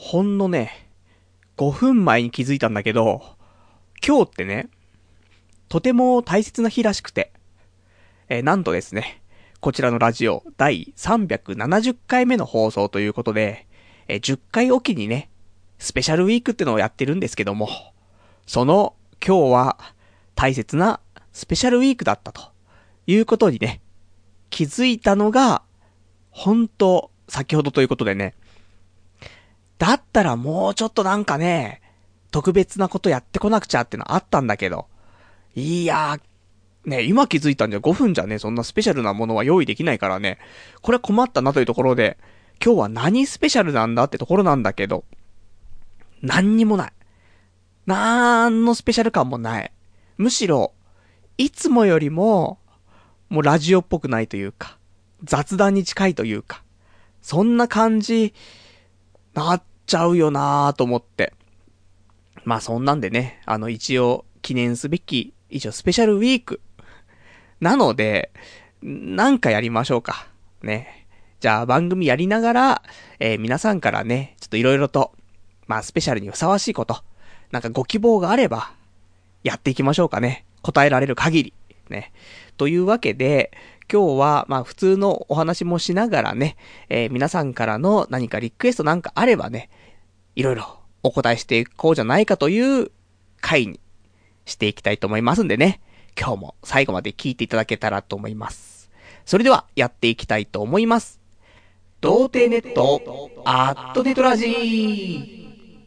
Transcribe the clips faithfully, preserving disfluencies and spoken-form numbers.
ほんのね、ごふんまえに気づいたんだけど、今日ってね、とても大切な日らしくて、えー、なんとですね、こちらのラジオだいさんびゃくななじゅっかいめの放送ということで、えー、じゅっかいおきにね、スペシャルウィークってのをやってるんですけども、その今日は大切なスペシャルウィークだったということにね、気づいたのが、本当先ほどということでね、だったらもうちょっとなんかね、特別なことやってこなくちゃってのあったんだけど、いやー、ね、今気づいたんじゃごふんじゃね、そんなスペシャルなものは用意できないからね、これは困ったなというところで、今日は何スペシャルなんだってところなんだけど、何にもない。なんのスペシャル感もない。むしろ、いつもよりも、もうラジオっぽくないというか、雑談に近いというか、そんな感じ、なっちゃうよなーと思って。まあそんなんでね、あの一応記念すべき、一応スペシャルウィーク。なので、なんかやりましょうか。ね。じゃあ番組やりながら、えー、皆さんからね、ちょっといろいろと、まあスペシャルにふさわしいこと、なんかご希望があれば、やっていきましょうかね。答えられる限り。ね。というわけで、今日は、まあ普通のお話もしながらね、えー、皆さんからの何かリクエストなんかあればね、いろいろお答えしていこうじゃないかという回にしていきたいと思いますんでね、今日も最後まで聞いていただけたらと思います。それではやっていきたいと思います。童貞ネットアットネトラジー。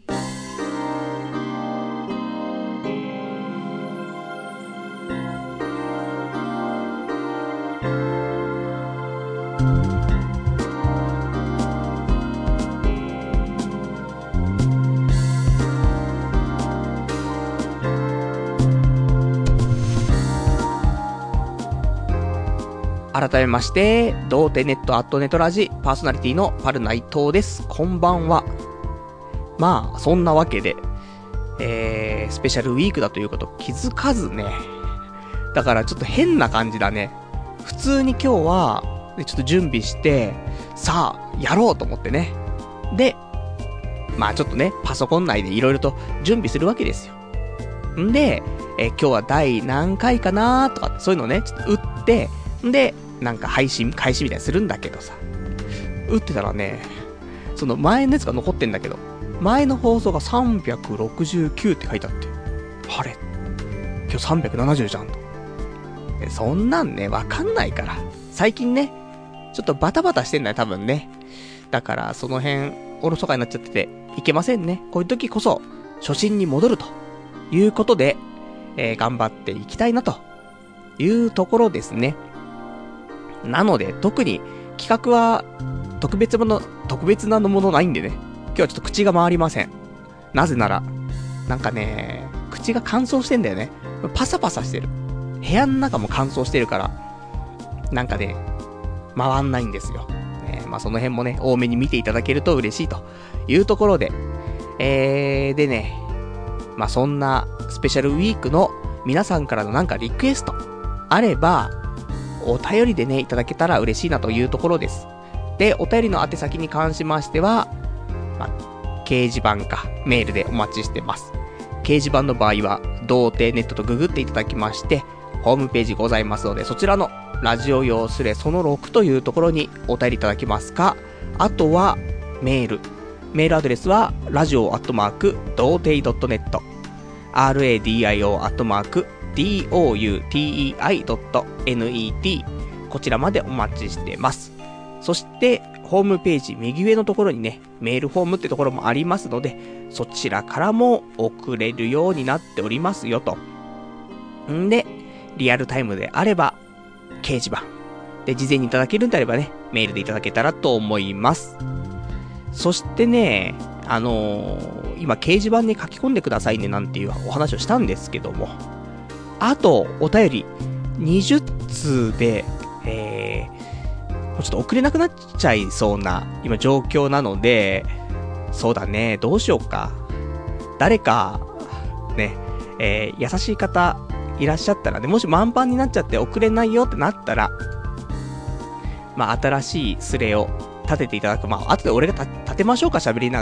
改めまして、童貞ネットアットネトラジパーソナリティのパルナイトウです。こんばんは。まあ、そんなわけで、えー、スペシャルウィークだということ気づかずね。だからちょっと変な感じだね。普通に今日は、ちょっと準備して、さあ、やろうと思ってね。で、まあちょっとね、パソコン内でいろいろと準備するわけですよ。んで、えー、今日は第何回かなーとか、そういうのね、ちょっと打って、で、なんか配信、開始みたいにするんだけどさ。打ってたらね、その前のやつが残ってんだけど、前の放送がさんびゃくろくじゅうきゅうって書いてあって、あれ今日さんびゃくななじゅうじゃんと。そんなんね、わかんないから。最近ね、ちょっとバタバタしてんだよ、多分ね。だから、その辺、おろそかになっちゃってて、いけませんね。こういう時こそ、初心に戻るということで、えー、頑張っていきたいなというところですね。なので、特に企画は特別もの、特別なものないんでね。今日はちょっと口が回りません。なぜなら、なんかね、口が乾燥してんだよね。パサパサしてる。部屋の中も乾燥してるから、なんかね、回んないんですよ。ね、まあその辺もね、多めに見ていただけると嬉しいというところで、えー、でね、まあそんなスペシャルウィークの皆さんからのなんかリクエストあれば、お便りでね、いただけたら嬉しいなというところです。で、お便りの宛先に関しましては、まあ、掲示板かメールでお待ちしてます。掲示板の場合は、童貞ネットとググっていただきまして、ホームページございますので、そちらのラジオ用スレそのろくというところにお便りいただけますか、あとはメール。メールアドレスは、ラジオアットマーク、童貞ドットネット、ラディオアットマーク、ドゥテイドットネット こちらまでお待ちしてます。そしてホームページ右上のところにね、メールフォームってところもありますので、そちらからも送れるようになっておりますよと。んで、リアルタイムであれば掲示板で事前にいただけるんであればね、メールでいただけたらと思います。そしてね、あのー、今掲示板に書き込んでくださいねなんていうお話をしたんですけども、あとお便りにじゅっつうで、えー、もうちょっと送れなくなっちゃいそうな今状況なので、そうだね、どうしようか。誰かね、えー、優しい方いらっしゃったらね、もし満帆になっちゃって送れないよってなったら、まあ新しいスレを立てていただく。まあ後で俺が立てましょうか、喋りながら。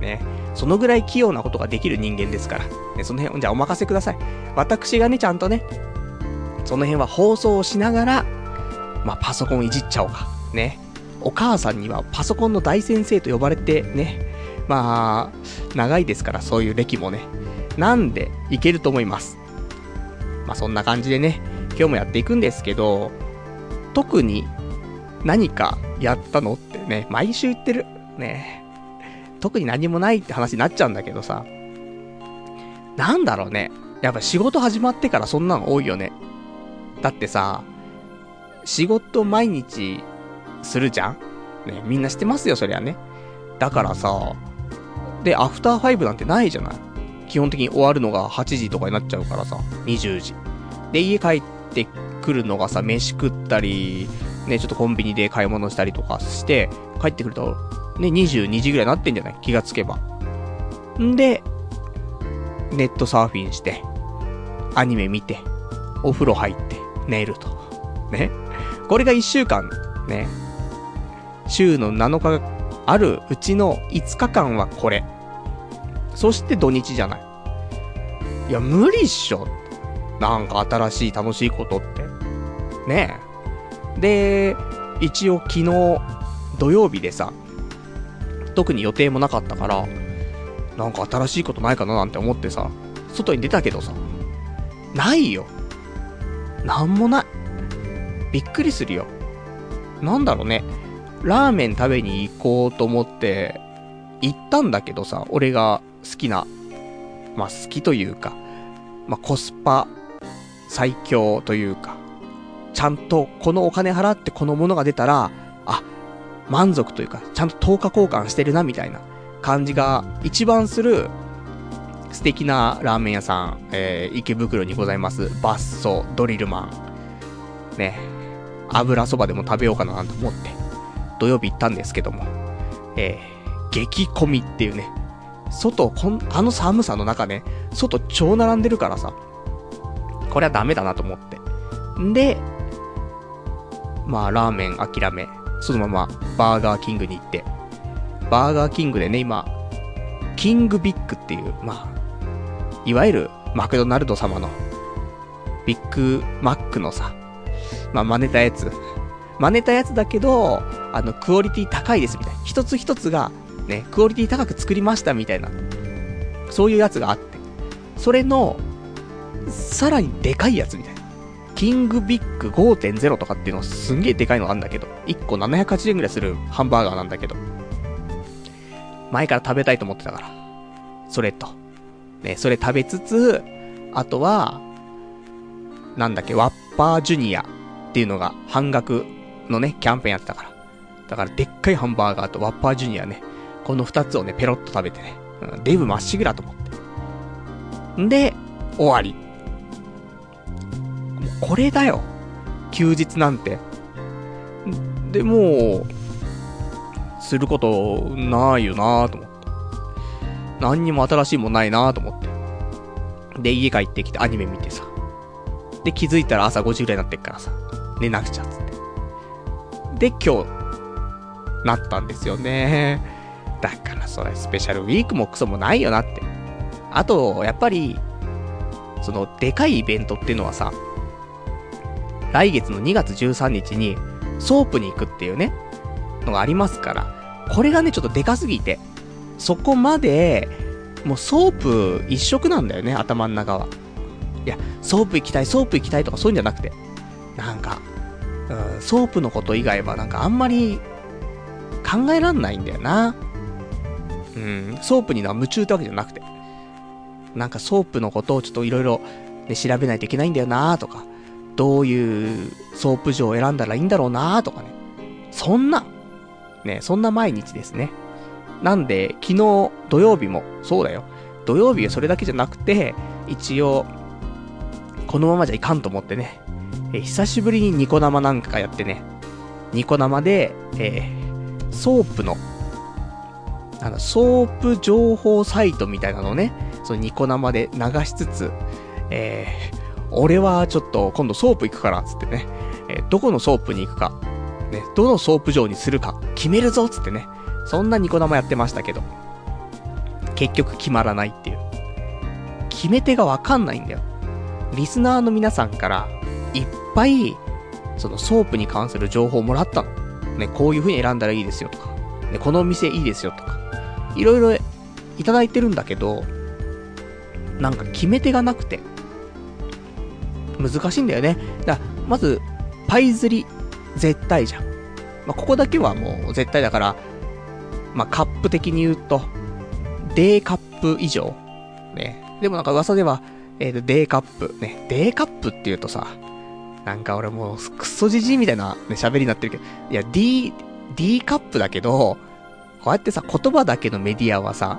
ね。そのぐらい器用なことができる人間ですから。ね、その辺、じゃあお任せください。私がね、ちゃんとね、その辺は放送をしながら、まあ、パソコンいじっちゃおうか。ね。お母さんにはパソコンの大先生と呼ばれてね、まあ、長いですから、そういう歴もね。なんで、いけると思います。まあ、そんな感じでね、今日もやっていくんですけど、特に何かやったのってね、毎週言ってる。ね。特に何もないって話になっちゃうんだけどさ。なんだろうね。やっぱ仕事始まってからそんなの多いよね。だってさ、仕事毎日するじゃんね、みんな知ってますよ、そりゃね。だからさ、で、アフターファイブなんてないじゃない。基本的に終わるのがはちじとかになっちゃうからさ、にじゅうじ。で、家帰ってくるのがさ、飯食ったり、ね、ちょっとコンビニで買い物したりとかして、帰ってくると、ね、にじゅうにじぐらいになってんじゃない？気がつけば。んで、ネットサーフィンして、アニメ見て、お風呂入って、寝ると。ね。これがいっしゅうかん、ね。週のなのかあるうちのいつかかんはこれ。そして土日じゃない。いや、無理っしょ。なんか新しい楽しいことって。ねえ。で、一応昨日土曜日でさ、特に予定もなかったから、なんか新しいことないかななんて思ってさ、外に出たけどさ、ないよ。なんもない。びっくりするよ。なんだろうね。ラーメン食べに行こうと思って、行ったんだけどさ、俺が好きな、まあ好きというか、まあコスパ最強というか、ちゃんとこのお金払ってこのものが出たら、あ、満足というか、ちゃんと等価交換してるなみたいな感じが一番する素敵なラーメン屋さん、えー、池袋にございますバッソドリルマンね、油そばでも食べようかななんて思って土曜日行ったんですけども、えー、激混みっていうね、外こんあの寒さの中ね、外超並んでるからさ、これはダメだなと思って、んでまあラーメン諦め、そのままバーガーキングに行って、バーガーキングでね、今キングビッグっていう、まあいわゆるマクドナルド様のビッグマックのさ、まあ真似たやつ真似たやつだけど、あのクオリティ高いですみたいな、一つ一つがねクオリティ高く作りましたみたいな、そういうやつがあって、それのさらにでかいやつみたいな、キングビッグ ごてんゼロ とかっていうのすんげえでかいのあんだけど、いっこななひゃくはちじゅうえんぐらいするハンバーガーなんだけど、前から食べたいと思ってたから、それとね、それ食べつつ、あとはなんだっけ、ワッパージュニアっていうのが半額のねキャンペーンやってたから、だからでっかいハンバーガーとワッパージュニアね、この二つをねペロッと食べてね、うん、デブまっしぐらと思って、んで終わり。これだよ休日なんて。でもうすることないよなと思って、何にも新しいもんないなと思って、で家帰ってきてアニメ見てさ、で気づいたら朝ごじぐらいになってっからさ、寝なくちゃっつって、で今日なったんですよね。だからそれスペシャルウィークもクソもないよなって。あとやっぱりそのでかいイベントっていうのはさ、来月のにがつじゅうさんにちにソープに行くっていうねのがありますから、これがねちょっとでかすぎて、そこまでもうソープ一色なんだよね、頭の中は。いやソープ行きたいソープ行きたいとかそういうんじゃなくて、なんか、うん、ソープのこと以外はなんかあんまり考えらんないんだよな。うん、ソープには夢中ってわけじゃなくて、なんかソープのことをちょっといろいろ調べないといけないんだよなとか、どういうソープ場を選んだらいいんだろうなとかね、そんなね、そんな毎日ですね。なんで昨日土曜日もそうだよ、土曜日はそれだけじゃなくて、一応このままじゃいかんと思ってね、え久しぶりにニコ生なんかやってね、ニコ生で、えー、ソープのあのソープ情報サイトみたいなのをね、そのニコ生で流しつつ、えー、俺はちょっと今度ソープ行くからつってね、えー、どこのソープに行くかね、どのソープ場にするか決めるぞつってね、そんなニコ生やってましたけど、 結局決まらないっていう。決め手がわかんないんだよ。リスナーの皆さんからいっぱいそのソープに関する情報をもらったの。ね、こういう風に選んだらいいですよとか、ね、このお店いいですよとか、いろいろいただいてるんだけど、なんか決め手がなくて難しいんだよね。だからまずパイ釣り絶対じゃん。まあ、ここだけはもう絶対だから、まあ、カップ的に言うとデーカップ以上ね。でもなんか噂ではえーとデーカップね、デーカップって言うとさ、なんか俺もうクソジジイみたいなね喋りになってるけど、いや D D カップだけど、こうやってさ言葉だけのメディアはさ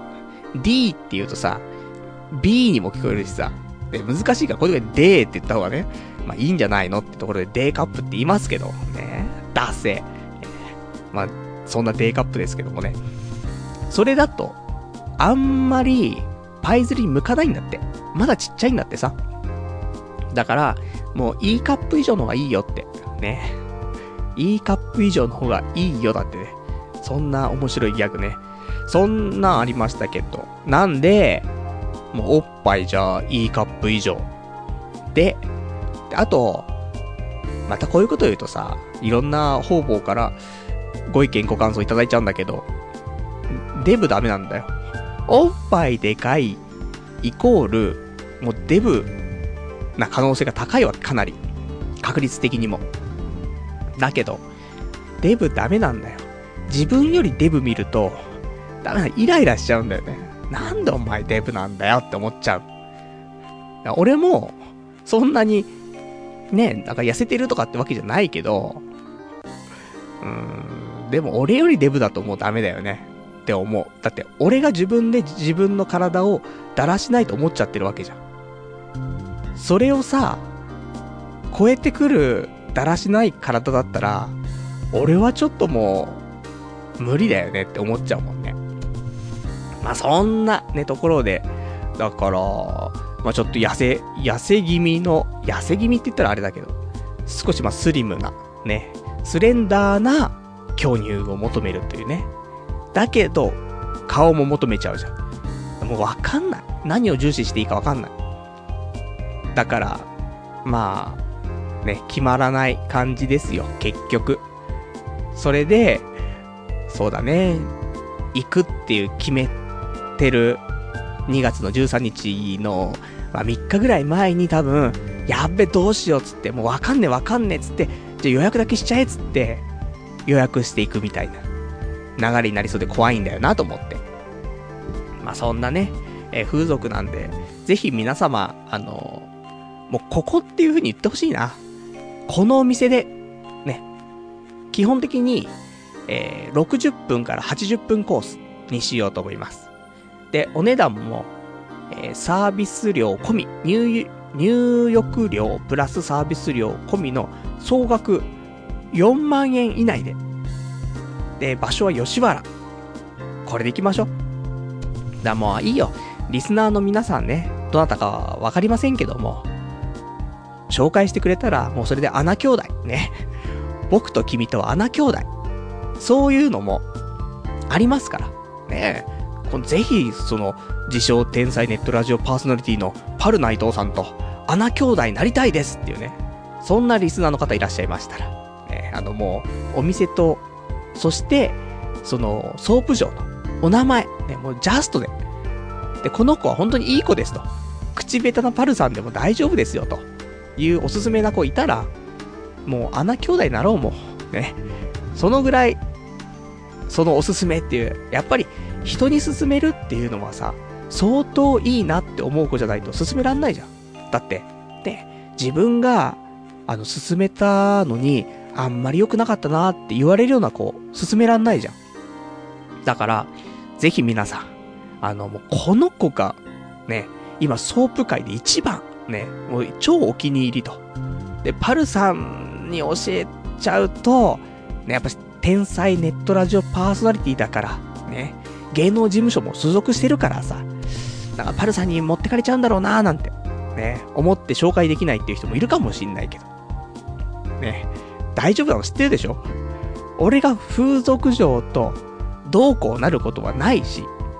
D って言うとさ B にも聞こえるしさ、で難しいからこれで D って言った方がね、まあいいんじゃないのってところで D カップって言いますけどね、ダセー、まあそんな D カップですけどもね、それだとあんまりパイ釣りに向かないんだって。まだちっちゃいんだってさ。だからもう E カップ以上の方がいいよってね。E カップ以上の方がいいよだってね。そんな面白いギャグね。そんなんありましたけど、なんでもうおっぱいじゃあ E カップ以上で、であとまたこういうこと言うとさ、いろんな方々からご意見ご感想いただいちゃうんだけど、デブダメなんだよ。おっぱいでかいイコールもうデブな可能性が高いわけ、かなり確率的にも。だけどデブダメなんだよ。自分よりデブ見るとダメだ、イライラしちゃうんだよね。なんでお前デブなんだよって思っちゃう。俺もそんなにね、なんか痩せてるとかってわけじゃないけど、うーん、でも俺よりデブだともうダメだよねって思う。だって俺が自分で自分の体をだらしないと思っちゃってるわけじゃん。それをさ超えてくるだらしない体だったら、俺はちょっともう無理だよねって思っちゃうもんね。まあそんなねところで、だからまあちょっと痩せ痩せ気味の痩せ気味って言ったらあれだけど、少しまあスリムなね、スレンダーな巨乳を求めるというね。だけど顔も求めちゃうじゃん。もうわかんない、何を重視していいかわかんない。だからまあね、決まらない感じですよ結局。それでそうだね、行くっていう決めてるにがつのじゅうさんにちの、まあ、みっかぐらい前に多分やっべどうしようっつって、もうわかんねえわかんねえっつって、じゃあ予約だけしちゃえっつって予約していくみたいな流れになりそうで怖いんだよなと思って。まあそんなね、えー、風俗なんで、ぜひ皆様あのー、もうここっていう風に言ってほしいな。このお店でね、基本的に、えー、ろくじゅっぷんからはちじゅっぷんコースにしようと思います。でお値段も、えー、サービス料込み、入入浴料プラスサービス料込みの総額よんまんえん以内で、で場所は吉原、これで行きましょう。だもういいよ、リスナーの皆さんね、どなたかはわかりませんけども、紹介してくれたらもうそれで穴兄弟ね、僕と君とは穴兄弟、そういうのもありますからね。このぜひその自称天才ネットラジオパーソナリティのパル内藤さんと穴兄弟になりたいですっていうね、そんなリスナーの方いらっしゃいましたら、ね、あのもうお店と、そしてそのソープ場のお名前、ね、もうジャストで、でこの子は本当にいい子ですと、口下手なパルさんでも大丈夫ですよというおすすめな子いたら、もう穴兄弟になろうもうね。そのぐらいそのおすすめっていう、やっぱり人に勧めるっていうのはさ、相当いいなって思う子じゃないと勧めらんないじゃん。だってで自分があの勧めたのにあんまり良くなかったなって言われるような子勧めらんないじゃん。だからぜひ皆さん、あのもうこの子がね、今ソープ界で一番ね、もう超お気に入りと。でパルさんに教えちゃうとね、やっぱ天才ネットラジオパーソナリティだからね、芸能事務所も所属してるからさ、なんかパルさんに持ってかれちゃうんだろうなーなんてね、思って紹介できないっていう人もいるかもしんないけどね、大丈夫なの知ってるでしょ。俺が風俗嬢とどうこうなることはないし、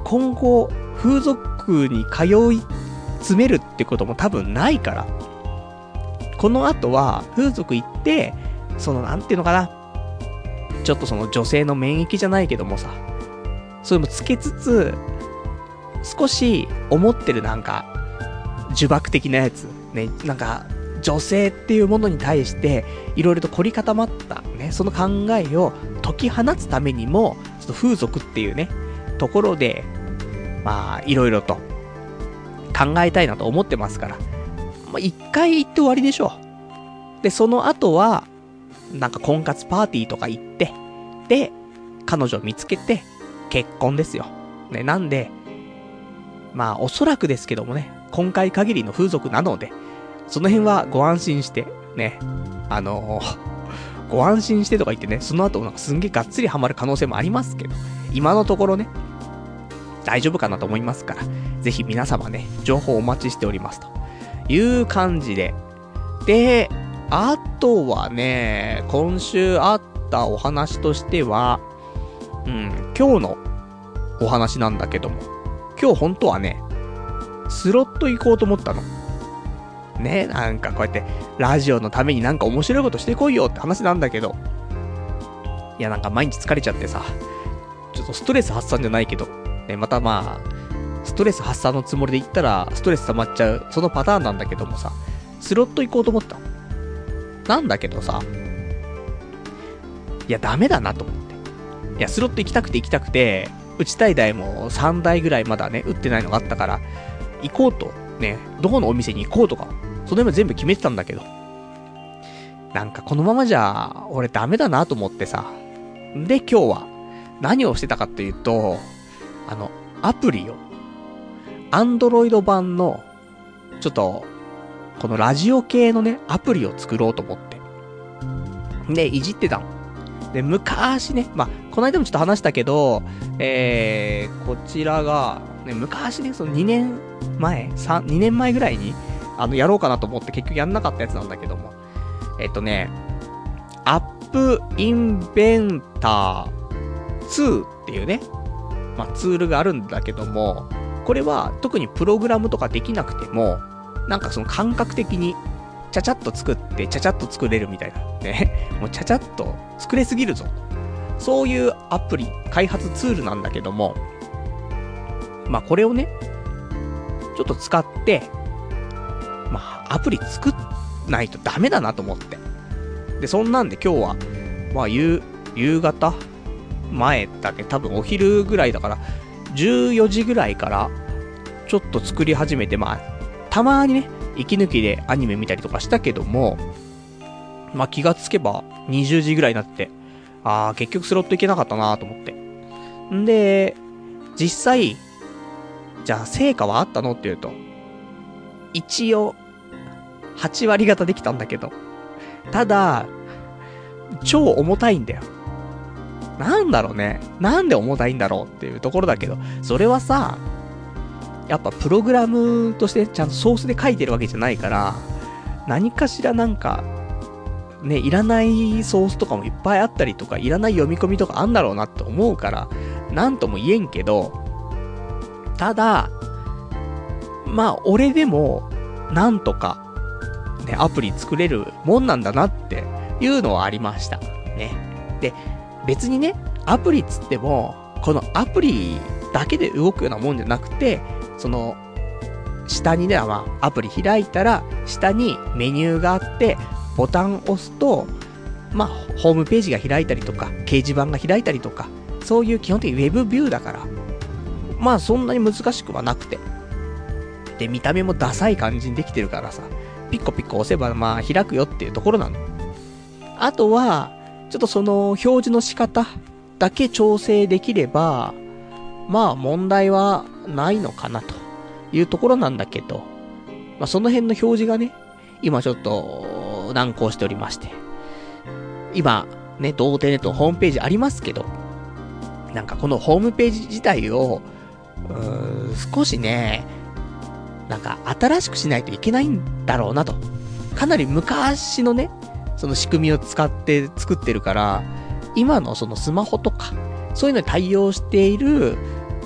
今後、風俗に通い詰めるってことも多分ないから、この後は風俗行って、そのなんていうのかな、ちょっとその女性の免疫じゃないけどもさ、それもつけつつ、少し思ってるなんか、呪縛的なやつ、ね、なんか、女性っていうものに対して、いろいろと凝り固まった、ね、その考えを解き放つためにも、ちょっと風俗っていうね、ところで、まあ、いろいろと考えたいなと思ってますから、まあ、一回行って終わりでしょう。で、その後は、なんか婚活パーティーとか行って、で、彼女を見つけて、結婚ですよ。ね、なんで、まあ、おそらくですけどもね、今回限りの風俗なので、その辺はご安心して、ね、あのー、ご安心してとか言ってね、その後なんかすんげえがっつりハマる可能性もありますけど、今のところね、大丈夫かなと思いますから、ぜひ皆様ね、情報お待ちしておりますという感じで。で、あとはね、今週あったお話としては、うん、今日のお話なんだけども、今日本当はね、スロット行こうと思ったの。ね、なんかこうやって、ラジオのためになんか面白いことしてこいよって話なんだけど、いやなんか毎日疲れちゃってさ、ちょっとストレス発散じゃないけど、ね、またまあ、ストレス発散のつもりで行ったら、ストレス溜まっちゃう、そのパターンなんだけどもさ、スロット行こうと思ったの。なんだけどさ、いやダメだなと思って。いや、スロット行きたくて行きたくて、打ちたい台もさんだいぐらいまだね、打ってないのがあったから、行こうと、ね、どこのお店に行こうとか、その辺も全部決めてたんだけど、なんかこのままじゃ、俺ダメだなと思ってさ、で今日は、何をしてたかっていうと、あの、アプリを、アンドロイド版の、ちょっと、このラジオ系のね、アプリを作ろうと思って。で、いじってたの。で、昔ね、まあ、この間もちょっと話したけど、えー、こちらが、ね、昔ね、そのにねんまえ、さん、にねんまえぐらいに、あの、やろうかなと思って結局やんなかったやつなんだけども、えっとね、アップインベンターツーっていうね、まあ、ツールがあるんだけども、これは特にプログラムとかできなくても、なんかその感覚的に、ちゃちゃっと作って、ちゃちゃっと作れるみたいな。ね。もうちゃちゃっと作れすぎるぞ。そういうアプリ、開発ツールなんだけども、まあこれをね、ちょっと使って、まあアプリ作んないとダメだなと思って。で、そんなんで今日は、まあ夕、夕方前だけ多分お昼ぐらいだから、じゅうよじぐらいからちょっと作り始めて、まあたまーにね、息抜きでアニメ見たりとかしたけども、まあ気がつけばにじゅうじぐらいになって、あー結局スロット行けなかったなーと思って。んで、実際、じゃあ成果はあったのって言うと、一応、はちわり方できたんだけど、ただ、超重たいんだよ。なんだろうね。なんで重たいんだろうっていうところだけど、それはさ、やっぱプログラムとしてちゃんとソースで書いてるわけじゃないから、何かしらなんか、ね、いらないソースとかもいっぱいあったりとか、いらない読み込みとかあんだろうなって思うから、なんとも言えんけど、ただ、まあ俺でも、なんとか、ね、アプリ作れるもんなんだなっていうのはありました。ね。で、別にね、アプリっつっても、このアプリだけで動くようなもんじゃなくて、その、下にね、まあ、アプリ開いたら、下にメニューがあって、ボタンを押すと、まあ、ホームページが開いたりとか、掲示板が開いたりとか、そういう基本的にウェブビューだから、まあ、そんなに難しくはなくて。で、見た目もダサい感じにできてるからさ、ピッコピッコ押せば、まあ、開くよっていうところなの。あとは、ちょっとその、表示の仕方だけ調整できれば、まあ、問題はないのかなというところなんだけど、まあ、その辺の表示がね、今ちょっと難航しておりまして、今ね、童貞ネットホームページありますけど、なんかこのホームページ自体をうーん少しね、なんか新しくしないといけないんだろうなと。かなり昔のね、その仕組みを使って作ってるから、今のそのスマホとかそういうのに対応している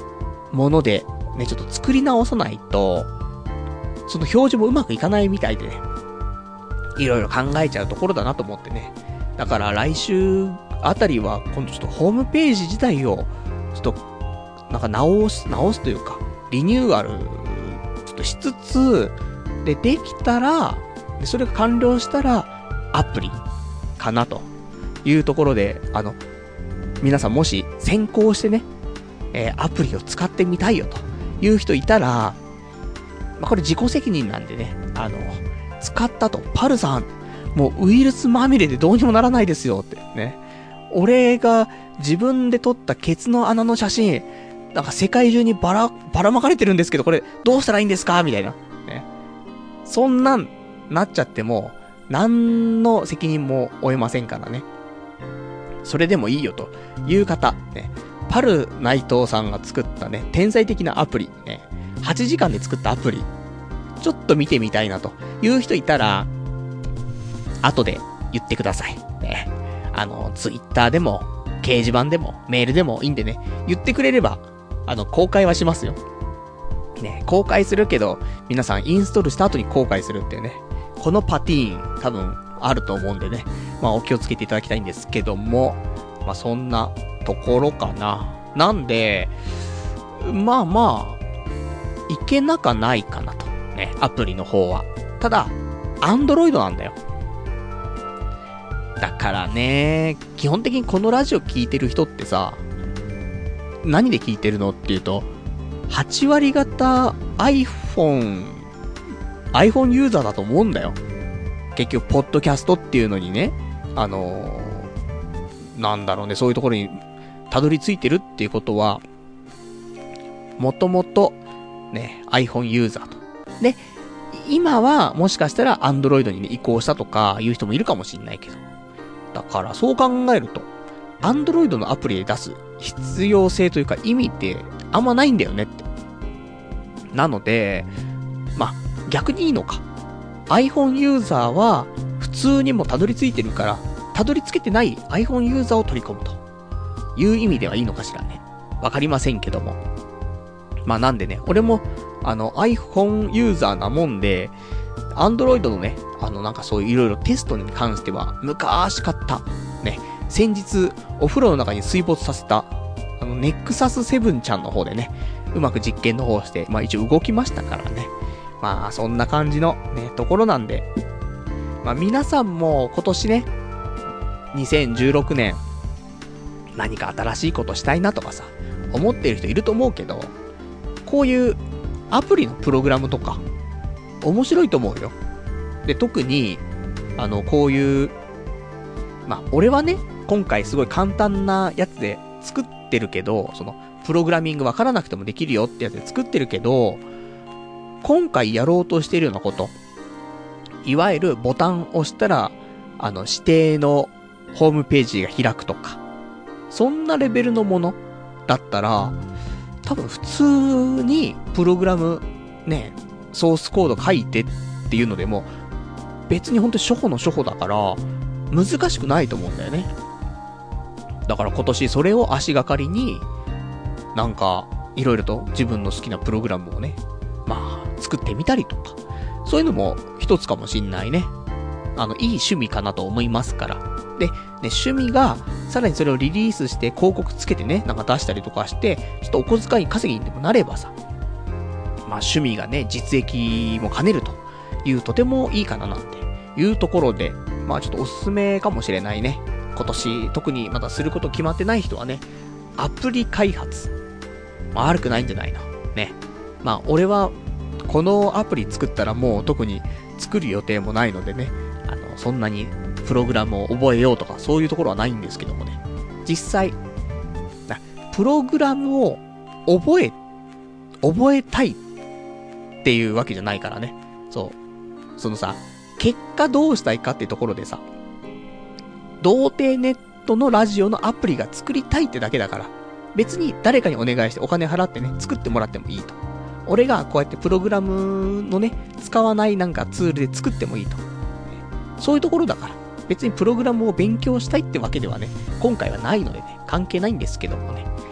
もので、ね、ちょっと作り直さないと、その表示もうまくいかないみたいでね、いろいろ考えちゃうところだなと思ってね。だから来週あたりは、今度ちょっとホームページ自体を、ちょっと、なんか直す、直すというか、リニューアル、ちょっとしつつ、で、できたら、でそれが完了したら、アプリ、かなというところで、あの、皆さんもし先行してね、えー、アプリを使ってみたいよという人いたら、まあ、これ自己責任なんでね、あの、使ったと、パルさん、もうウイルスまみれでどうにもならないですよってね。俺が自分で撮ったケツの穴の写真、なんか世界中にばら、ばらまかれてるんですけど、これどうしたらいいんですかみたいな。ね。そんなんなっちゃっても、何の責任も負えませんからね。それでもいいよという方、ね。パル内藤さんが作ったね、天才的なアプリ、ね。はちじかんで作ったアプリ、ちょっと見てみたいなという人いたら、後で言ってください。ね。あの、ツイッターでも、掲示板でも、メールでもいいんでね、言ってくれれば、あの、公開はしますよ。ね、公開するけど、皆さんインストールした後に公開するっていうね、このパティーン、多分、あると思うんでね、まあ、お気をつけていただきたいんですけども、まあ、そんなところかな。なんで、まあまあ、いけなかないかなと。ね、アプリの方は。ただ、アンドロイドなんだよ。だからね、基本的にこのラジオ聞いてる人ってさ、何で聞いてるのっていうと、はちわり方 iPhone、iPhone ユーザーだと思うんだよ。結局、ポッドキャストっていうのにね、あのー、なんだろうね、そういうところにたどり着いてるっていうことは、もともと、ね、iPhone ユーザーと。で、今はもしかしたら Android にね、移行したとかいう人もいるかもしんないけど。だからそう考えると、Android のアプリで出す必要性というか意味ってあんまないんだよねって。なので、まあ、逆にいいのか。iPhone ユーザーは普通にもたどり着いてるから、たどり着けてない iPhone ユーザーを取り込むという意味ではいいのかしらね。わかりませんけども。まあなんでね、俺もあの iPhone ユーザーなもんで、Android のね、あのなんかそういういろいろテストに関しては、昔買った、ね、先日お風呂の中に水没させた、あの、ネックサスセブンちゃんの方でね、うまく実験の方をして、まあ一応動きましたからね。まあそんな感じのね、ところなんで、まあ皆さんも今年ね、にせんじゅうろくねん、何か新しいことしたいなとかさ、思ってる人いると思うけど、こういうアプリのプログラムとか、面白いと思うよ。で、特に、あの、こういう、まあ、俺はね、今回すごい簡単なやつで作ってるけど、その、プログラミングわからなくてもできるよってやつで作ってるけど、今回やろうとしているようなこと、いわゆるボタンを押したら、あの、指定のホームページが開くとか、そんなレベルのものだったら、多分普通にプログラム、ね、ソースコード書いてっていうのでも、別にほんと初歩の初歩だから、難しくないと思うんだよね。だから今年それを足がかりに、なんか、いろいろと自分の好きなプログラムをね、まあ、作ってみたりとか、そういうのも一つかもしんないね。あの、いい趣味かなと思いますから。で、ね、趣味が、さらにそれをリリースして広告つけてね、なんか出したりとかして、ちょっとお小遣い稼ぎにでもなればさ、まあ趣味がね、実益も兼ねるというとてもいいかななんていうところで、まあちょっとおすすめかもしれないね。今年特にまだすること決まってない人はね、アプリ開発。まあ悪くないんじゃないの。ね。まあ俺はこのアプリ作ったらもう特に作る予定もないのでね、あの、そんなにプログラムを覚えようとかそういうところはないんですけどもね。実際、プログラムを覚え、覚えたいっていうわけじゃないからね。そう。そのさ、結果どうしたいかっていうところでさ、童貞ネットのラジオのアプリが作りたいってだけだから、別に誰かにお願いしてお金払ってね、作ってもらってもいいと。俺がこうやってプログラムのね、使わないなんかツールで作ってもいいと。そういうところだから、別にプログラムを勉強したいってわけではね、今回はないのでね、関係ないんですけどもね。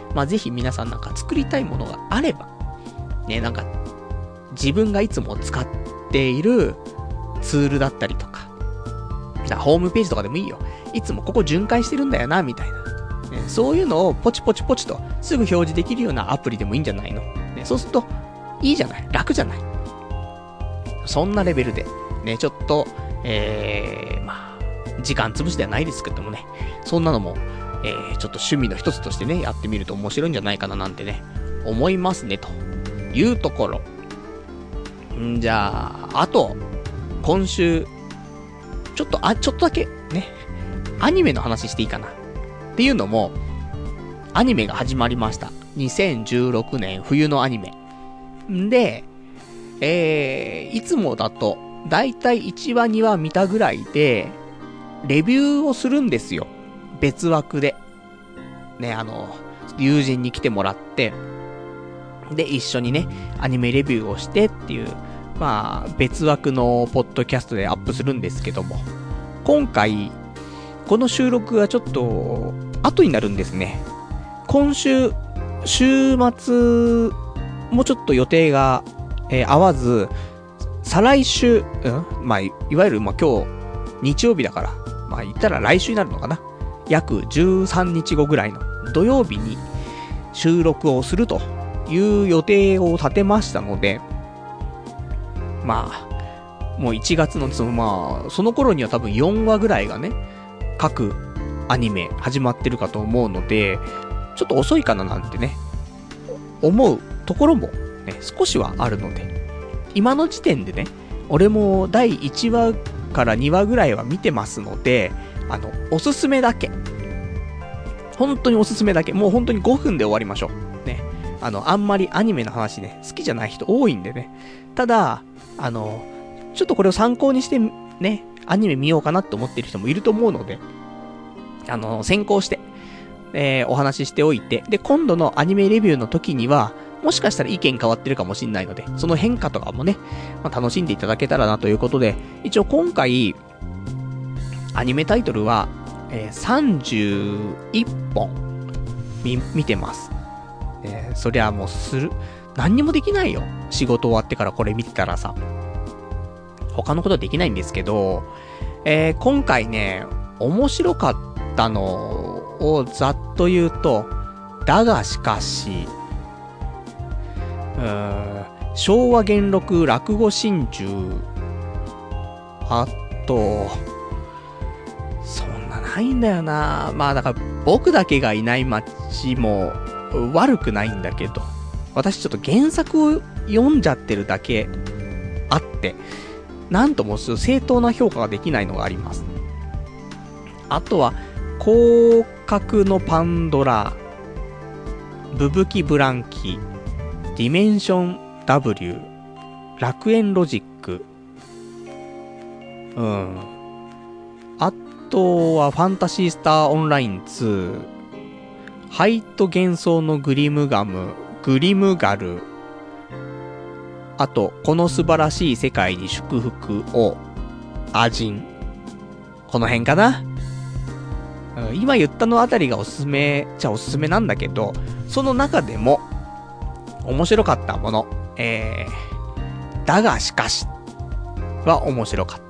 まあぜひ皆さんなんか作りたいものがあれば、ね、なんか、自分がいつも使っているツールだったりとか、だからホームページとかでもいいよ。いつもここ巡回してるんだよな、みたいな。ね、そういうのをポチポチポチとすぐ表示できるようなアプリでもいいんじゃないの、ね、そうすると、いいじゃない、楽じゃない。そんなレベルで、ね、ちょっと、えー、まあ、時間潰しではないですけどもね、そんなのも、えー、ちょっと趣味の一つとしてね、やってみると面白いんじゃないかななんてね、思いますね、というところ。んじゃあ、あと、今週、ちょっと、あ、ちょっとだけ、ね、アニメの話していいかな。っていうのも、アニメが始まりました。にせんじゅうろくねん冬のアニメ。んで、えー、いつもだと、だいたいいちわにわ見たぐらいで、レビューをするんですよ。別枠で。ね、あの、友人に来てもらって、で、一緒にね、アニメレビューをしてっていう、まあ、別枠のポッドキャストでアップするんですけども、今回、この収録がちょっと、後になるんですね。今週、週末、もうちょっと予定が、えー、合わず、再来週、うん、まあ、いわゆる、まあ、今日、日曜日だから、まあ、言ったら来週になるのかな。約じゅうさんにちごぐらいの土曜日に収録をするという予定を立てましたので、まあ、もういちがつの、そのまあ、その頃には多分よんわぐらいがね、各アニメ始まってるかと思うので、ちょっと遅いかななんてね、思うところもね、少しはあるので、今の時点でね、俺もだいいちわからにわぐらいは見てますので、あの、おすすめだけ。本当におすすめだけ。もう本当にごふんで終わりましょう。ね。あの、あんまりアニメの話ね、好きじゃない人多いんでね。ただ、あの、ちょっとこれを参考にして、ね、アニメ見ようかなって思ってる人もいると思うので、あの、先行して、えー、お話ししておいて、で、今度のアニメレビューの時には、もしかしたら意見変わってるかもしんないので、その変化とかもね、まあ、楽しんでいただけたらなということで、一応今回、アニメタイトルは、えー、さんじゅういっぽん、み、見てます。えー、そりゃもうする、何にもできないよ。仕事終わってからこれ見てたらさ。他のことできないんですけど、えー、今回ね、面白かったのをざっと言うと、だがしかし、うーん、昭和元禄落語心中、あと、そんなないんだよな。まあだから僕だけがいない街も悪くないんだけど、私ちょっと原作を読んじゃってるだけあって、なんとも正当な評価ができないのがあります。あとは、広角のパンドラ、ブブキブランキ、ディメンション W、楽園ロジック、うん。あとは、ファンタシースターオンラインツー、ハイト幻想のグリムガム、グリムガル、あと、この素晴らしい世界に祝福を、アジン。この辺かな。今言ったのあたりがおすすめじゃおすすめなんだけど、その中でも、面白かったもの、えー、だがしかし、は面白かった。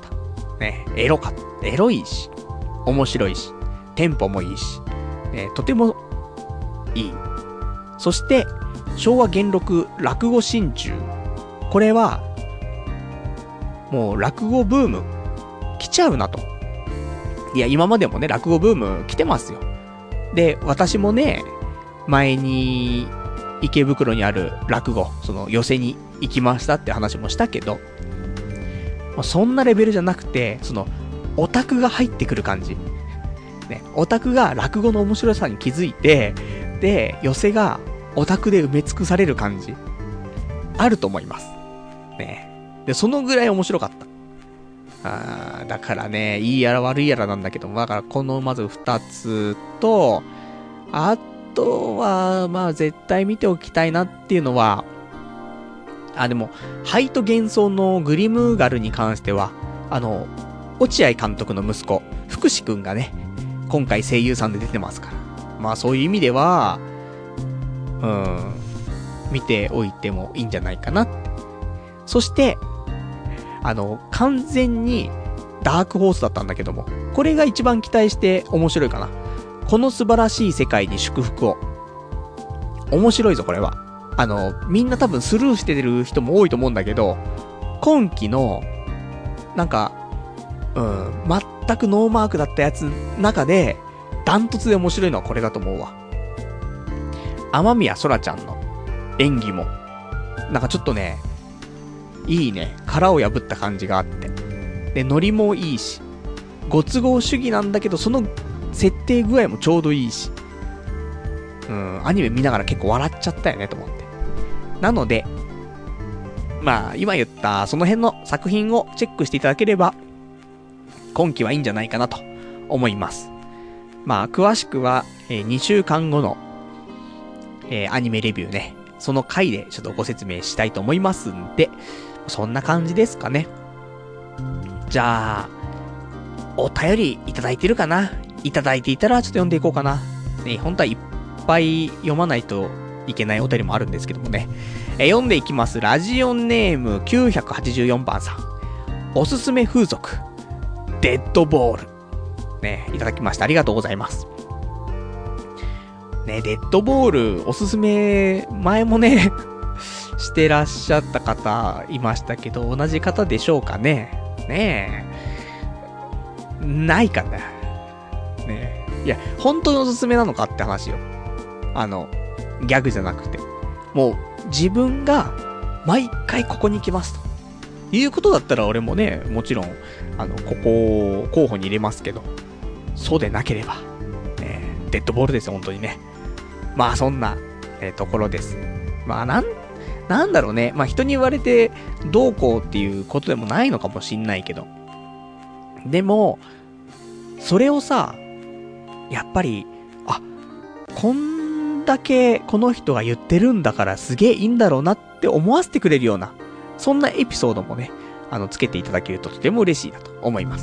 ね、エロかった。エロいし、面白いし、テンポもいいし、ね、とてもいい。そして、昭和元禄落語心中。これは、もう落語ブーム来ちゃうなと。いや、今までもね、落語ブーム来てますよ。で、私もね、前に池袋にある落語、その寄席に行きましたって話もしたけど、そんなレベルじゃなくて、その、オタクが入ってくる感じ。ね、オタクが落語の面白さに気づいて、で、寄席がオタクで埋め尽くされる感じ。あると思います。ね。で、そのぐらい面白かった。あー、だからね、いいやら悪いやらなんだけども、だからこのまず二つと、あとは、まあ絶対見ておきたいなっていうのは、あ、でも、ハイト幻想のグリムガルに関しては、あの、落合監督の息子、福士くんがね、今回声優さんで出てますから。まあそういう意味では、 うん、見ておいてもいいんじゃないかなって。そして、あの、完全にダークホースだったんだけども、これが一番期待して面白いかな。この素晴らしい世界に祝福を。面白いぞ、これは。あの、みんな多分スルーしてる人も多いと思うんだけど、今期の、なんか、うん、全くノーマークだったやつ中で、ダントツで面白いのはこれだと思うわ。天宮そらちゃんの演技も、なんかちょっとね、いいね、殻を破った感じがあって。で、ノリもいいし、ご都合主義なんだけど、その設定具合もちょうどいいし、うん、アニメ見ながら結構笑っちゃったよね、と思って。なので、まあ、今言ったその辺の作品をチェックしていただければ、今期はいいんじゃないかなと思います。まあ、詳しくは、えー、にしゅうかんごの、えー、アニメレビューね、その回でちょっとご説明したいと思いますんで、そんな感じですかね。じゃあ、お便りいただいてるかな？いただいていたらちょっと読んでいこうかな。ね、本当はいっぱい読まないといけないお便りもあるんですけどもね。えー、読んでいきます。ラジオネームきゅうひゃくはちじゅうよんばんさん。おすすめ風俗。デッドボール。ね、いただきました。ありがとうございます。ね、デッドボール、おすすめ、前もね、してらっしゃった方いましたけど、同じ方でしょうかね。ねえ。ないかな。ねえ。いや、本当におすすめなのかって話よ。あの、ギャグじゃなくて。もう、自分が、毎回ここに来ますと。いうことだったら俺もね、もちろん、あの、ここを候補に入れますけど、そうでなければ、ね、デッドボールですよ、本当にね。まあ、そんな、えー、ところです。まあ、なん、なんだろうね。まあ、人に言われて、どうこうっていうことでもないのかもしんないけど。でも、それをさ、やっぱり、あ、こんだけこの人が言ってるんだからすげえいいんだろうなって思わせてくれるような、そんなエピソードもね、あの、つけていただけるととても嬉しいなと思います。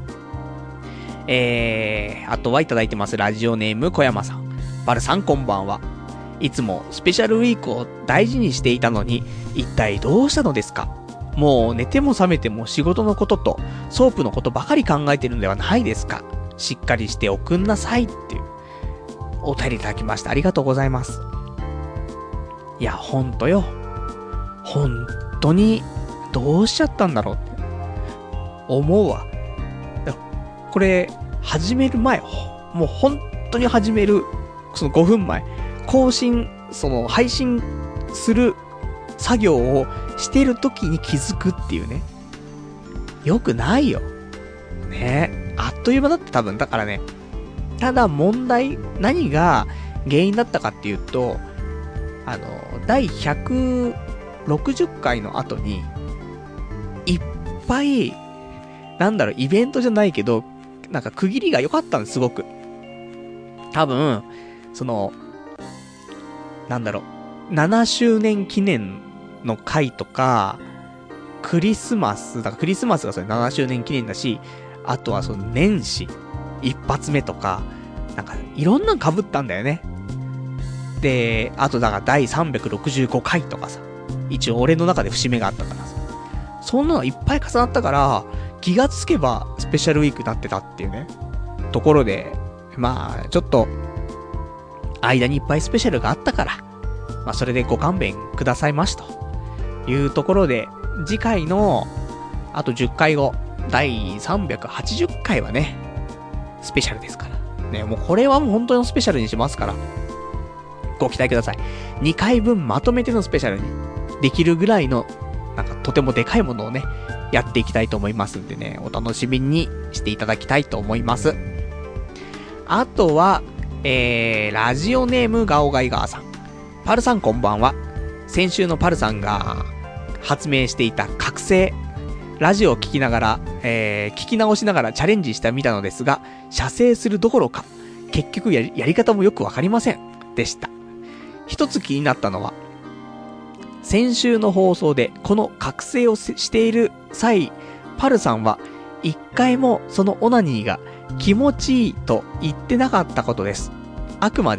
えー、あとはいただいてます。ラジオネーム小山さん。バルさんこんばんは。いつもスペシャルウィークを大事にしていたのに、一体どうしたのですか？もう寝ても覚めても仕事のこととソープのことばかり考えてるのではないですか？しっかりしておくんなさいっていうお便りいただきました。ありがとうございます。いや、ほんとよ。ほんとにどうしちゃったんだろうって思うわ。これ始める前、もう本当に始めるそのごふんまえ、更新その配信する作業をしている時に気づくっていうね。よくないよ。ね、あっという間だって多分だからね。ただ問題、何が原因だったかっていうと、あのだいひゃくろくじゅっかいの後にいっぱいなんだろうイベントじゃないけど、なんか区切りが良かったんですすごく。多分そのなんだろうななしゅうねん記念の回とかクリスマスだからクリスマスがそれななしゅうねん記念だし、あとはその年始一発目とかなんかいろんなの被ったんだよね。で、あとだからだいさんびゃくろくじゅうごかいとかさ、一応俺の中で節目があったからさ、そんなのいっぱい重なったから気がつけばスペシャルウィークになってたっていうねところで、まあちょっと間にいっぱいスペシャルがあったから、まあそれでご勘弁くださいましというところで、次回のあとじゅっかいごだいさんびゃくはちじゅっかいはねスペシャルですからね。もうこれはもう本当のスペシャルにしますからご期待ください。にかいぶんまとめてのスペシャルにできるぐらいのなんかとてもでかいものをねやっていきたいと思いますんでね、お楽しみにしていただきたいと思います。あとはえー、ラジオネームガオガイガーさん。パルさんこんばんは。先週のパルさんが発明していた覚醒ラジオを聞きながら、えー、聞き直しながらチャレンジしてみたのですが、射精するどころか結局やり、やり方もよくわかりませんでした。一つ気になったのは、先週の放送でこの覚醒をしている際、パルさんは一回もそのオナニーが気持ちいいと言ってなかったことです。あくまで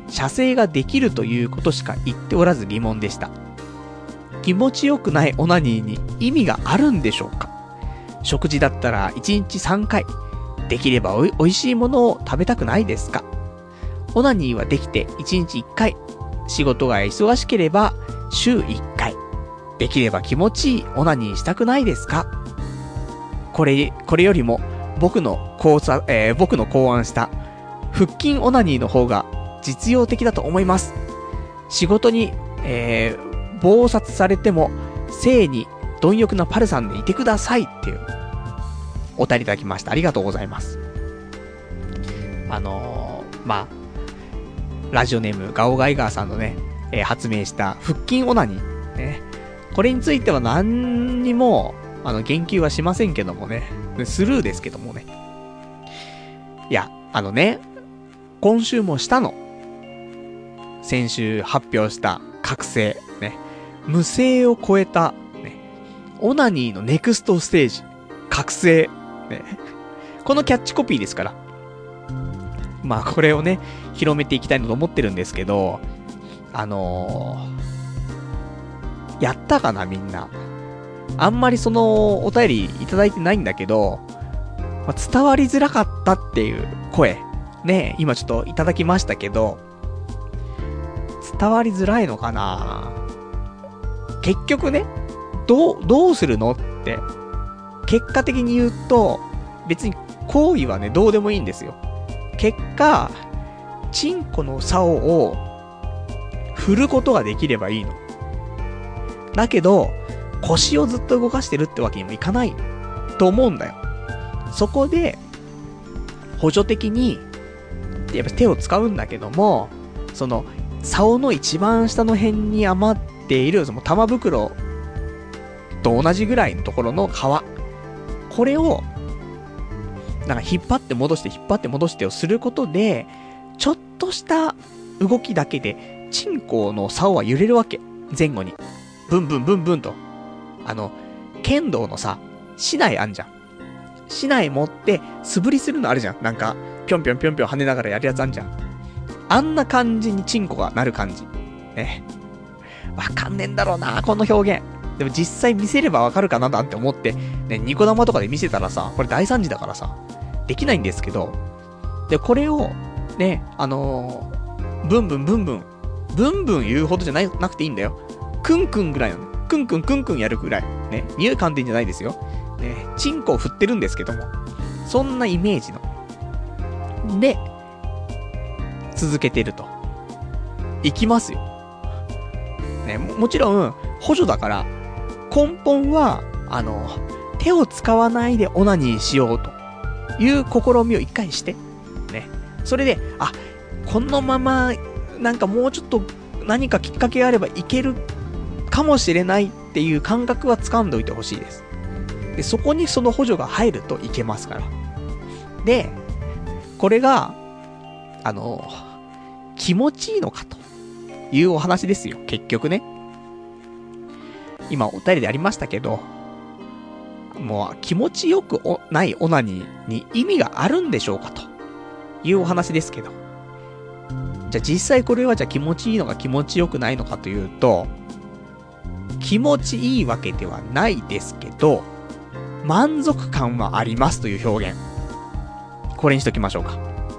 射精ができるということしか言っておらず疑問でした。気持ちよくないオナニーに意味があるんでしょうか。食事だったらいちにちさんかい、できればおい、おいしいものを食べたくないですか。オナニーはできていちにちいっかい、仕事が忙しければ週いっかい、できれば気持ちいいオナニーしたくないですか。これ、これよりも僕の考察、えー、僕の考案した腹筋オナニーの方が実用的だと思います。仕事に、えー、忙殺されても性に貪欲なパルさんでいてくださいっていうお便りいただきました。ありがとうございます。あのー、まあラジオネームガオガイガーさんのね、えー、発明した腹筋オナニー、ね、これについては何にもあの言及はしませんけどもね、スルーですけどもね。いや、あのね、今週もしたの。先週発表した覚醒ね、無性を超えたね、オナニーのネクストステージ、覚醒ね、このキャッチコピーですから。まあこれをね広めていきたいなと思ってるんですけど、あのー、やったかなみんな。あんまりそのお便りいただいてないんだけど、まあ、伝わりづらかったっていう声ね、今ちょっといただきましたけど、伝わりづらいのかな。結局ね、どうどうするのって結果的に言うと、別に行為はねどうでもいいんですよ。結果チンコの竿を振ることができればいいの。だけど腰をずっと動かしてるってわけにもいかないと思うんだよ。そこで補助的にやっぱ手を使うんだけども、その竿の一番下の辺に余っているその玉袋と同じぐらいのところの皮、これをなんか引っ張って戻して引っ張って戻してをすることで、ちょっとした動きだけでチンコの竿は揺れるわけ。前後にブンブンブンブンと、あの剣道のさ竹刀あんじゃん。竹刀持って素振りするのあるじゃん。なんかぴょんぴょんぴょんぴょん跳ねながらやるやつあんじゃん。あんな感じにチンコがなる感じね。わかんねえんだろうなこの表現。でも実際見せればわかるかななんて思ってね、ニコ生とかで見せたらさ、これ大惨事だからさできないんですけど、でこれをね、あのー、ブンブンブンブンブンブン言うほどじゃないなくていいんだよ。クンクンぐらいの、クンクンクンクンやるぐらいね、匂い感じじゃないですよね。チンコを振ってるんですけども、そんなイメージので続けてるといきますよね。 も, もちろん補助だから根本はあの手を使わないでオナニーしようという試みを一回してね、それであこのままなんかもうちょっと何かきっかけがあればいけるかもしれないっていう感覚は掴んでおいてほしいです。でそこにその補助が入るといけますから。でこれがあの気持ちいいのかというお話ですよ結局ね。今お便りでありましたけど、もう気持ちよくおないオナニーに意味があるんでしょうかというお話ですけど、じゃあ実際これはじゃあ気持ちいいのか気持ちよくないのかというと、気持ちいいわけではないですけど満足感はありますという表現、これにしときましょうか。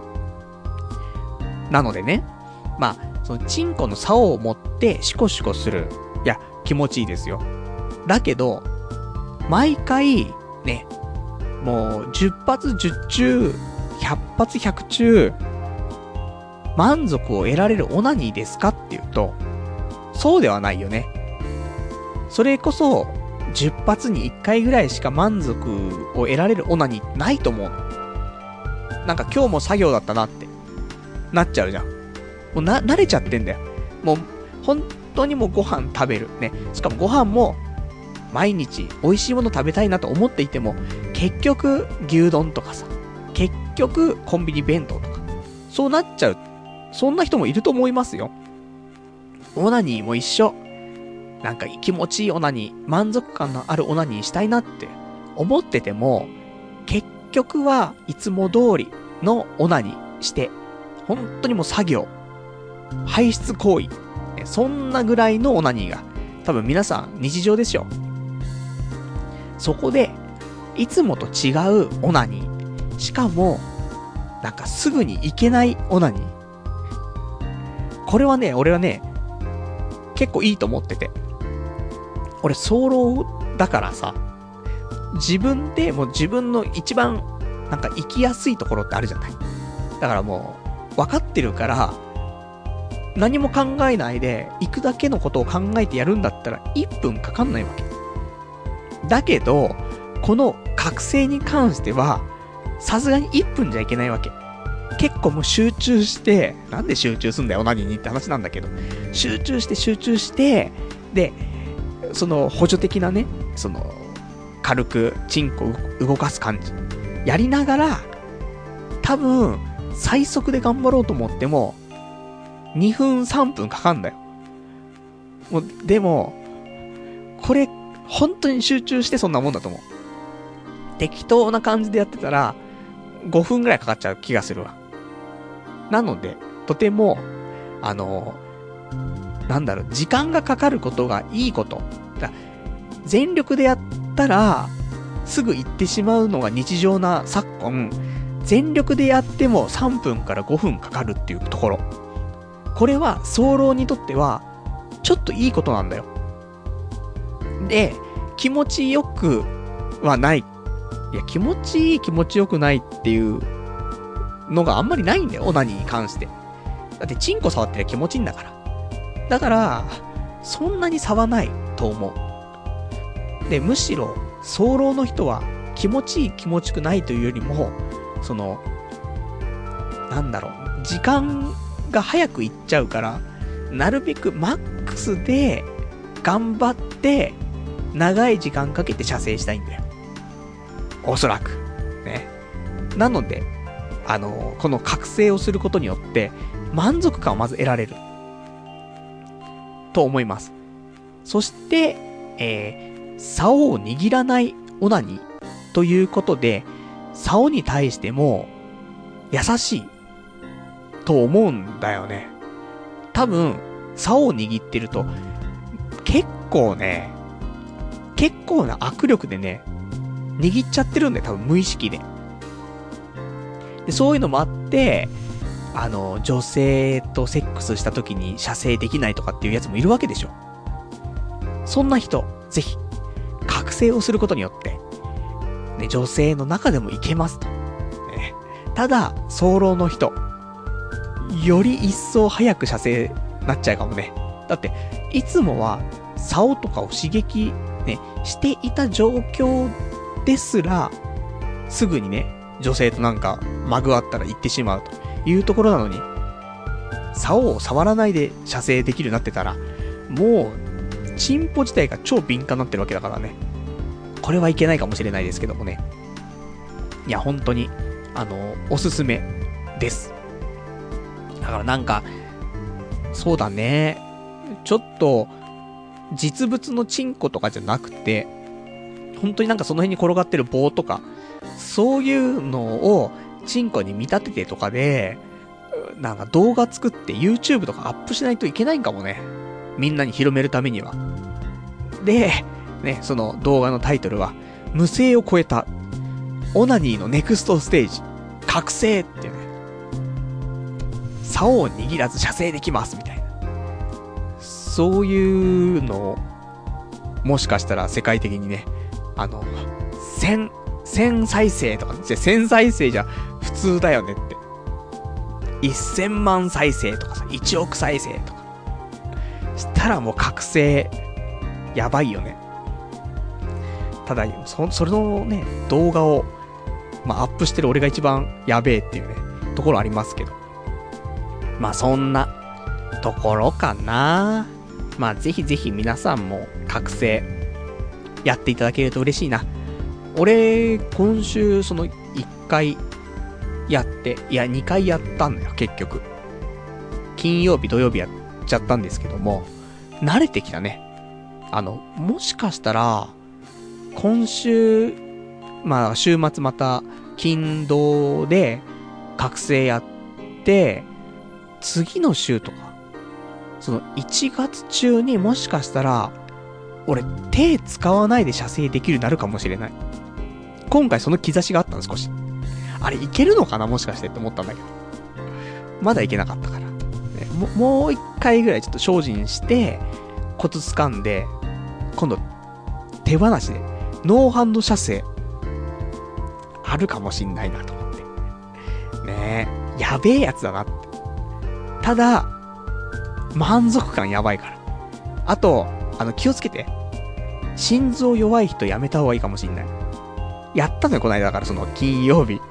なのでね、まあそのチンコの竿を持ってシコシコする、いや気持ちいいですよ。だけど毎回ね、もうじゅっ発じゅっ中ひゃっ発ひゃく中満足を得られるオナニーですかっていうとそうではないよね。それこそじゅっ発にいっかいぐらいしか満足を得られるオナニーないと思うの。なんか今日も作業だったなってなっちゃうじゃん。もうな慣れちゃってんだよ。もう本当にもうご飯食べるね。しかもご飯も毎日美味しいもの食べたいなと思っていても結局牛丼とかさ、結局コンビニ弁当とかそうなっちゃう。そんな人もいると思いますよ。オナニーも一緒。なんか気持ちいいオナニー、満足感のあるオナニーしたいなって思ってても結局はいつも通りのオナニーして本当にもう作業排出行為。そんなぐらいのオナニーが、多分皆さん日常ですよ。そこで、いつもと違うオナニー。しかも、なんかすぐに行けないオナニー。これはね、俺はね、結構いいと思ってて。俺、早漏だからさ、自分でもう自分の一番、なんか行きやすいところってあるじゃない。だからもう、分かってるから、何も考えないで、行くだけのことを考えてやるんだったら、いっぷんかかんないわけ。だけど、この覚醒に関しては、さすがにいっぷんじゃいけないわけ。結構もう集中して、なんで集中すんだよ、何にって話なんだけど、集中して集中して、で、その補助的なね、その、軽くチンコを動かす感じ。やりながら、多分、最速で頑張ろうと思っても、にふんさんぷんかかんだよ。もう、でも、これ、本当に集中してそんなもんだと思う。適当な感じでやってたら、ごふんぐらいかかっちゃう気がするわ。なので、とても、あの、なんだろう、時間がかかることがいいこと。だ全力でやったら、すぐ行ってしまうのが日常な昨今、全力でやってもさんぷんからごふんかかるっていうところ。これは、早漏にとっては、ちょっといいことなんだよ。で、気持ちよくはない。いや、気持ちいい気持ちよくないっていうのがあんまりないんだよ、オナニーに関して。だってチンコ触ってりゃ気持ちいいんだから。だから、そんなに差はないと思う。で、むしろ、早漏の人は気持ちいい気持ちよくないというよりも、その、なんだろう、時間が早くいっちゃうから、なるべくマックスで頑張って、長い時間かけて射精したいんだよ。おそらく。ね。なので、あの、この覚醒をすることによって、満足感をまず得られる。と思います。そして、えー、竿を握らないオナニーということで、竿に対しても、優しい。と思うんだよね。多分、竿を握ってると、結構ね、結構な握力でね、握っちゃってるんだよ、多分無意識で。で、そういうのもあって、あの、女性とセックスした時に射精できないとかっていうやつもいるわけでしょ。そんな人、ぜひ、覚醒をすることによって、ね、女性の中でもいけますと。ね、ただ、早漏の人、より一層早く射精なっちゃうかもね。だって、いつもは、竿とかを刺激、ね、していた状況ですら、すぐにね、女性となんか、まぐわったら行ってしまうというところなのに、竿を触らないで射精できるようになってたら、もう、チンポ自体が超敏感になってるわけだからね。これはいけないかもしれないですけどもね。いや、本当に、あの、おすすめです。だからなんか、そうだね。ちょっと、実物のチンコとかじゃなくて、本当になんかその辺に転がってる棒とか、そういうのをチンコに見立ててとかで、なんか動画作って YouTube とかアップしないといけないんかもね。みんなに広めるためには。で、ね、その動画のタイトルは、無性を超えた、オナニーのネクストステージ、覚醒っていうね。竿を握らず射精できますみたいな。そういうのを、もしかしたら世界的にね、あの、千、千再生とか、じゃ千再生じゃ普通だよねって。一千万再生とかさ、一億再生とか。したらもう覚醒、やばいよね。ただ、そ、それのね、動画を、まあ、アップしてる俺が一番やべえっていうね、ところありますけど。まあ、そんな、ところかな。まあ、ぜひぜひ皆さんも、覚醒、やっていただけると嬉しいな。俺、今週、その、いっかい、やって、いや、にかいやったんだよ、結局。金曜日、土曜日やっちゃったんですけども、慣れてきたね。あの、もしかしたら、今週、まあ、週末また、金土で、覚醒やって、次の週とか、 そのいちがつ中にもしかしたら、俺手使わないで射精できるようになるかもしれない。今回その兆しがあったの少し。あれいけるのかなもしかしてって思ったんだけど。まだいけなかったから。ね、も, もう一回ぐらいちょっと精進して、コツ掴んで、今度手放しで、ノーハンド射精、あるかもしんないなと思って。ねえ、やべえやつだなって。ただ、満足感やばいから。あと、あの、気をつけて。心臓弱い人やめた方がいいかもしんない。やったのよ、この間だから、その金曜日。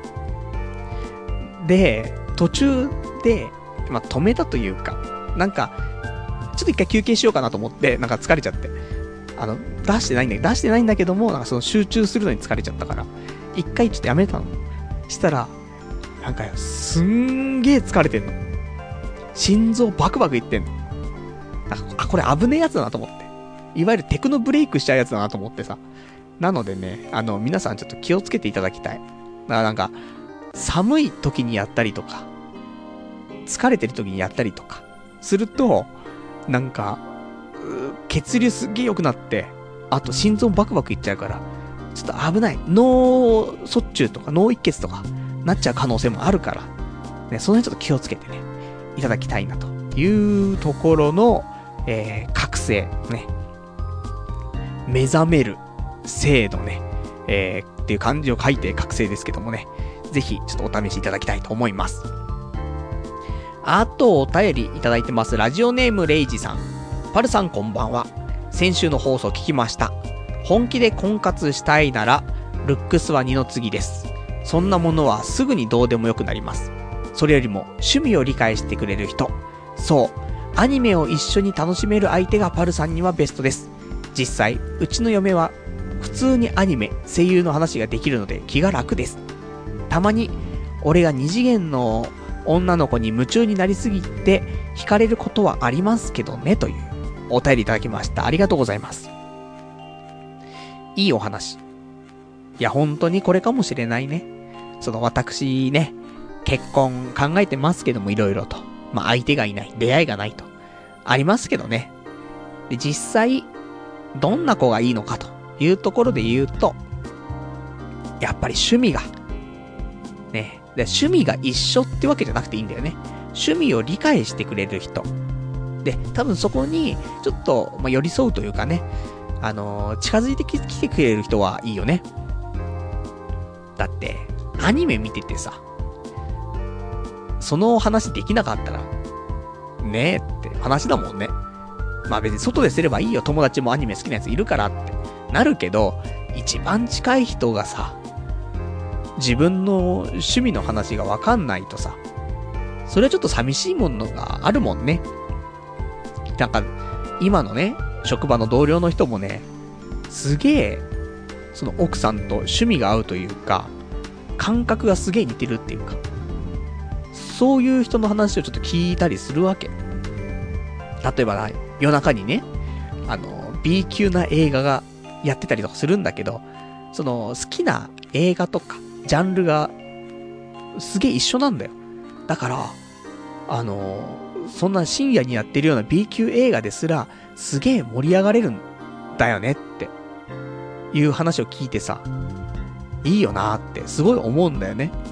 で、途中で、まあ、止めたというか、なんか、ちょっと一回休憩しようかなと思って、なんか疲れちゃって。あの、出してないんだけど、出してないんだけども、なんかその集中するのに疲れちゃったから、一回ちょっとやめたの。したら、なんかよ、すんげー疲れてんの。心臓バクバクいってんの。なんか、あ、これ危ねえやつだなと思って。いわゆるテクノブレイクしちゃうやつだなと思ってさ。なのでね、あの、皆さんちょっと気をつけていただきたい。だからなんか、寒い時にやったりとか、疲れてる時にやったりとか、すると、なんか、血流すっげー良くなって、あと心臓バクバクいっちゃうから、ちょっと危ない。脳卒中とか脳一血とか、なっちゃう可能性もあるから、ね、その辺ちょっと気をつけてね、いただきたいなというところの、えー、覚醒、ね。目覚める、精度ね、えー、っていう漢字を書いて覚醒ですけどもね、ぜひちょっとお試しいただきたいと思います。あとお便りいただいてます。ラジオネームレイジさん。パルさんこんばんは。先週の放送聞きました。本気で婚活したいならルックスは二の次です。そんなものはすぐにどうでもよくなります。それよりも趣味を理解してくれる人、そうアニメを一緒に楽しめる相手がパルさんにはベストです。実際うちの嫁は普通にアニメ声優の話ができるので気が楽です。たまに俺が二次元の女の子に夢中になりすぎて惹かれることはありますけどね、というお便りいただきました。ありがとうございます。いいお話。いや本当にこれかもしれないね。その私ね、結婚考えてますけども、いろいろと、まあ相手がいない、出会いがないとありますけどね。で実際どんな子がいいのかというところで言うと、やっぱり趣味がね、で趣味が一緒ってわけじゃなくていいんだよね。趣味を理解してくれる人で、多分そこにちょっと、まあ、寄り添うというかね、あのー、近づいてきてくれる人はいいよね。だってアニメ見ててさ、その話できなかったらねえって話だもんね。まあ別に外ですればいいよ、友達もアニメ好きなやついるからってなるけど、一番近い人がさ、自分の趣味の話がわかんないとさ、それはちょっと寂しいものがあるもんね。なんか今のね、職場の同僚の人もね、すげえその奥さんと趣味が合うというか、感覚がすげえ似てるっていうか、そういう人の話をちょっと聞いたりするわけ。例えばな、夜中にね、あの B 級な映画がやってたりとかするんだけど、その好きな映画とかジャンルがすげえ一緒なんだよ。だからあのそんな深夜にやってるような B 級映画ですらすげえ盛り上がれるんだよねっていう話を聞いてさ、いいよなーってすごい思うんだよね。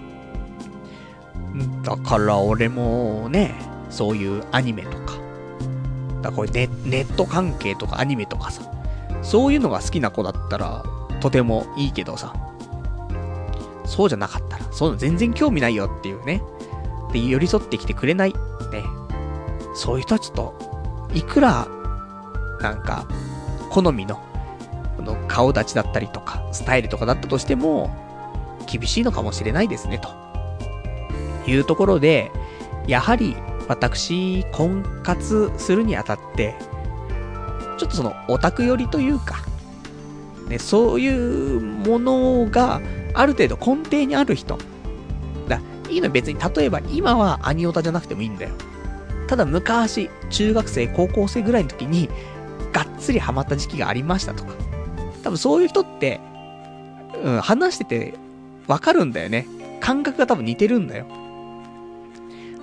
だから俺もね、そういうアニメとか、だからこれ ネ, ネット関係とかアニメとかさ、そういうのが好きな子だったらとてもいいけどさ、そうじゃなかったら、そういうの全然興味ないよっていうね、で寄り添ってきてくれないね、そういう人はちょっといくらなんか好みのこの顔立ちだったりとかスタイルとかだったとしても厳しいのかもしれないですね、というところで、やはり私婚活するにあたってちょっとそのオタク寄りというかね、そういうものがある程度根底にある人だ。いいの別に、例えば今はアニオタじゃなくてもいいんだよ。ただ昔中学生高校生ぐらいの時にがっつりハマった時期がありましたとか、多分そういう人って、うん、話しててわかるんだよね。感覚が多分似てるんだよ。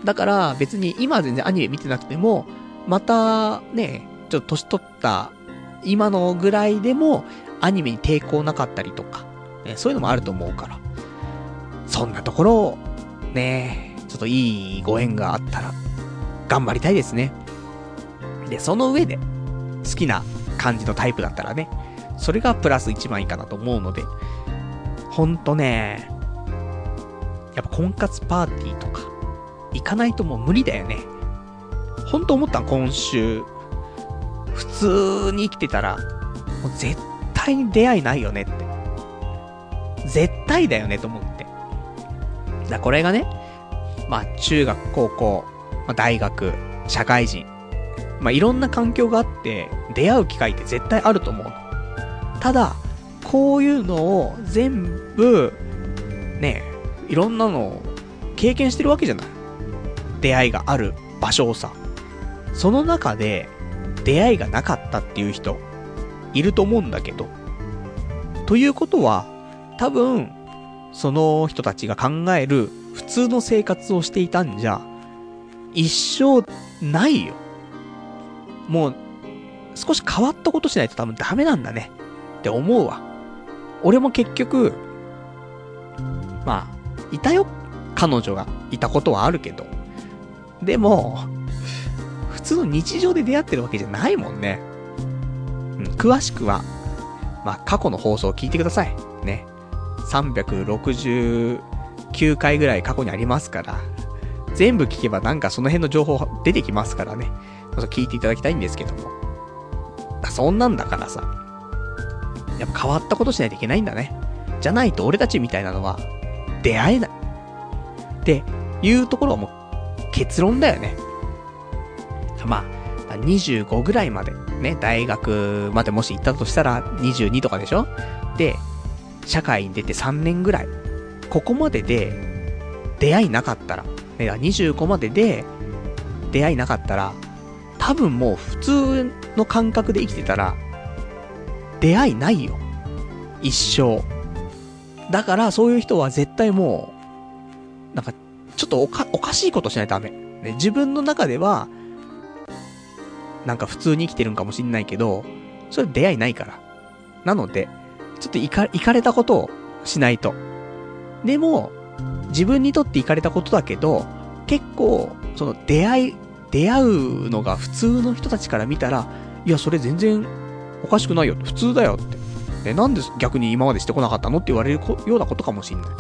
だから別に今は全然アニメ見てなくても、またね、ちょっと年取った今のぐらいでもアニメに抵抗なかったりとか、ね、そういうのもあると思うから、そんなところをね、ちょっといいご縁があったら頑張りたいですね。で、その上で好きな感じのタイプだったらね、それがプラス一番いいかなと思うので、ほんとね、やっぱ婚活パーティーとか行かないともう無理だよね。ほんと思ったの、今週。普通に生きてたら、もう絶対に出会いないよねって。絶対だよねと思って。だこれがね、まあ中学、高校、まあ、大学、社会人、まあいろんな環境があって出会う機会って絶対あると思うの。ただ、こういうのを全部、ね、いろんなのを経験してるわけじゃない。出会いがある場所をさ。その中で出会いがなかったっていう人いると思うんだけど、ということは多分その人たちが考える普通の生活をしていたんじゃ一生ないよ。もう少し変わったことしないと多分ダメなんだねって思うわ。俺も結局まあいたよ、彼女がいたことはあるけど、でも普通の日常で出会ってるわけじゃないもんね。うん、詳しくはまあ過去の放送を聞いてくださいね。さんびゃくろくじゅうきゅうかいぐらい過去にありますから、全部聞けばなんかその辺の情報出てきますからね。聞いていただきたいんですけども、そんなんだからさ、やっぱ変わったことしないといけないんだね。じゃないと俺たちみたいなのは出会えないっていうところはもう結論だよね。まあにじゅうごぐらいまでね、大学までもし行ったとしたらにじゅうにとかでしょ。で社会に出てさんねんぐらい、ここまでで出会いなかったら、ね、にじゅうごまでで出会いなかったら、多分もう普通の感覚で生きてたら出会いないよ、一生。だからそういう人は絶対もうなんかちょっとおかおかしいことしないとダメ、ね、自分の中ではなんか普通に生きてるんかもしんないけど、それ出会いないから。なのでちょっといか、いかれたことをしないと。でも自分にとっていかれたことだけど、結構その出会い出会うのが普通の人たちから見たら、いやそれ全然おかしくないよ、普通だよって、えなんで逆に今までしてこなかったのって言われるようなことかもしんない。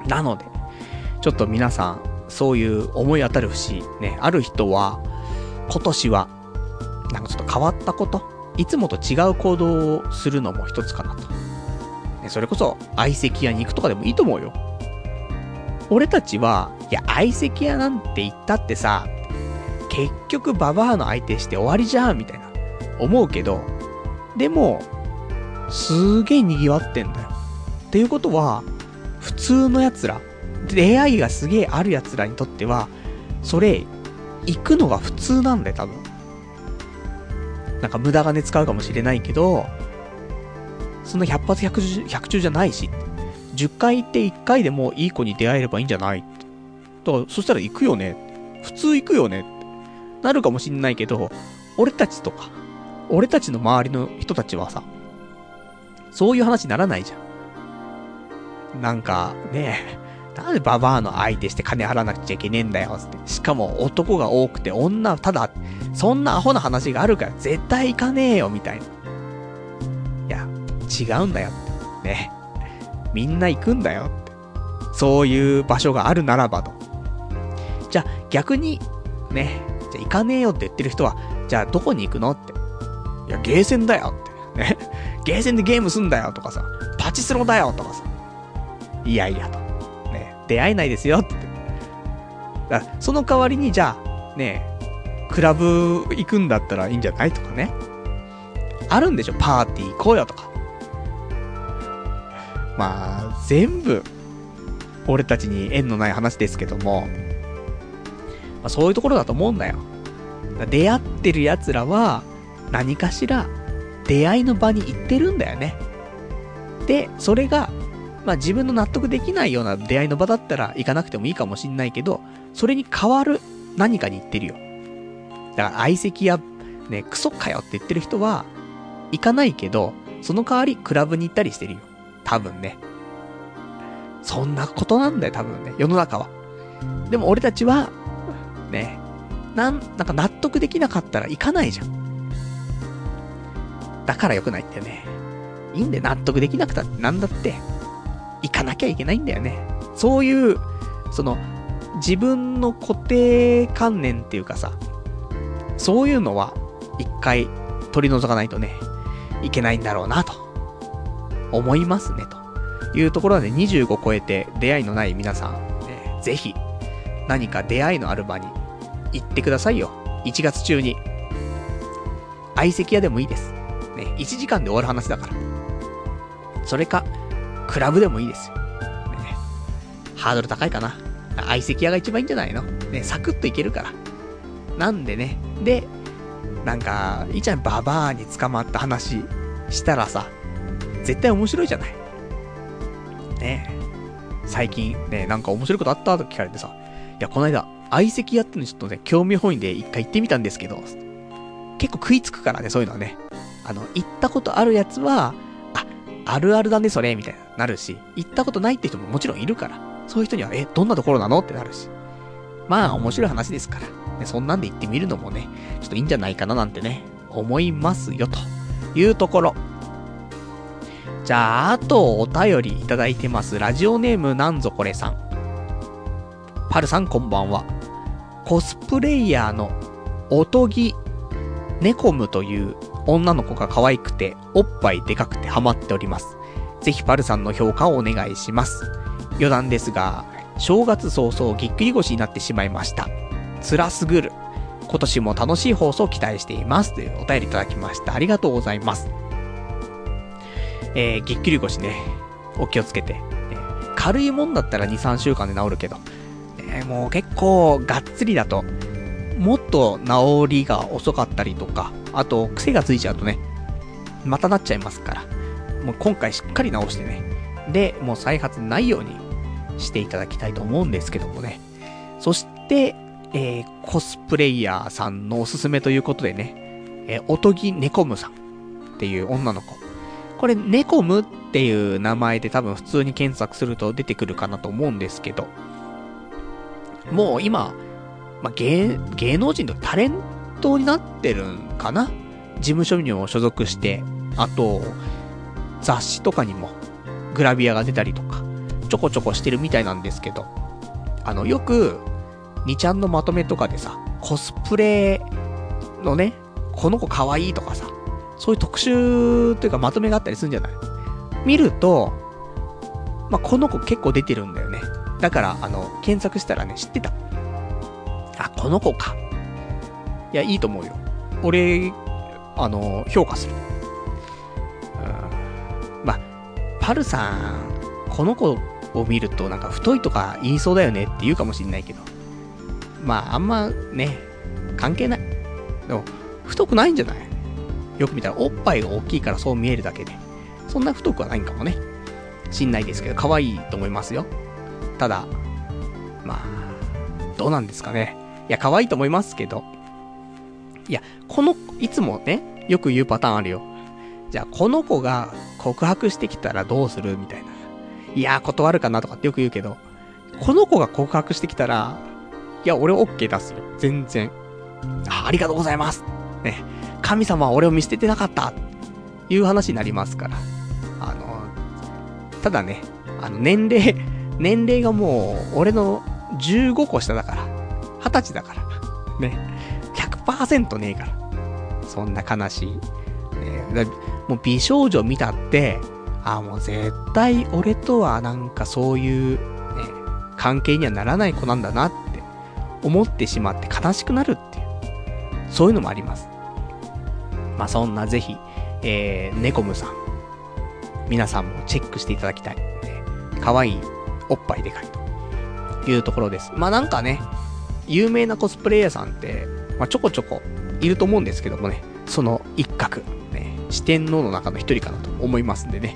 なのでちょっと皆さんそういう思い当たる節ね、ある人は今年はなんかちょっと変わったこと、いつもと違う行動をするのも一つかなと、ね、それこそ相席屋に行くとかでもいいと思うよ。俺たちはいや相席屋なんて言ったってさ、結局ババアの相手して終わりじゃんみたいな思うけど、でもすげえ賑わってんだよっていうことは、普通の奴ら、出会いがすげえある奴らにとってはそれ行くのが普通なんだよ多分。なんか無駄金使うかもしれないけど、そんなひゃく発ひゃく中じゃないし、じゅっかい行っていっかいでもいい子に出会えればいいんじゃない。だからそしたら行くよね、普通行くよねってなるかもしんないけど、俺たちとか俺たちの周りの人たちはさ、そういう話にならないじゃん。なんかねえ、なんでババアの相手して金払わなくちゃいけねえんだよって。しかも男が多くて女ただ、そんなアホな話があるから絶対行かねえよみたいな。いや違うんだよってね、みんな行くんだよって、そういう場所があるならばと。じゃあ逆にね、じゃあ行かねえよって言ってる人は、じゃあどこに行くのって。いやゲーセンだよってね、ゲーセンでゲームすんだよとかさ、パチスロだよとかさ、いやいやとね、出会えないですよって。だからその代わりにじゃあね、クラブ行くんだったらいいんじゃないとかね、あるんでしょ、パーティー行こうよとか。まあ全部俺たちに縁のない話ですけども、まあ、そういうところだと思うんだよ。だ出会ってる奴らは何かしら出会いの場に行ってるんだよね。でそれがまあ自分の納得できないような出会いの場だったら行かなくてもいいかもしんないけど、それに代わる何かに行ってるよ。だから相席や、ね、クソかよって言ってる人は、行かないけど、その代わりクラブに行ったりしてるよ。多分ね。そんなことなんだよ、多分ね。世の中は。でも俺たちは、ね、なん、なんか納得できなかったら行かないじゃん。だから良くないんだよね。いいんだよ、納得できなくたってなんだって。行かなきゃいけないんだよね。そういう、その、自分の固定観念っていうかさ、そういうのは一回取り除かないとね、いけないんだろうなと思いますねというところで、にじゅうご超えて出会いのない皆さん、ね、ぜひ何か出会いのある場に行ってくださいよ。いちがつ中に相席屋でもいいですね。いちじかんで終わる話だから。それかクラブでもいいですよ、ね、ハードル高いかな。相席屋が一番いいんじゃないのね、サクッといけるから。なんでね、でなんかいいじゃん、ババアに捕まった話したらさ、絶対面白いじゃないね。最近ね、なんか面白いことあったと聞かれてさ、いやこの間相席やってるのちょっとね、興味本位で一回行ってみたんですけど、結構食いつくからね、そういうのはね。あの行ったことあるやつは、あ、あるあるだねそれみたいななるし、行ったことないって人ももちろんいるから、そういう人にはえどんなところなのってなるし、まあ面白い話ですから、ね、そんなんで行ってみるのもね、ちょっといいんじゃないかななんてね思いますよというところ。じゃああとお便りいただいてます。ラジオネームなんぞこれさん。パルさんこんばんは。コスプレイヤーのおとぎネコムという女の子が可愛くておっぱいでかくてハマっております。ぜひパルさんの評価をお願いします。余談ですが、正月早々ぎっくり腰になってしまいました。辛すぐる。今年も楽しい放送を期待していますというお便りいただきました。ありがとうございます。えー、ぎっくり腰ね、お気をつけて、えー、軽いもんだったら にさんしゅうかんで治るけど、えー、もう結構がっつりだともっと治りが遅かったりとか、あと癖がついちゃうとね、またなっちゃいますから、もう今回しっかり治してね、でもう再発ないようにしていただきたいと思うんですけどもね。そしてえー、コスプレイヤーさんのおすすめということでね、えー、おとぎネコムさんっていう女の子。これネコムっていう名前で多分普通に検索すると出てくるかなと思うんですけど、もう今、まあ、芸、芸能人のタレントになってるんかな。事務所にも所属して、あと雑誌とかにもグラビアが出たりとかちょこちょこしてるみたいなんですけど、あのよくにちゃんのまとめとかでさ、コスプレのね、この子可愛いとかさ、そういう特集というかまとめがあったりするんじゃない？見ると、まあ、この子結構出てるんだよね。だから、あの、検索したらね、知ってた。あ、この子か。いや、いいと思うよ。俺、あの、評価する。うん。まあ、パルさん、この子を見るとなんか太いとか言いそうだよねって言うかもしんないけど、まああんまね関係ない。でも太くないんじゃない？よく見たらおっぱいが大きいからそう見えるだけで、そんな太くはないんかもねしんないですけど、可愛いと思いますよ。ただまあどうなんですかね。いや可愛いと思いますけど、いやこのいつもねよく言うパターンあるよ。じゃあこの子が告白してきたらどうするみたいな。いや断るかなとかってよく言うけど、この子が告白してきたら、いや俺 OK 出すよ全然。 あ, ありがとうございますね、神様は俺を見捨ててなかったいう話になりますから。あのただね、あの年齢年齢がもう俺のじゅうごこ下だから、はたちだからね、 ひゃくパーセント ねえから、そんな悲しい、ね、だもう美少女見たって、あもう絶対俺とはなんかそういうね関係にはならない子なんだなって思ってしまって悲しくなるっていう、そういうのもあります。まあそんなぜひ、えー、ネコムさん皆さんもチェックしていただきたい、ね、可愛いおっぱいでかいというところです。まあなんかね有名なコスプレイヤーさんって、まあ、ちょこちょこいると思うんですけどもね、その一角ね四天王の中の一人かなと思いますんでね、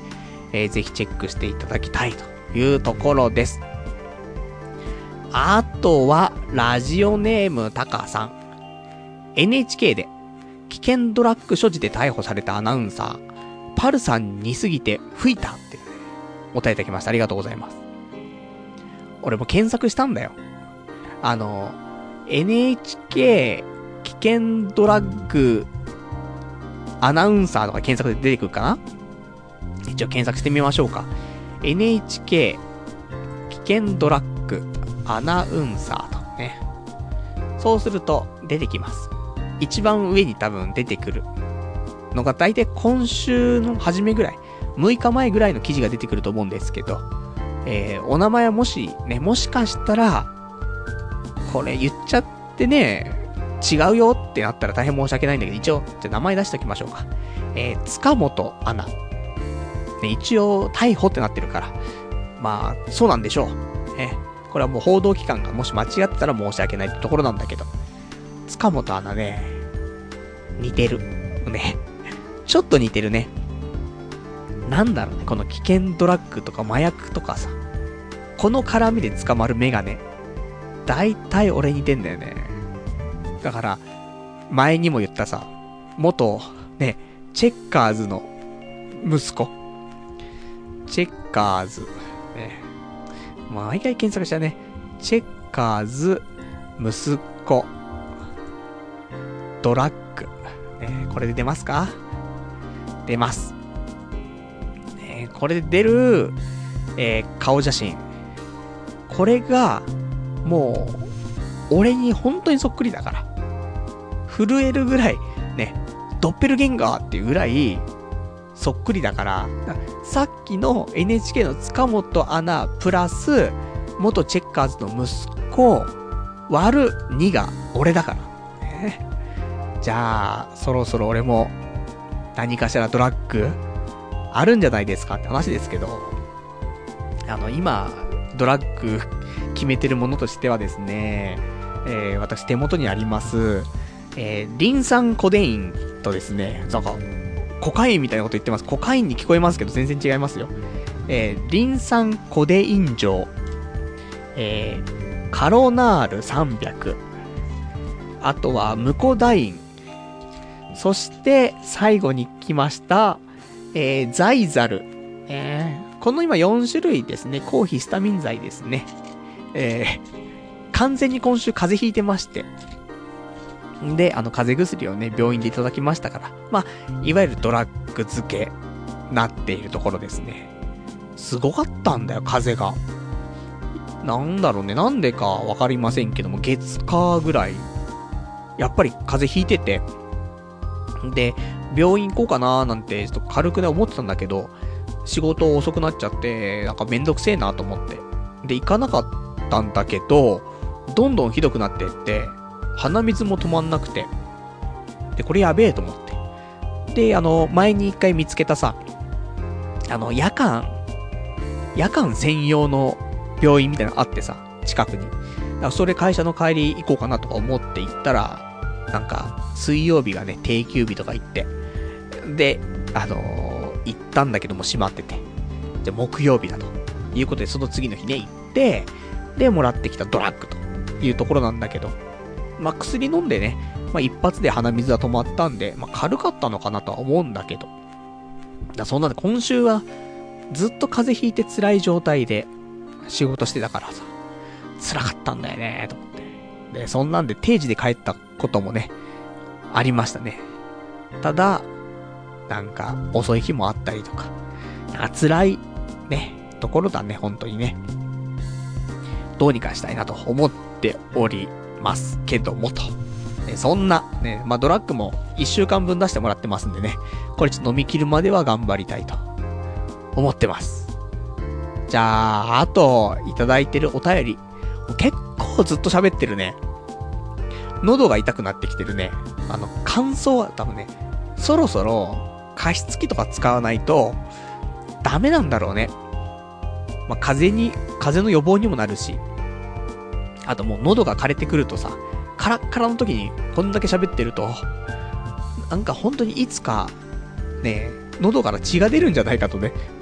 えー、ぜひチェックしていただきたいというところです。あとは、ラジオネームタカさん。エヌエイチケー で、危険ドラッグ所持で逮捕されたアナウンサー、パルさんに過ぎて吹いたって、お答えいただきました。ありがとうございます。俺も検索したんだよ。あの、エヌエイチケー 危険ドラッグアナウンサーとか検索で出てくるかな？一応検索してみましょうか。エヌエイチケー 危険ドラッグアナウンサーとね。そうすると出てきます。一番上に多分出てくるのが大体今週の初めぐらい、むいかまえぐらいの記事が出てくると思うんですけど、えー、お名前はもしね、もしかしたらこれ言っちゃってね、違うよってなったら大変申し訳ないんだけど、一応じゃあ名前出しておきましょうか。えー、塚本アナ、ね、一応逮捕ってなってるから、まあそうなんでしょうね。これはもう報道機関がもし間違ってたら申し訳ないってところなんだけど、塚本アナね、似てるね。ちょっと似てるね。なんだろうね、この危険ドラッグとか麻薬とかさ、この絡みで捕まるメガネ、大体俺似てんだよね。だから前にも言ったさ、元ねチェッカーズの息子、チェッカーズね、毎回検索したね。チェッカーズ息子ドラッグ、ね、これで出ますか？出ます、ね、これで出る、えー、顔写真、これがもう俺に本当にそっくりだから、震えるぐらいね、ドッペルゲンガーっていうぐらいそっくりだから、さっきの エヌエイチケー の塚本アナプラス元チェッカーズの息子割るにが俺だから、ね、じゃあそろそろ俺も何かしらドラッグあるんじゃないですかって話ですけど、あの今ドラッグ決めてるものとしてはですね、えー、私手元にあります、えー、リン酸コデインとですね、なんかコカインみたいなこと言ってます。コカインに聞こえますけど全然違いますよ。えー、リン酸コデイン錠、えー、カロナールさんびゃく、あとはムコダイン、そして最後に来ました、えー、ザイザル、えー、この今よんしゅるいですね。抗ヒスタミン剤ですね。えー、完全に今週風邪ひいてまして、で、あの風邪薬をね病院でいただきましたから、まあいわゆるドラッグ漬けなっているところですね。すごかったんだよ、風邪が。なんだろうね、なんでかわかりませんけども、月火ぐらいやっぱり風邪ひいてて、で病院行こうかなーなんてちょっと軽くね思ってたんだけど、仕事遅くなっちゃってなんかめんどくせえなと思ってで行かなかったんだけど、どんどんひどくなっていって、鼻水も止まんなくて、でこれやべえと思って、であの前に一回見つけたさ、あの夜間夜間専用の病院みたいなのあってさ、近くに、だからそれ会社の帰り行こうかなとか思って行ったら、なんか水曜日がね定休日とか行って、であのー、行ったんだけども閉まってて、じゃ木曜日だということで、その次の日ね行って、でもらってきたドラッグというところなんだけど、まあ薬飲んでね、まあ一発で鼻水は止まったんで、まあ軽かったのかなとは思うんだけど、だそんなんで今週はずっと風邪ひいて辛い状態で仕事してたからさ、辛かったんだよねと思って、でそんなんで定時で帰ったこともねありましたね。ただなんか遅い日もあったりとか、あ辛いねところだね、本当にね。どうにかしたいなと思っておりますけどもと、ね、そんなね、まあドラッグもいっしゅうかんぶん出してもらってますんでね、これちょっと飲み切るまでは頑張りたいと思ってます。じゃああといただいてるお便り、結構ずっと喋ってるね。喉が痛くなってきてるね。あの乾燥は多分ね、そろそろ加湿器とか使わないとダメなんだろうね。まあ、風邪に風邪の予防にもなるし、あともう喉が枯れてくるとさ、カラッカラの時にこんだけ喋ってると、なんか本当にいつかね、喉から血が出るんじゃないかとね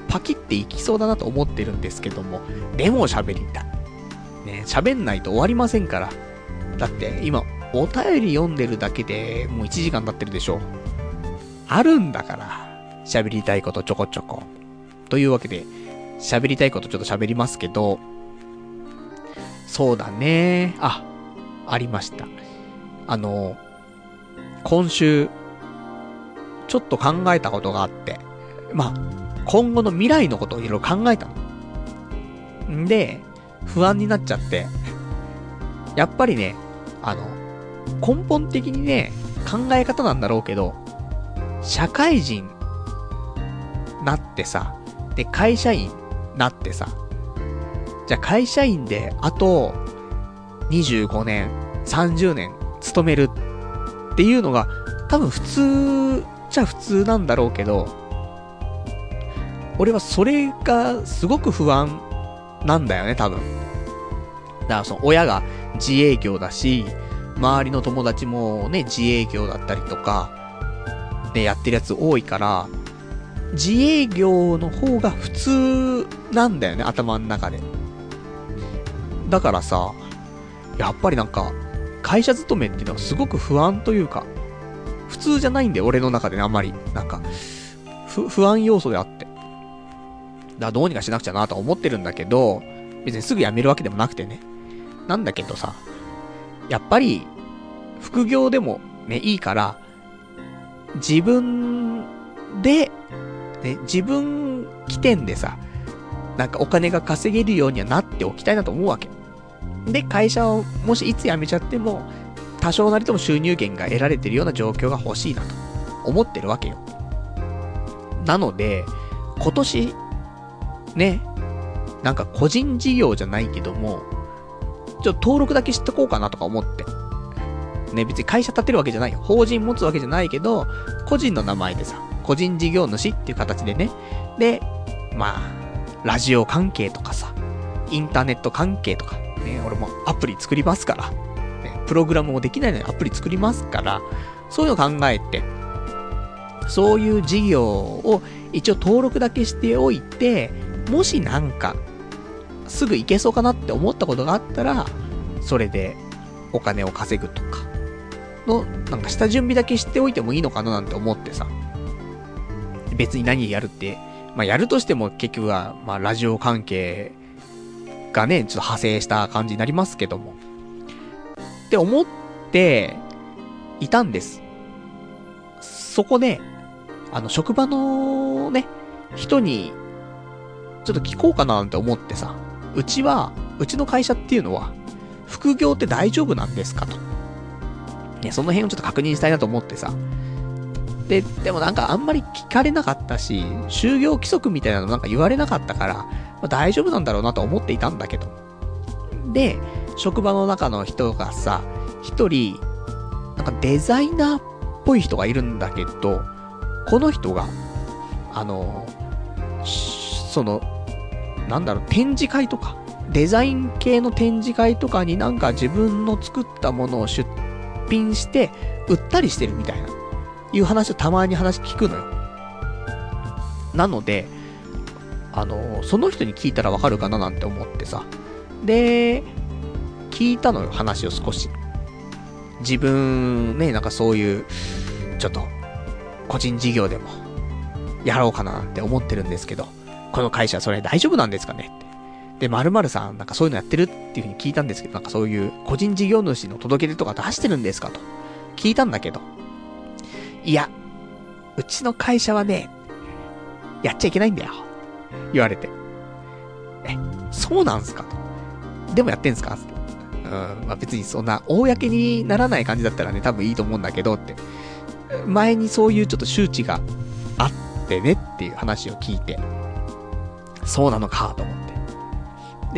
パキっていきそうだなと思ってるんですけども、でも喋りたい。ね、喋んないと終わりませんから。だって、今、お便り読んでるだけでもういちじかん経ってるでしょ。あるんだから、喋りたいことちょこちょこ。というわけで、喋りたいことちょっと喋りますけど、そうだね。あ、ありました。あの、今週、ちょっと考えたことがあって、まあ、今後の未来のことをいろいろ考えたの。んで、不安になっちゃって、やっぱりね、あの、根本的にね、考え方なんだろうけど、社会人、なってさ、で、会社員、なってさ、じゃあ会社員で、あと、にじゅうごねん、さんじゅうねん、勤めるっていうのが、多分普通、じゃ普通なんだろうけど、俺はそれがすごく不安なんだよね、多分。だからその親が自営業だし、周りの友達もね、自営業だったりとか、ね、やってるやつ多いから、自営業の方が普通なんだよね、頭の中で。だからさ、やっぱりなんか、会社勤めっていうのはすごく不安というか、普通じゃないんだよ、俺の中でね、あんまり。なんか、ふ、不安要素であって。だからどうにかしなくちゃなとは思ってるんだけど、別にすぐ辞めるわけでもなくてね。なんだけどさ、やっぱり、副業でもね、いいから、自分で、ね、自分起点でさ、なんかお金が稼げるようにはなっておきたいなと思うわけ。で、会社をもしいつ辞めちゃっても、多少なりとも収入源が得られてるような状況が欲しいなと思ってるわけよ。なので、今年、ね、なんか個人事業じゃないけども、ちょっと登録だけしとこうかなとか思って。ね、別に会社立てるわけじゃないよ。法人持つわけじゃないけど、個人の名前でさ、個人事業主っていう形でね。で、まあ、ラジオ関係とかさ、インターネット関係とか、ね、俺もアプリ作りますから、ね、プログラムもできないのにアプリ作りますから、そういうの考えて、そういう事業を一応登録だけしておいて、もしなんか、すぐ行けそうかなって思ったことがあったら、それでお金を稼ぐとか、の、なんか下準備だけしておいてもいいのかななんて思ってさ、別に何やるって、まあやるとしても結局は、まあラジオ関係がね、ちょっと派生した感じになりますけども。って思っていたんです。そこで、あの職場のね、人に、ちょっと聞こうかななんて思ってさ、うちは、うちの会社っていうのは、副業って大丈夫なんですかと。ね、その辺をちょっと確認したいなと思ってさ。で、でもなんかあんまり聞かれなかったし、就業規則みたいなのなんか言われなかったから、まあ、大丈夫なんだろうなと思っていたんだけど。で、職場の中の人がさ、一人、なんかデザイナーっぽい人がいるんだけど、この人が、あの、その、なんだろう、展示会とか、デザイン系の展示会とかになんか自分の作ったものを出品して、売ったりしてるみたいな。いう話をたまに話聞くのよ。なので、あの、その人に聞いたらわかるかななんて思ってさ。で、聞いたのよ、話を少し。自分、ね、なんかそういう、ちょっと、個人事業でも、やろうかななんて思ってるんですけど、この会社それ大丈夫なんですかねって。で、〇〇さん、なんかそういうのやってるっていう風に聞いたんですけど、なんかそういう個人事業主の届け出とか出してるんですかと。聞いたんだけど、いや、うちの会社はね、やっちゃいけないんだよ。言われて。え、そうなんすかと。でもやってんすかうん、まあ、別にそんな、公にならない感じだったらね、多分いいと思うんだけどって。前にそういうちょっと周知があってねっていう話を聞いて、そうなのかと思って。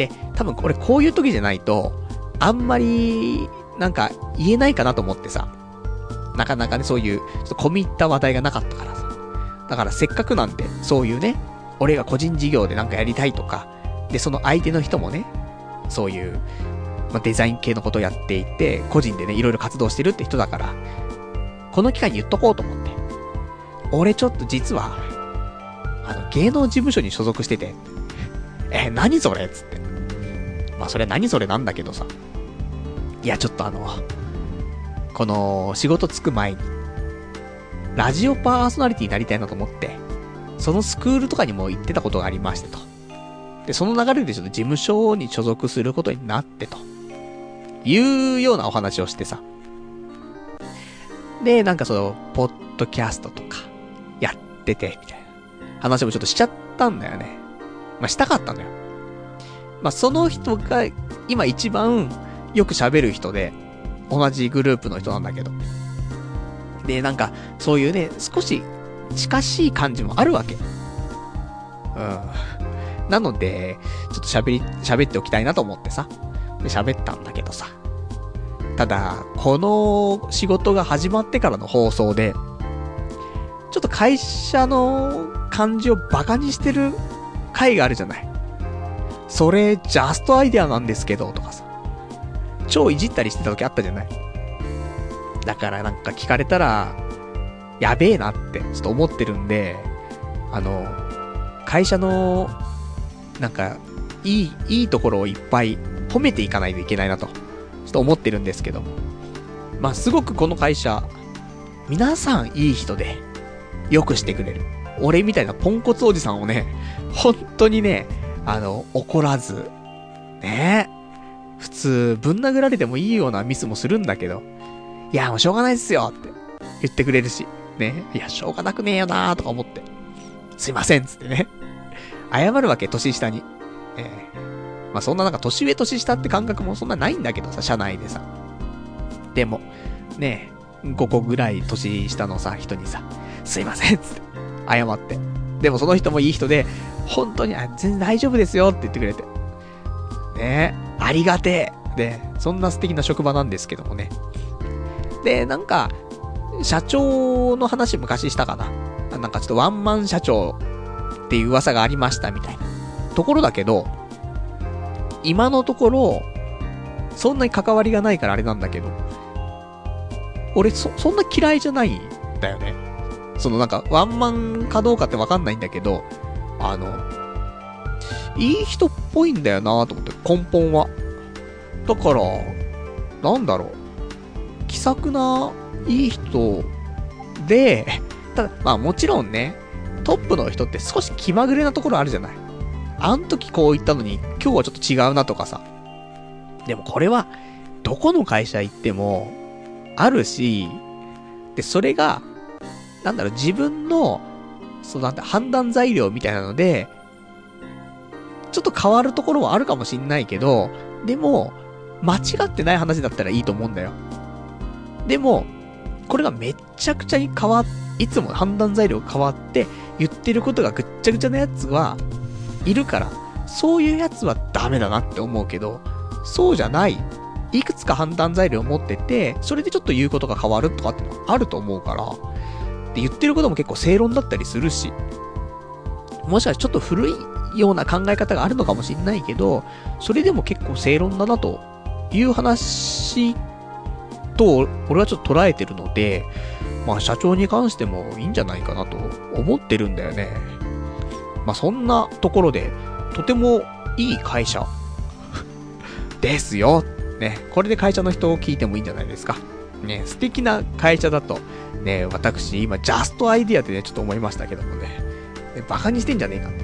で、多分これこういう時じゃないと、あんまり、なんか言えないかなと思ってさ。なかなかね、そういう、ちょっと込み入った話題がなかったからさ。だからせっかくなんで、そういうね、俺が個人事業でなんかやりたいとか、で、その相手の人もね、そういう、まあ、デザイン系のことをやっていて、個人でね、いろいろ活動してるって人だから、この機会に言っとこうと思って。俺ちょっと実は、 あの、芸能事務所に所属してて、え、何それつって。まあ、それ何それなんだけどさ。いや、ちょっとあの、この、仕事つく前に、ラジオパーソナリティになりたいなと思って、そのスクールとかにも行ってたことがありましてと。で、その流れでちょっと事務所に所属することになってと。いうようなお話をしてさ。で、なんかその、ポッドキャストとか、やってて、みたいな話もちょっとしちゃったんだよね。まあ、したかったんだよ。まあ、その人が、今一番よく喋る人で、同じグループの人なんだけど。で、なんか、そういうね、少し近しい感じもあるわけ。うん。なので、ちょっと喋り、喋っておきたいなと思ってさ。で、喋ったんだけどさ。ただ、この仕事が始まってからの放送で、ちょっと会社の感じをバカにしてる回があるじゃない。それ、ジャストアイデアなんですけど、とかさ。超いじったりしてた時あったじゃない。だからなんか聞かれたら、やべえなってちょっと思ってるんで、あの、会社の、なんか、いい、いいところをいっぱい褒めていかないといけないなと、ちょっと思ってるんですけども。まあ、すごくこの会社、皆さんいい人で、よくしてくれる。俺みたいなポンコツおじさんをね、本当にね、あの、怒らず、ねえ。普通、ぶん殴られてもいいようなミスもするんだけど、いや、もうしょうがないっすよって言ってくれるし、ね。いや、しょうがなくねえよなーとか思って、すいませんっつってね。謝るわけ、年下に。えー、まあ、そんななんか年上年下って感覚もそんなないんだけどさ、社内でさ。でも、ねえ、ごこぐらい年下のさ、人にさ、すいませんっつって、謝って。でもその人もいい人で、本当に、あ、全然大丈夫ですよって言ってくれて。ねえ、ありがてえ。で、そんな素敵な職場なんですけどもね。で、なんか、社長の話昔したかな。なんかちょっとワンマン社長っていう噂がありましたみたいなところだけど、今のところ、そんなに関わりがないからあれなんだけど、俺そ、そんな嫌いじゃないんだよね。そのなんか、ワンマンかどうかってわかんないんだけど、あの、いい人っぽいんだよなと思って、根本は。だから、なんだろう。気さくな、いい人で、ただ、まあもちろんね、トップの人って少し気まぐれなところあるじゃない。あん時こう言ったのに、今日はちょっと違うなとかさ。でもこれは、どこの会社行っても、あるし、で、それが、なんだろう、自分の、そうなんだ、判断材料みたいなので、ちょっと変わるところはあるかもしんないけど、でも、間違ってない話だったらいいと思うんだよ。でも、これがめっちゃくちゃに変わっ、いつも判断材料が変わって、言ってることがぐっちゃぐちゃなやつはいるから、そういうやつはダメだなって思うけど、そうじゃない、いくつか判断材料を持ってて、それでちょっと言うことが変わるとかってのあると思うから、で言ってることも結構正論だったりするし、もしかしてちょっと古いような考え方があるのかもしれないけど、それでも結構正論だなという話と、俺はちょっと捉えてるので、まあ社長に関してもいいんじゃないかなと思ってるんだよね。まあそんなところで、とてもいい会社ですよ。ね、これで会社の人を聞いてもいいんじゃないですか。ね、素敵な会社だと、ね、私今ジャストアイディアってね、ちょっと思いましたけどもね。ね、バカにしてんじゃねえかって。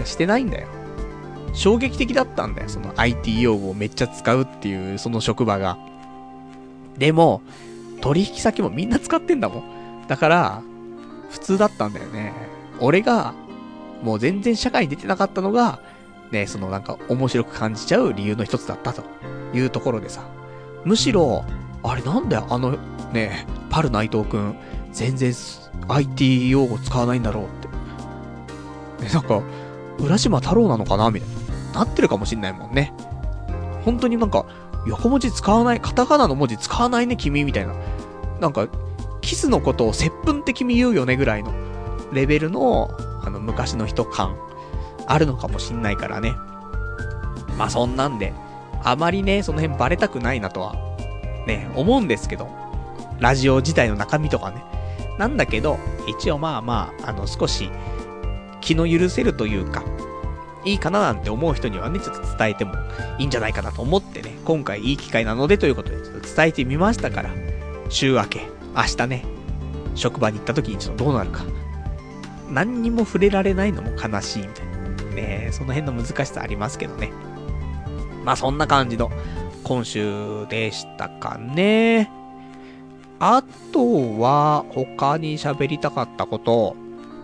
してないんだよ。衝撃的だったんだよ。その アイティー 用語をめっちゃ使うっていう、その職場が。でも、取引先もみんな使ってんだもん。だから、普通だったんだよね。俺が、もう全然社会に出てなかったのが、ね、そのなんか面白く感じちゃう理由の一つだったというところでさ。むしろ、あれなんだよ、あの、ね、パル内藤くん、全然 アイティー 用語使わないんだろうって。ね、なんか、浦島太郎なのかなみたいな。なってるかもしんないもんね。本当になんか、横文字使わない、カタカナの文字使わないね、君、みたいな。なんか、キスのことを接吻って君言うよね、ぐらいのレベルの、あの、昔の人感、あるのかもしんないからね。まあ、そんなんで、あまりね、その辺バレたくないなとは、ね、思うんですけど、ラジオ自体の中身とかね。なんだけど、一応まあまあ、あの、少し、 気の許せるというか、いいかななんて思う人にはね、ちょっと伝えてもいいんじゃないかなと思ってね、今回いい機会なのでということで、ちょっと伝えてみましたから、週明け、明日ね、職場に行った時にちょっとどうなるか。何にも触れられないのも悲しいみたいな。ね、その辺の難しさありますけどね。まあそんな感じの今週でしたかね。あとは他に喋りたかったこと。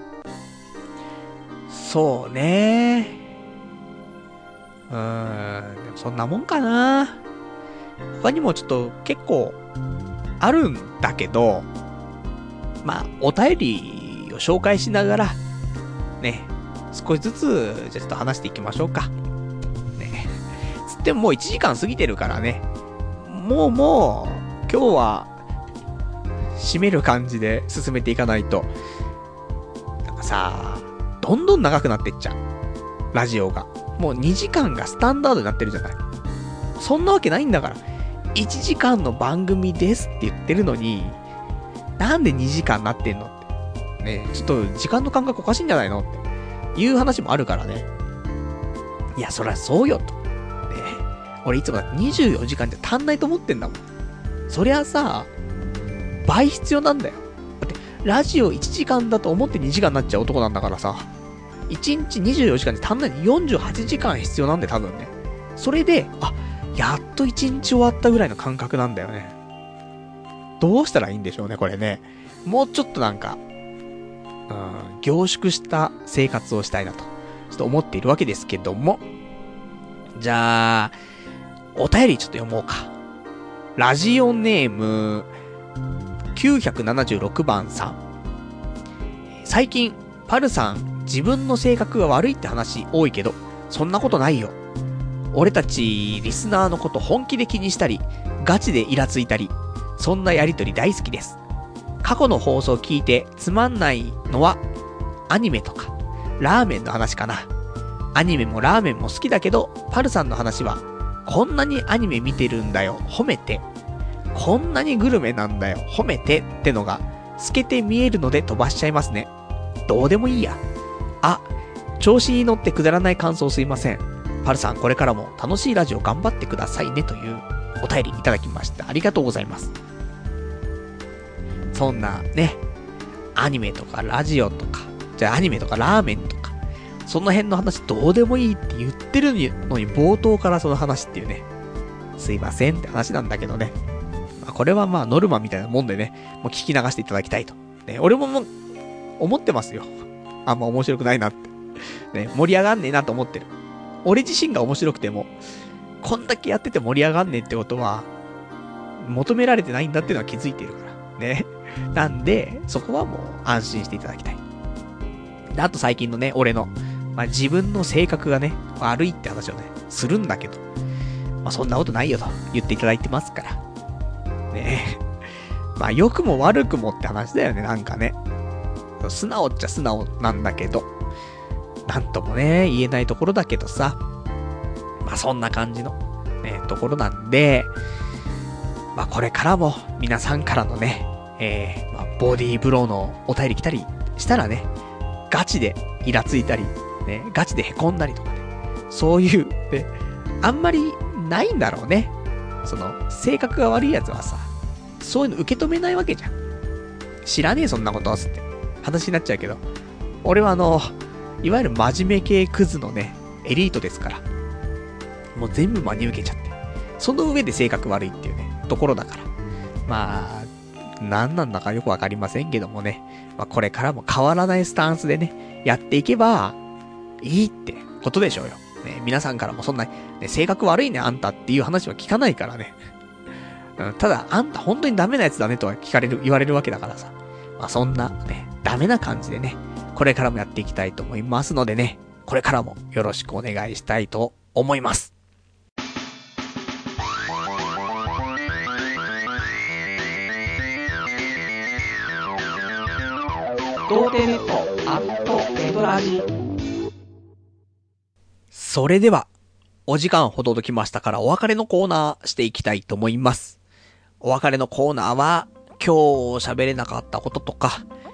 そうね。うーん、でもそんなもんかな。他にもちょっと結構あるんだけど、まあお便りを紹介しながらね、少しずつじゃあちょっと話していきましょうか。ね、つってももういちじかん過ぎてるからね。もうもう今日は締める感じで進めていかないと、なんかさ、どんどん長くなってっちゃう。ラジオが。もうにじかんがスタンダードになってるじゃない。そんなわけないんだから。いちじかんの番組ですって言ってるのに、なんでにじかんになってんのって。ね、ちょっと時間の感覚おかしいんじゃないのっていう話もあるからね。いや、そりゃそうよと。ね、俺いつもだってにじゅうよじかんじゃ足んないと思ってんだもん。そりゃさ、倍必要なんだよ。だって、ラジオいちじかんだと思ってにじかんになっちゃう男なんだからさ、いちにちにじゅうよじかんで足んないによんじゅうはちじかん必要なんで多分ね。それで、あ、やっといちにち終わったぐらいの感覚なんだよね。どうしたらいいんでしょうね、これね。もうちょっとなんか、うん、凝縮した生活をしたいなと、ちょっと思っているわけですけども。じゃあ、お便りちょっと読もうか。ラジオネーム、きゅうひゃくななじゅうろくばんさん。最近、パルさん、自分の性格が悪いって話多いけど、そんなことないよ。俺たち、リスナーのこと本気で気にしたり、ガチでイラついたり、そんなやりとり大好きです。過去の放送聞いてつまんないのは、アニメとか、ラーメンの話かな。アニメもラーメンも好きだけど、パルさんの話は、こんなにアニメ見てるんだよ、褒めて。こんなにグルメなんだよ、褒めてってのが、透けて見えるので飛ばしちゃいますね。どうでもいいや。あ、調子に乗ってくだらない感想すいません。パルさん、これからも楽しいラジオ頑張ってくださいねというお便りいただきました。ありがとうございます。そんなね、アニメとかラジオとか、じゃあアニメとかラーメンとか、その辺の話どうでもいいって言ってるのに冒頭からその話っていうね、すいませんって話なんだけどね。まあ、これはまあノルマみたいなもんでね、もう聞き流していただきたいと。ね、俺ももう思ってますよ。あんま面白くないなって。ね、盛り上がんねえなと思ってる。俺自身が面白くても、こんだけやってて盛り上がんねえってことは、求められてないんだっていうのは気づいているから。ね。なんで、そこはもう安心していただきたい。で、あと最近のね、俺の、まあ、自分の性格がね、悪いって話をね、するんだけど、まあそんなことないよと言っていただいてますから。ね。まあ良くも悪くもって話だよね、なんかね。素直っちゃ素直なんだけど、なんともね、言えないところだけどさ、まあそんな感じの、ね、ところなんで、まあこれからも皆さんからのね、えー、まあ、ボディーブローのお便り来たりしたらね、ガチでイラついたり、ね、ガチで凹んだりとかね、そういう、ね、あんまりないんだろうね。その、性格が悪いやつはさ、そういうの受け止めないわけじゃん。知らねえそんなことつって話になっちゃうけど、俺はあの、いわゆる真面目系クズのね、エリートですから。もう全部真に受けちゃって。その上で性格悪いっていうね、ところだから。まあ、何なんだかよくわかりませんけどもね。まあこれからも変わらないスタンスでね、やっていけば、いいってことでしょうよ。ね、皆さんからもそんな、ね、性格悪いね、あんたっていう話は聞かないからね。うん、ただ、あんた本当にダメなやつだねとは聞かれる、言われるわけだからさ。まあそんなね、ダメな感じでね、これからもやっていきたいと思いますのでね、これからもよろしくお願いしたいと思います。童貞ネットアットネトラジ。それではお時間ほどときましたからお別れのコーナーしていきたいと思います。お別れのコーナーは今日喋れなかったこととか、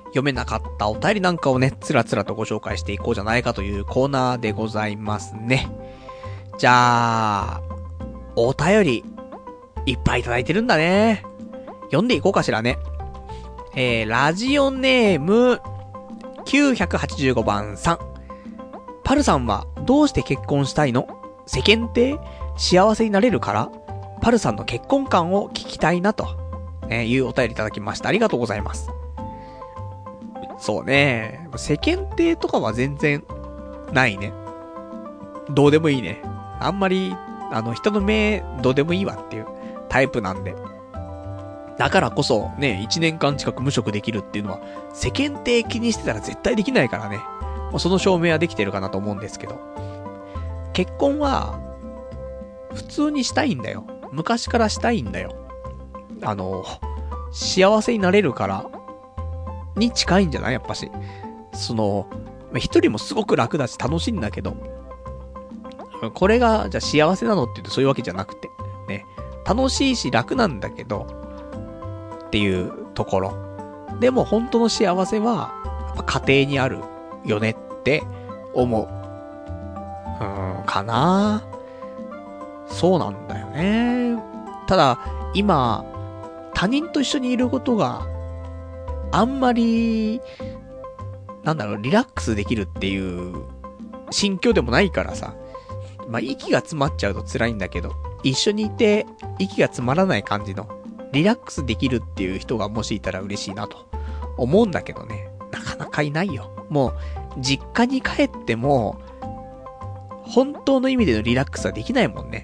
読めなかったお便りなんかをね、つらつらとご紹介していこうじゃないかというコーナーでございますね。じゃあ、お便り、いっぱいいただいてるんだね。読んでいこうかしらね。えー、ラジオネーム、きゅうひゃくはちじゅうごばんさん。パルさんはどうして結婚したいの？世間って幸せになれるから？パルさんの結婚観を聞きたいなと、えー、いうお便りいただきました。ありがとうございます。そうね。世間体とかは全然ないね。どうでもいいね。あんまり、あの、人の目、どうでもいいわっていうタイプなんで。だからこそ、ね、いちねんかん近く無職できるっていうのは、世間体気にしてたら絶対できないからね。もうその証明はできてるかなと思うんですけど。結婚は、普通にしたいんだよ。昔からしたいんだよ。あの、幸せになれるから、に近いんじゃない？やっぱし。その、一人もすごく楽だし楽しいんだけど、これが、じゃあ幸せなのって言うとそういうわけじゃなくて、ね。楽しいし楽なんだけど、っていうところ。でも本当の幸せは、やっぱ家庭にあるよねって思う。うーん、かな。そうなんだよね。ただ、今、他人と一緒にいることが、あんまり、なんだろう、リラックスできるっていう心境でもないからさ。まあ、息が詰まっちゃうと辛いんだけど、一緒にいて息が詰まらない感じの、リラックスできるっていう人がもしいたら嬉しいなと思うんだけどね。なかなかいないよ。もう、実家に帰っても、本当の意味でのリラックスはできないもんね。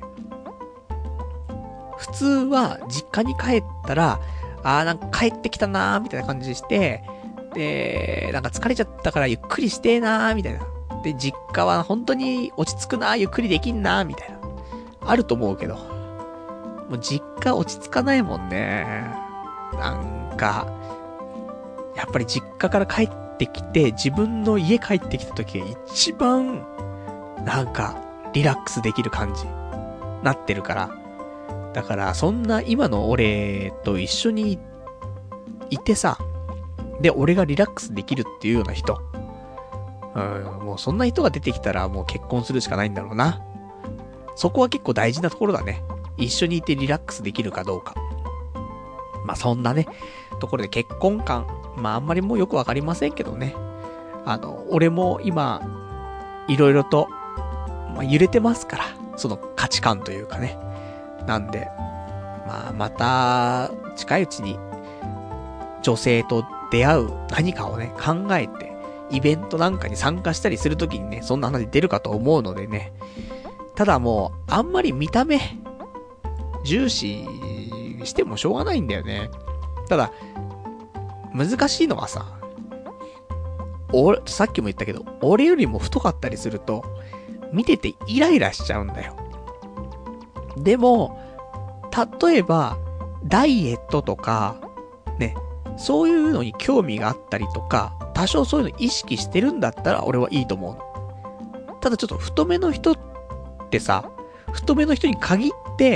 普通は、実家に帰ったら、あーなんか帰ってきたなーみたいな感じして、で、なんか疲れちゃったからゆっくりしてーなーみたいな。で、実家は本当に落ち着くなー、ゆっくりできんなーみたいな。あると思うけど。もう実家落ち着かないもんね。なんか、やっぱり実家から帰ってきて、自分の家帰ってきた時が一番、なんか、リラックスできる感じ、なってるから。だから、そんな今の俺と一緒にいてさ、で、俺がリラックスできるっていうような人。うん、もうそんな人が出てきたらもう結婚するしかないんだろうな。そこは結構大事なところだね。一緒にいてリラックスできるかどうか。まあそんなね、ところで結婚観、まああんまりもうよくわかりませんけどね。あの、俺も今、いろいろと、まあ、揺れてますから。その価値観というかね。なんで、まあまた、近いうちに、女性と出会う何かをね、考えて、イベントなんかに参加したりするときにね、そんな話出るかと思うのでね。ただもう、あんまり見た目、重視してもしょうがないんだよね。ただ、難しいのはさ、俺、さっきも言ったけど、俺よりも太かったりすると、見ててイライラしちゃうんだよ。でも、例えば、ダイエットとか、ね、そういうのに興味があったりとか、多少そういうの意識してるんだったら俺はいいと思う。ただちょっと太めの人ってさ、太めの人に限って、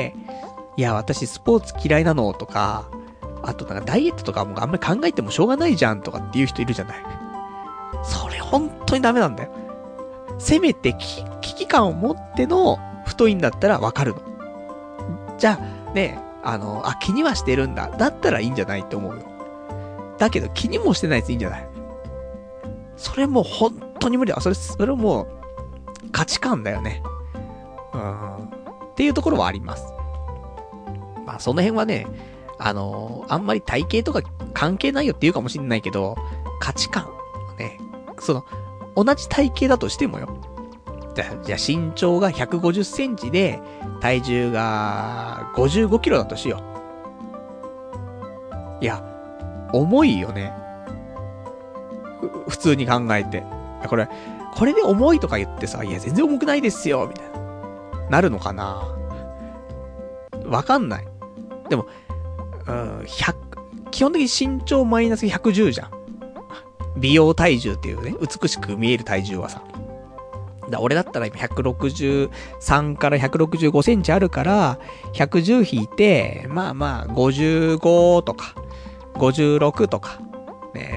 いや私スポーツ嫌いなのとか、あとなんかダイエットとかもあんまり考えてもしょうがないじゃんとかっていう人いるじゃない。それ本当にダメなんだよ。せめて危機感を持っての太いんだったらわかるの。じゃあね、あの、あ、気にはしてるんだ。だったらいいんじゃないって思うよ。だけど気にもしてないやついいんじゃない？それもう本当に無理だ。それ、それもう価値観だよね。うーん。っていうところはあります。まあその辺はね、あのー、あんまり体型とか関係ないよって言うかもしんないけど、価値観。ね。その、同じ体型だとしてもよ。じゃあ、じゃあ身長がひゃくごじゅっセンチで、体重がごじゅうごキロだとしよう。いや、重いよね。普通に考えて。これ、これで重いとか言ってさ、いや全然重くないですよ、みたいな。なるのかな？わかんない。でも、うん、ひゃく、基本的に身長マイナスひゃくじゅうじゃん。美容体重っていうね、美しく見える体重はさ。だ俺だったら今ひゃくろくじゅうさんからひゃくろくじゅうごセンチあるから、ひゃくじゅう引いて、まあまあ、ごじゅうごとか、ごじゅうろくとか、ね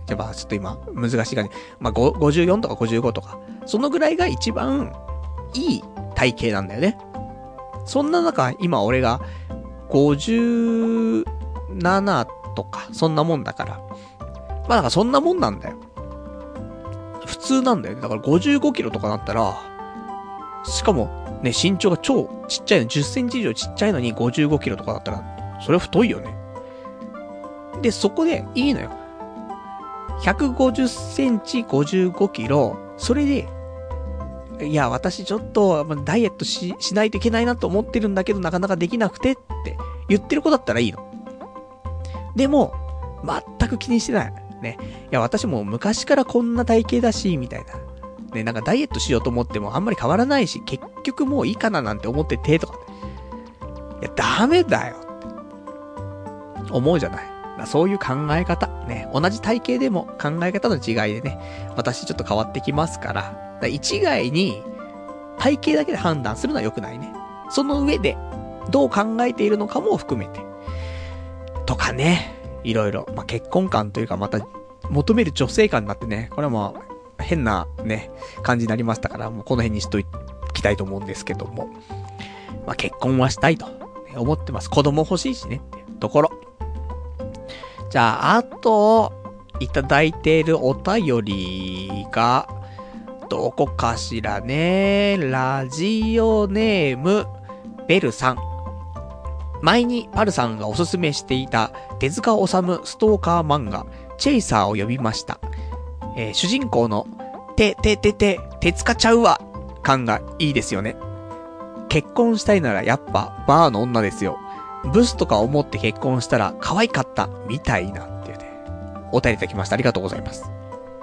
じゃあまあちょっと今、難しいがね。まあごじゅうよんとかごじゅうごとか。そのぐらいが一番いい体型なんだよね。そんな中、今俺がごじゅうななとか、そんなもんだから。まあなんかそんなもんなんだよ。普通なんだよね。だからごじゅうごキロとかなったら、しかもね、身長が超ちっちゃいの、じゅっセンチ以上ちっちゃいのにごじゅうごキロとかだったら、それは太いよね。で、そこでいいのよ。ひゃくごじゅっセンチ、ごじゅうごキロ、それで、いや、私ちょっと、ダイエットし、しないといけないなと思ってるんだけど、なかなかできなくてって言ってる子だったらいいの。でも、全く気にしてない。ね。いや、私も昔からこんな体型だし、みたいな。ね、なんかダイエットしようと思ってもあんまり変わらないし、結局もういいかななんて思ってて、とか。いや、ダメだよ。思うじゃない。そういう考え方。ね。同じ体型でも考え方の違いでね、私ちょっと変わってきますから。だから一概に、体型だけで判断するのは良くないね。その上で、どう考えているのかも含めて。とかね。いろいろ。まあ、結婚観というかまた、求める女性観になってね。これはまあ、変なね、感じになりましたから、もうこの辺にしときたいと思うんですけども。まあ、結婚はしたいと、ね、思ってます。子供欲しいしねっていうところ。じゃあ、あと、いただいているお便りが、どこかしらね。ラジオネーム、ベルさん。前にパルさんがおすすめしていた手塚治虫ストーカー漫画、チェイサーを読みました。えー、主人公の、て、て、て、て、手塚ちゃうわ感がいいですよね。結婚したいならやっぱバーの女ですよ。ブスとか思って結婚したら可愛かったみたいなっていうね、お便りいただきました。ありがとうございます。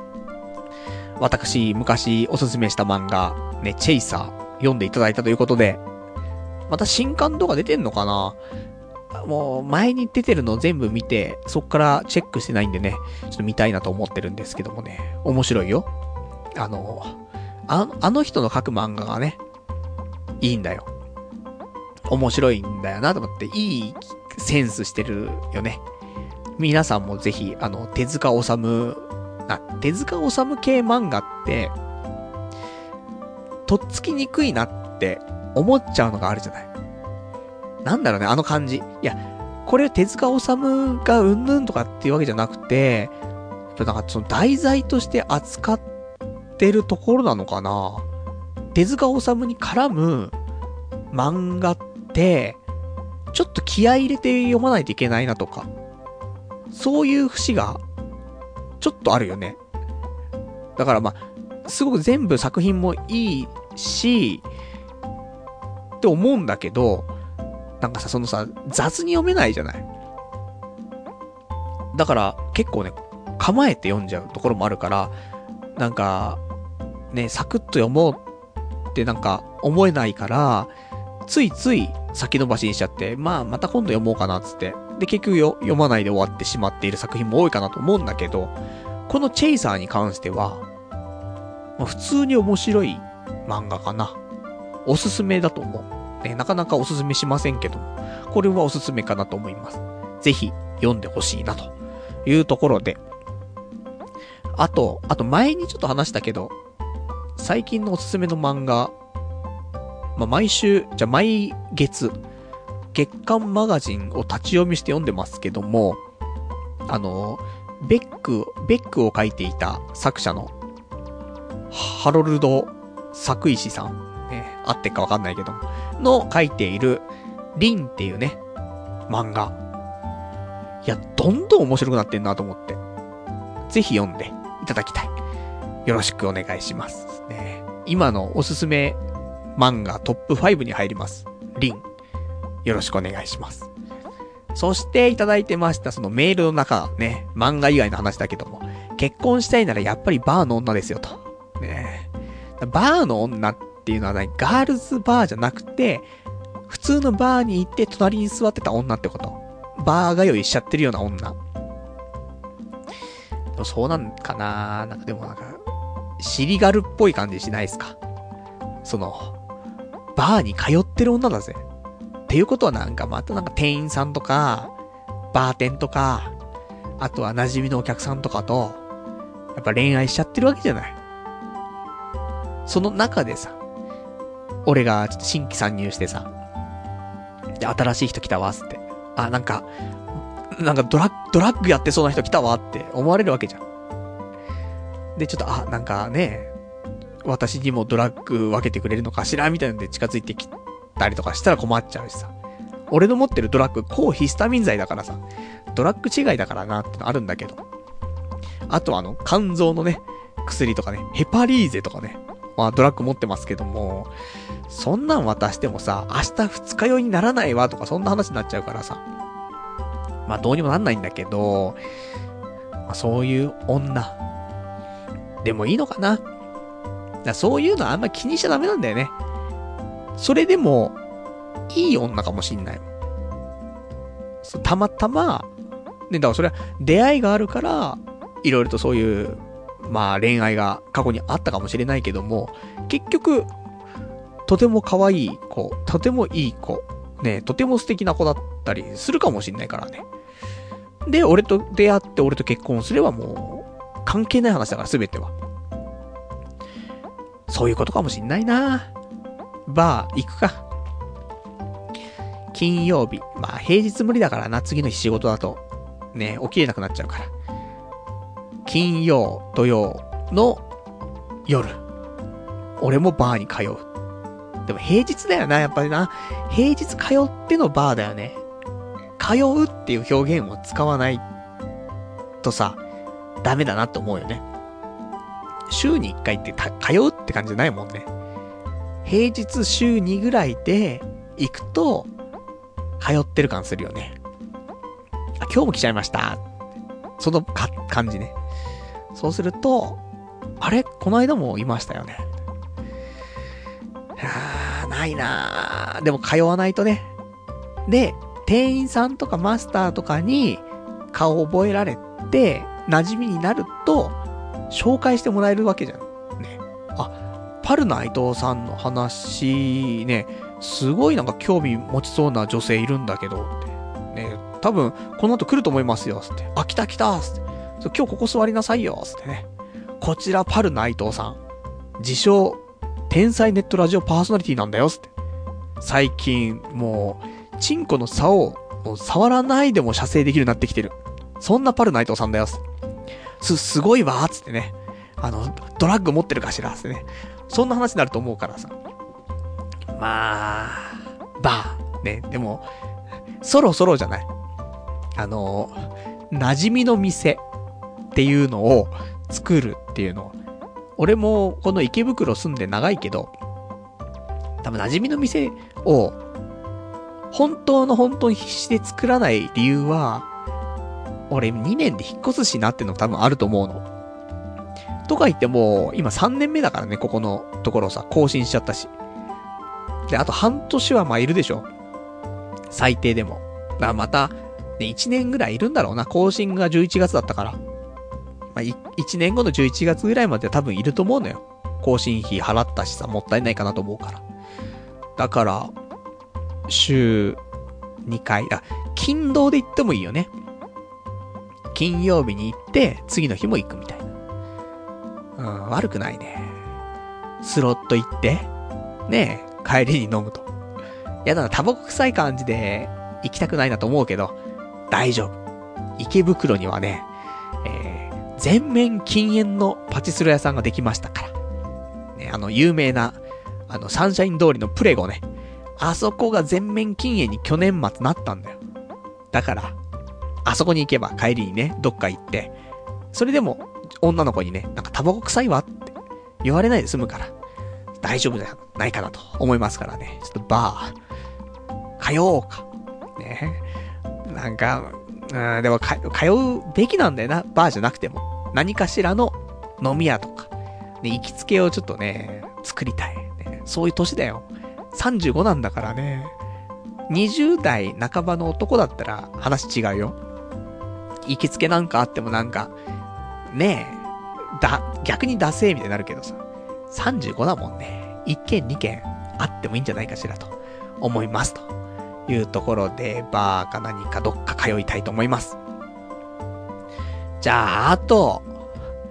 私昔おすすめした漫画ね、チェイサー読んでいただいたということで、また新刊とか出てんのかな。もう前に出てるの全部見て、そっからチェックしてないんでね、ちょっと見たいなと思ってるんですけどもね、面白いよ。あのあの、あの人の書く漫画がね、いいんだよ。面白いんだよなと思って、いいセンスしてるよね。皆さんもぜひ、あの、手塚治虫、あ、手塚治虫系漫画って、とっつきにくいなって思っちゃうのがあるじゃない。なんだろうね、あの感じ。いや、これ手塚治虫がうんぬんとかっていうわけじゃなくて、なんかその題材として扱ってるところなのかな。手塚治虫に絡む漫画って、ちょっと気合い入れて読まないといけないなとか、そういう節が、ちょっとあるよね。だからまあ、すごく全部作品もいいし、って思うんだけど、なんかさ、そのさ、雑に読めないじゃない。だから結構ね、構えて読んじゃうところもあるから、なんか、ね、サクッと読もうってなんか思えないから、ついつい先延ばしにしちゃって、まあまた今度読もうかなっつって。で、結局よ読まないで終わってしまっている作品も多いかなと思うんだけど、このチェイサーに関しては、まあ、普通に面白い漫画かな。おすすめだと思う。ね、なかなかおすすめしませんけども、これはおすすめかなと思います。ぜひ読んでほしいなというところで。あと、あと前にちょっと話したけど、最近のおすすめの漫画、まあ、毎週、じゃあ毎月、月刊マガジンを立ち読みして読んでますけども、あの、ベック、ベックを書いていた作者の、ハロルド・作石さん、ね、合ってっかわかんないけども、の書いている、リンっていうね、漫画。いや、どんどん面白くなってんなと思って。ぜひ読んでいただきたい。よろしくお願いします。ね、今のおすすめ漫画トップごに入ります。リン。よろしくお願いします。そしていただいてましたそのメールの中ね、漫画以外の話だけども、結婚したいならやっぱりバーの女ですよと。ね、バーの女っていうのはね、ガールズバーじゃなくて、普通のバーに行って隣に座ってた女ってこと。バー通いしちゃってるような女。でもそうなんかな、なんかでもなんか、シリガルっぽい感じしないですか。その、バーに通ってる女だぜ。っていうことはなんかまたなんか店員さんとか、バーテンとか、あとは馴染みのお客さんとかと、 やっぱ恋愛しちゃってるわけじゃない。その中でさ、俺がちょっと新規参入してさ、で、新しい人来たわ、つって。あ、なんか、なんかドラッ、ドラッグやってそうな人来たわって思われるわけじゃん。で、ちょっと、あ、なんかね、私にもドラッグ分けてくれるのかしらみたいなので近づいてきたりとかしたら困っちゃうしさ。俺の持ってるドラッグ、抗ヒスタミン剤だからさ、ドラッグ違いだからなってのあるんだけど。あとあの、肝臓のね、薬とかね、ヘパリーゼとかね、まあドラッグ持ってますけども、そんなん渡してもさ、明日二日酔いにならないわとかそんな話になっちゃうからさ。まあどうにもなんないんだけど、まあ、そういう女。でもいいのかな。だそういうのあんま気にしちゃダメなんだよね。それでも、いい女かもしんない。たまたま、ね、だからそれは出会いがあるから、いろいろとそういう、まあ恋愛が過去にあったかもしれないけども、結局、とても可愛い子、とてもいい子、ね、とても素敵な子だったりするかもしんないからね。で、俺と出会って俺と結婚すればもう、関係ない話だから全ては。そういうことかもしんないな。バー行くか。金曜日。まあ平日無理だからな、次の日仕事だと。ね、起きれなくなっちゃうから。金曜、土曜の夜。俺もバーに通う。でも平日だよな、やっぱりな。平日通ってのバーだよね。通うっていう表現を使わないとさ、ダメだなって思うよね。週にいっかいってた通うって感じじゃないもんね。平日週にぐらいで行くと、通ってる感するよね。あ、今日も来ちゃいました。そのか感じね。そうすると、あれこの間もいましたよね。あー、ないなー。でも通わないとね。で、店員さんとかマスターとかに顔を覚えられて、馴染みになると、紹介してもらえるわけじゃん。ね。あ、パルナイトさんの話ね、すごいなんか興味持ちそうな女性いるんだけど、って。ね、多分、この後来ると思いますよ、つって。あ、来た来た、つって。今日ここ座りなさいよ、つってね。こちらパルナイトさん。自称、天才ネットラジオパーソナリティなんだよ、つって。最近、もう、チンコの竿を、もう触らないでも射精できるようになってきてる。そんなパルナイトさんだよ、つって。す、すごいわー、つってね。あの、ドラッグ持ってるかしら、つってね。そんな話になると思うからさ。まあ、バー。ね、でも、そろそろじゃない。あの、馴染みの店っていうのを作るっていうのを。俺もこの池袋住んで長いけど、多分馴染みの店を、本当の本当に必死で作らない理由は、俺にねんで引っ越すしなってのも多分あると思うの。とか言っても、今さんねんめだからね、ここのところさ、更新しちゃったし。で、あと半年はまあいるでしょ。最低でも。だからまた、ね、いちねんぐらいいるんだろうな。更新がじゅういちがつだったから。まあ、いちねんごのじゅういちがつぐらいまでは多分いると思うのよ。更新費払ったしさ、もったいないかなと思うから。だから、週にかい、あ、金土で行ってもいいよね。金曜日に行って、次の日も行くみたいな。うん、悪くないね。スロット行って、ねえ、帰りに飲むと。いやだな、タバコ臭い感じで行きたくないなと思うけど、大丈夫。池袋にはね、えー、全面禁煙のパチスロ屋さんができましたから。ね、あの、有名な、あの、サンシャイン通りのプレゴね。あそこが全面禁煙に去年末なったんだよ。だから、あそこに行けば帰りにね、どっか行って、それでも女の子にね、なんかタバコ臭いわって言われないで済むから、大丈夫じゃないかなと思いますからね。ちょっとバー、通おうか。ね。なんか、うん、でもか通うべきなんだよな。バーじゃなくても。何かしらの飲み屋とか、ね、行きつけをちょっとね、作りたい、ね。そういう年だよ。さんじゅうごなんだからね。にじゅう代半ばの男だったら話違うよ。行きつけなんかあってもなんか、ねえ、だ、逆にダセーみたいになるけどさ。さんじゅうごだもんね。いっけんにけんあってもいいんじゃないかしらと思いますというところで、バーか何かどっか通いたいと思います。じゃあ、あと、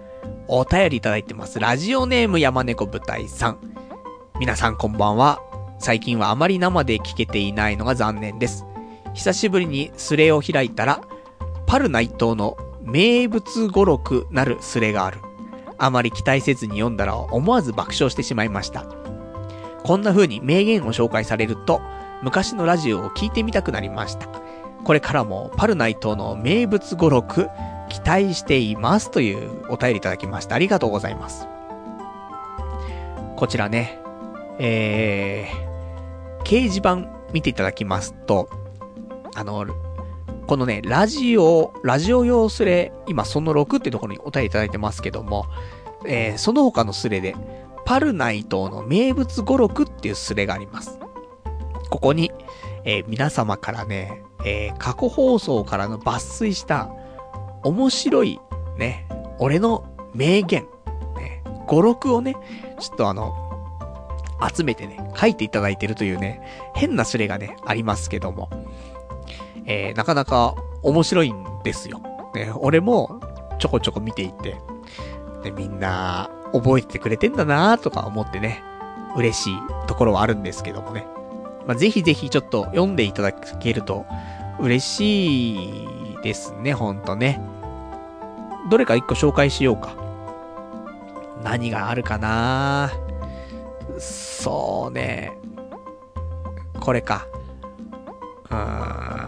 お便りいただいてます。ラジオネーム山猫舞台さん。皆さんこんばんは。最近はあまり生で聞けていないのが残念です。久しぶりにスレを開いたら、パル内藤の名物語録なるスレがある。あまり期待せずに読んだら思わず爆笑してしまいました。こんな風に名言を紹介されると、昔のラジオを聞いてみたくなりました。これからもパル内藤の名物語録、期待していますというお便りいただきました。ありがとうございます。こちらね、えー、掲示板見ていただきますと、あの、このね、ラジオ、ラジオ用スレ、今そのろくってところにお便りいただいてますけども、えー、その他のスレで、パル内藤の名物語録っていうスレがあります。ここに、えー、皆様からね、えー、過去放送からの抜粋した、面白い、ね、俺の名言、ね、語録をね、ちょっとあの、集めてね、書いていただいてるというね、変なスレがね、ありますけども、えー、なかなか面白いんですよ。ね、俺もちょこちょこ見ていて、でみんな覚えててくれてんだなとか思ってね、嬉しいところはあるんですけどもね。まあ、ぜひぜひちょっと読んでいただけると嬉しいですね、ほんとね。どれか一個紹介しようか。何があるかな。そうね。これか。うーん。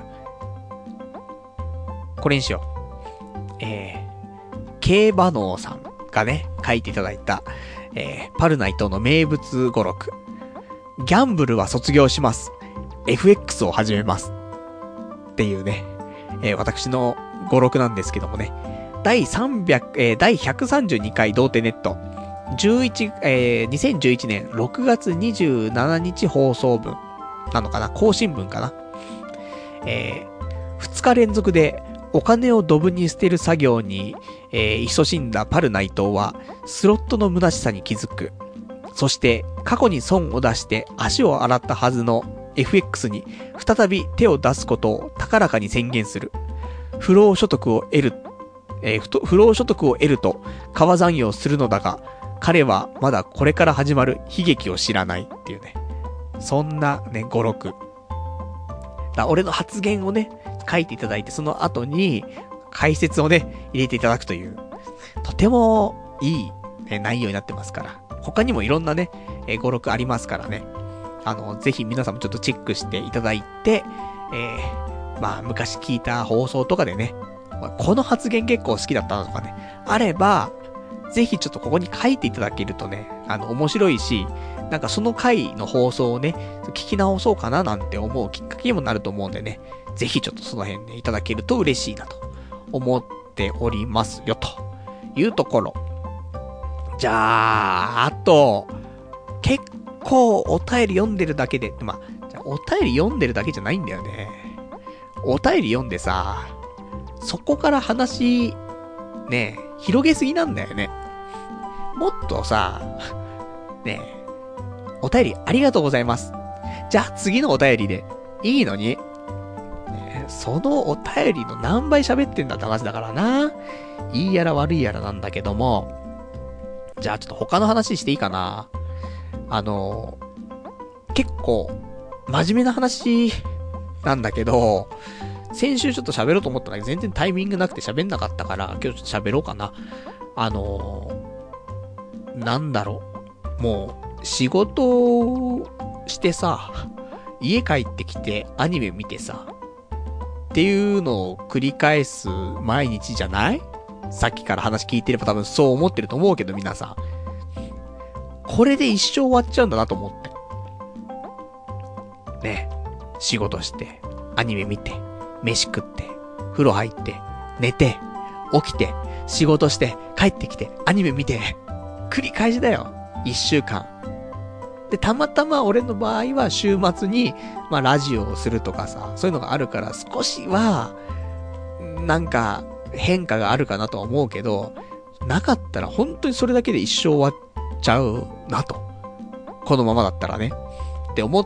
これにしよう。えー、競馬能さんがね、書いていただいた、えー、パルナイトの名物語録。ギャンブルは卒業します。エフエックス を始めます。っていうね、えー、私の語録なんですけどもね。第さんびゃく、えー、第ひゃくさんじゅうにかい童貞ネット。じゅういち、えー、にせんじゅういちねんろくがつにじゅうしちにち放送分。なのかな、更新分かな。えー、ふつか連続でお金をドブに捨てる作業に、えー、勤しんだパル内藤は、スロットの虚しさに気づく。そして、過去に損を出して足を洗ったはずの エフエックス に再び手を出すことを高らかに宣言する。不労所得を得る、えー、不労所得を得ると川残業するのだが、彼はまだこれから始まる悲劇を知らないっていうね。そんなね、語録。だ俺の発言をね、書いていただいて、その後に解説をね、入れていただくという、とてもいい、ね、内容になってますから。他にもいろんなね、えー、語録ありますからね。あの、ぜひ皆さんもちょっとチェックしていただいて、えー、まあ、昔聞いた放送とかでね、この発言結構好きだったなとかね、あれば、ぜひちょっとここに書いていただけるとね、あの、面白いし、なんかその回の放送をね、聞き直そうかななんて思うきっかけにもなると思うんでね、ぜひちょっとその辺ね、いただけると嬉しいなと思っておりますよ、というところ。じゃあ、あと、結構お便り読んでるだけで、まあ、じゃあお便り読んでるだけじゃないんだよね。お便り読んでさ、そこから話、ね、広げすぎなんだよね。もっとさ、ねえ、お便りありがとうございます。じゃあ次のお便りでいいのに、ね、そのお便りの何倍喋ってんだって話だからな。いいやら悪いやらなんだけども、じゃあちょっと他の話していいかな。あの、結構真面目な話なんだけど、先週ちょっと喋ろうと思ったら全然タイミングなくて喋んなかったから、今日ちょっと喋ろうかな。あの、なんだろう。もう、仕事してさ、家帰ってきてアニメ見てさ、っていうのを繰り返す毎日じゃない？さっきから話聞いてれば多分そう思ってると思うけど皆さん。これで一生終わっちゃうんだなと思って。ね。仕事して、アニメ見て、飯食って、風呂入って、寝て、起きて、仕事して、帰ってきて、アニメ見て、繰り返しだよ。一週間。で、たまたま俺の場合は週末に、まあラジオをするとかさ、そういうのがあるから少しは、なんか変化があるかなとは思うけど、なかったら本当にそれだけで一生終わっちゃうなと。このままだったらね。って思って、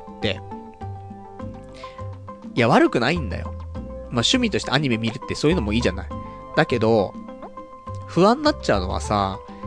いや悪くないんだよ。まあ趣味としてアニメ見るってそういうのもいいじゃない。だけど、不安になっちゃうのはさ、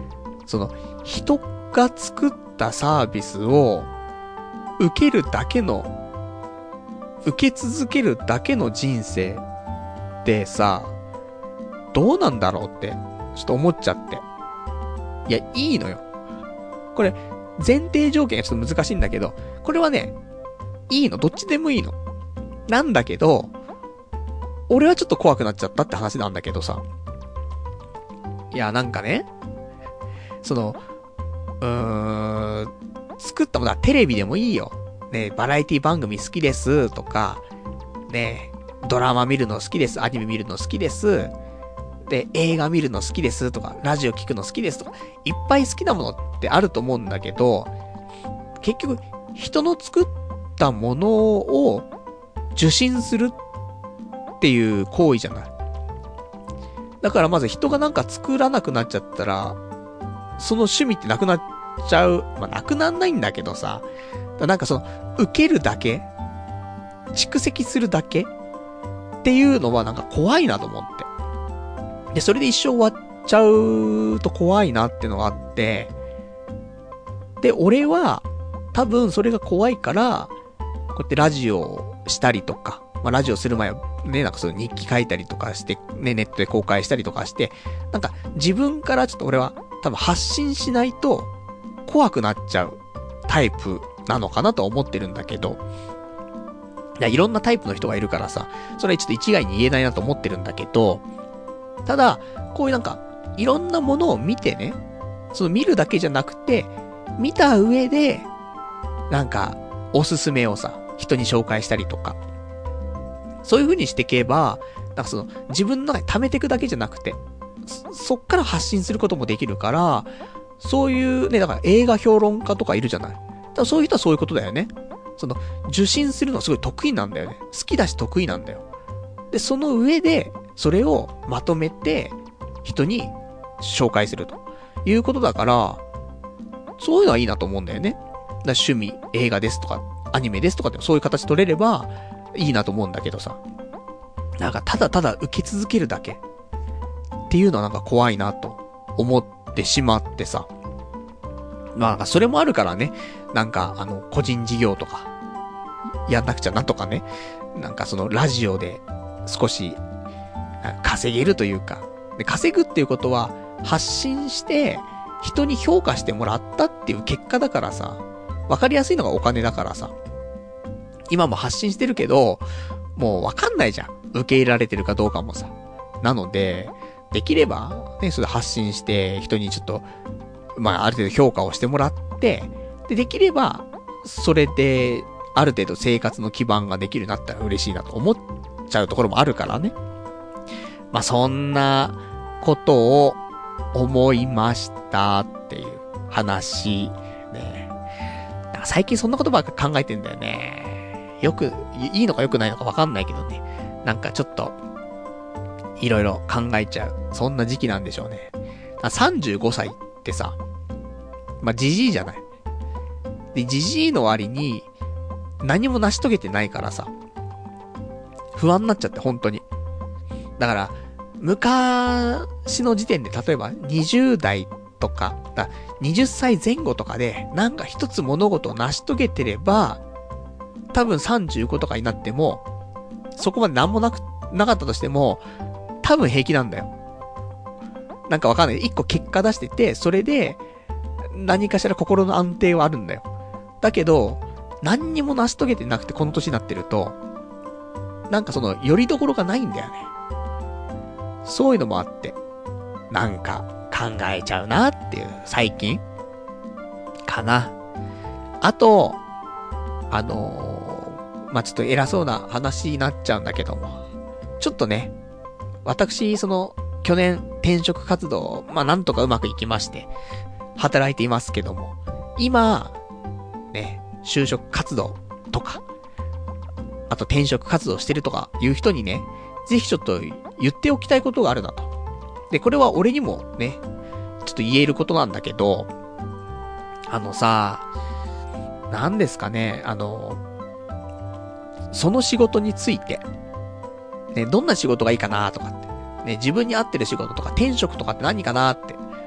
その、人が作ったサービスを、受けるだけの、受け続けるだけの人生ってさ、どうなんだろうって、ちょっと思っちゃって。いや、いいのよ。これ、前提条件がちょっと難しいんだけど、これはね、いいの。どっちでもいいの。なんだけど、俺はちょっと怖くなっちゃったって話なんだけどさ。いや、なんかね、その、うーん、作ったものはテレビでもいいよ。ね、バラエティ番組好きですとか、ね、ドラマ見るの好きです、アニメ見るの好きです、で、映画見るの好きですとか、ラジオ聞くの好きですとか、いっぱい好きなものってあると思うんだけど、結局、人の作ったものを受信するっていう行為じゃない。だからまず人がなんか作らなくなっちゃったら、その趣味ってなくなっちゃう。まあ、なくなんないんだけどさ、なんかその、受けるだけ蓄積するだけっていうのはなんか怖いなと思って。で、それで一生終わっちゃうと怖いなっていうのがあって、で、俺は、多分それが怖いから、こうやってラジオをしたりとか、まあラジオする前はね、なんかそう日記書いたりとかして、ね、ネットで公開したりとかして、なんか自分からちょっと俺は多分発信しないと怖くなっちゃうタイプなのかなと思ってるんだけど、いや、いろんなタイプの人がいるからさ、それはちょっと一概に言えないなと思ってるんだけど、ただ、こういうなんか、いろんなものを見てね、その見るだけじゃなくて、見た上で、なんか、おすすめをさ、人に紹介したりとか、そういう風にしていけば、なんかその、自分の中に溜めていくだけじゃなくて、そ, そっから発信することもできるから、そういうね、だから映画評論家とかいるじゃない。だからそういう人はそういうことだよね。その、受信するのすごい得意なんだよね。好きだし得意なんだよ。で、その上で、それをまとめて、人に紹介するということだから、そういうのはいいなと思うんだよね。だから趣味、映画ですとか、アニメですとかってそういう形取れればいいなと思うんだけどさ。なんかただただ受け続けるだけっていうのはなんか怖いなと思ってしまってさ。まあ、それもあるからね。なんか、あの、個人事業とか、やんなくちゃなとかね。なんかそのラジオで少し稼げるというか、で稼ぐっていうことは発信して人に評価してもらったっていう結果だからさ、わかりやすいのがお金だからさ、今も発信してるけど、もうわかんないじゃん。受け入れられてるかどうかもさ。なので、できれば、ね、それ発信して人にちょっと、まあある程度評価をしてもらって、で、できれば、それで、ある程度生活の基盤ができるようになったら嬉しいなと思っちゃうところもあるからね。まあ、そんなことを思いましたっていう話ね。なんか最近そんなことばっか考えてんだよね。よく、いいのか良くないのかわかんないけどね。なんかちょっと、いろいろ考えちゃう。そんな時期なんでしょうね。さんじゅうごさいってさ、まあ、じじいじゃない。で、じじいの割に、何も成し遂げてないからさ、不安になっちゃって、本当に。だから、昔の時点で、例えばにじゅう代とか、だはたちぜん後とかで、なんか一つ物事を成し遂げてれば、多分さんじゅうごとかになっても、そこまで何もなく、なかったとしても、多分平気なんだよ。なんかわかんない。一個結果出してて、それで、何かしら心の安定はあるんだよ。だけど、何にも成し遂げてなくてこの年になってると、なんかその、拠り所がないんだよね。そういうのもあって、なんか考えちゃうなっていう、最近かな。あと、あのー、まあ、ちょっと偉そうな話になっちゃうんだけども、ちょっとね、私、その、去年転職活動、まあ、なんとかうまくいきまして、働いていますけども、今、ね、就職活動とか、あと転職活動してるとかいう人にね、ぜひちょっと言っておきたいことがあるなと。で、これは俺にもね、ちょっと言えることなんだけど、あのさ、なんですかね、あの、その仕事について、ね、どんな仕事がいいかなとかって、ね、自分に合ってる仕事とか転職とかって何かなって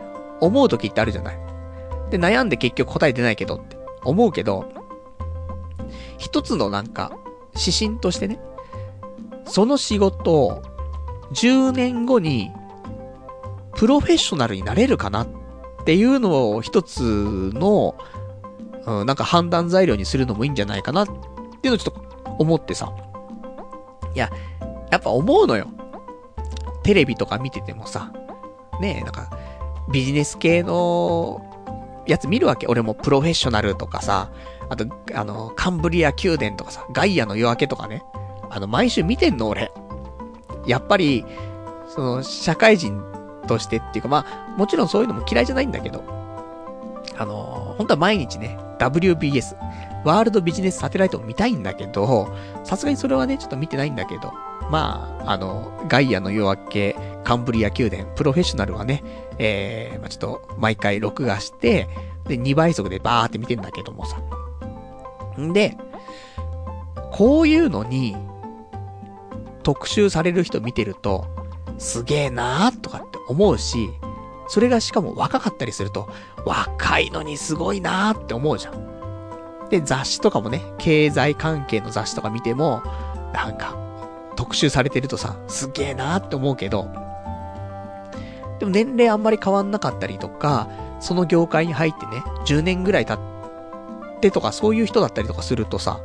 思う時ってあるじゃない。で、悩んで結局答え出ないけどって思うけど、一つのなんか、指針としてね、その仕事をじゅうねんごにプロフェッショナルになれるかなっていうのを一つの、うん、なんか判断材料にするのもいいんじゃないかなっていうのをちょっと思ってさ。いや、やっぱ思うのよ。テレビとか見ててもさ、ねえ、なんか、ビジネス系のやつ見るわけ。俺もプロフェッショナルとかさ、あと、あの、カンブリア宮殿とかさ、ガイアの夜明けとかね。あの、毎週見てんの俺。やっぱり、その、社会人としてっていうか、まあ、もちろんそういうのも嫌いじゃないんだけど、あの、本当は毎日ね、ダブリュービーエス、ワールドビジネスサテライトも見たいんだけど、さすがにそれはね、ちょっと見てないんだけど、まあ、あの、ガイアの夜明け、カンブリア宮殿、プロフェッショナルはね、えー、まあ、ちょっと毎回録画して、で、にばい速でバーって見てんだけどもさ。んで、こういうのに、特集される人見てると、すげえなーとかって思うし、それがしかも若かったりすると、若いのにすごいなーって思うじゃん。で、雑誌とかもね、経済関係の雑誌とか見ても、なんか、特集されてるとさ、すげえなーって思うけど、でも年齢あんまり変わんなかったりとか、その業界に入ってね、じゅうねんぐらい経ってとか、そういう人だったりとかするとさ、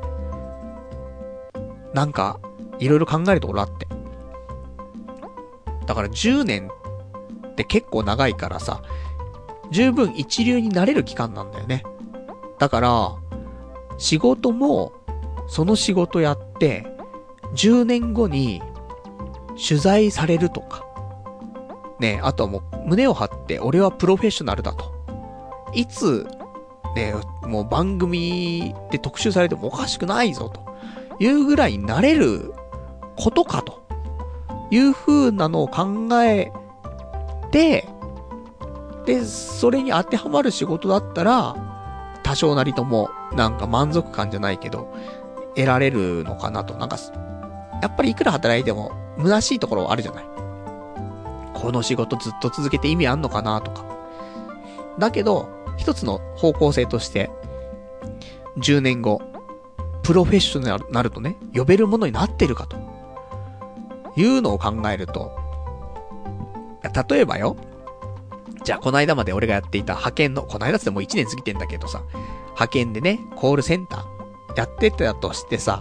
なんか、いろいろ考えるところあって。だからじゅうねんって結構長いからさ、十分一流になれる期間なんだよね。だから、仕事も、その仕事やって、じゅうねんごに、取材されるとか。ね、あとはもう、胸を張って、俺はプロフェッショナルだと。いつ、ね、もう番組で特集されてもおかしくないぞ、というぐらいになれることか、という風なのを考えて、で、それに当てはまる仕事だったら、多少なりとも、なんか満足感じゃないけど、得られるのかなと。なんか、やっぱりいくら働いても、虚しいところはあるじゃない。この仕事ずっと続けて意味あんのかなとか。だけど、一つの方向性として、じゅうねんご、プロフェッショナルになるとね、呼べるものになってるかと。いうのを考えると、例えばよ、じゃあこの間まで俺がやっていた派遣の、この間ってもういちねん過ぎてんだけどさ、派遣でね、コールセンターやってたとしてさ、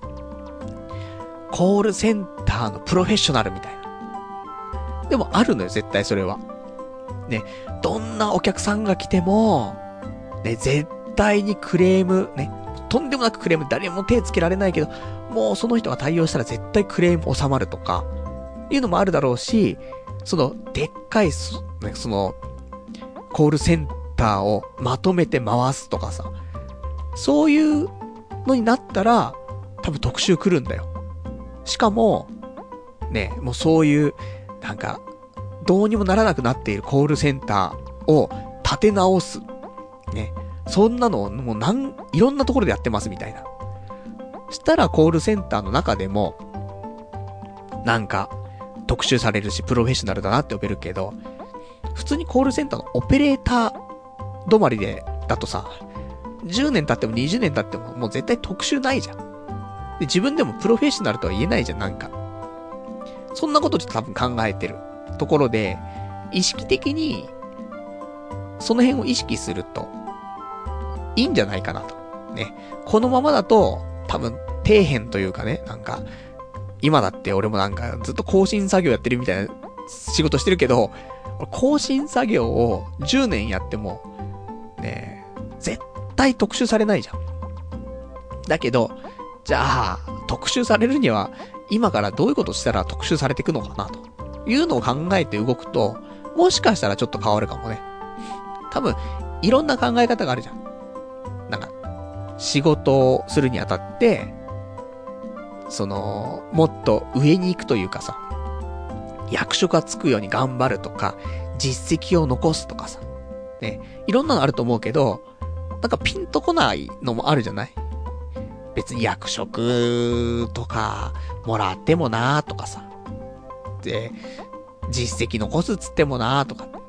コールセンターのプロフェッショナルみたいな。でもあるのよ、絶対それは。ね、どんなお客さんが来ても、ね、絶対にクレーム、ね、とんでもなくクレーム誰も手つけられないけど、もうその人が対応したら絶対クレーム収まるとか、いうのもあるだろうし、その、でっかい、ね、その、コールセンターをまとめて回すとかさ、そういうのになったら、多分特集来るんだよ。しかも、ね、もうそういう、なんか、どうにもならなくなっているコールセンターを立て直す。ね。そんなのをもうなん、いろんなところでやってますみたいな。したらコールセンターの中でも、なんか、特集されるし、プロフェッショナルだなって呼べるけど、普通にコールセンターのオペレーター止まりで、だとさ、じゅうねん経ってもにじゅうねん経ってももう絶対特集ないじゃん。で、自分でもプロフェッショナルとは言えないじゃん、なんか。そんなことちょっと多分考えてるところで、意識的に、その辺を意識すると、いいんじゃないかなと。ね。このままだと、多分、底辺というかね、なんか、今だって俺もなんか、ずっと更新作業やってるみたいな仕事してるけど、更新作業をじゅうねんやっても、ね、絶対特集されないじゃん。だけど、じゃあ、特集されるには、今からどういうことしたら特集されていくのかな、というのを考えて動くと、もしかしたらちょっと変わるかもね。多分、いろんな考え方があるじゃん。なんか、仕事をするにあたって、その、もっと上に行くというかさ、役職がつくように頑張るとか、実績を残すとかさ、ね、いろんなのあると思うけど、なんかピンとこないのもあるじゃない？別に役職とか、もらってもなーとかさ、で、実績残すっつってもなーとか、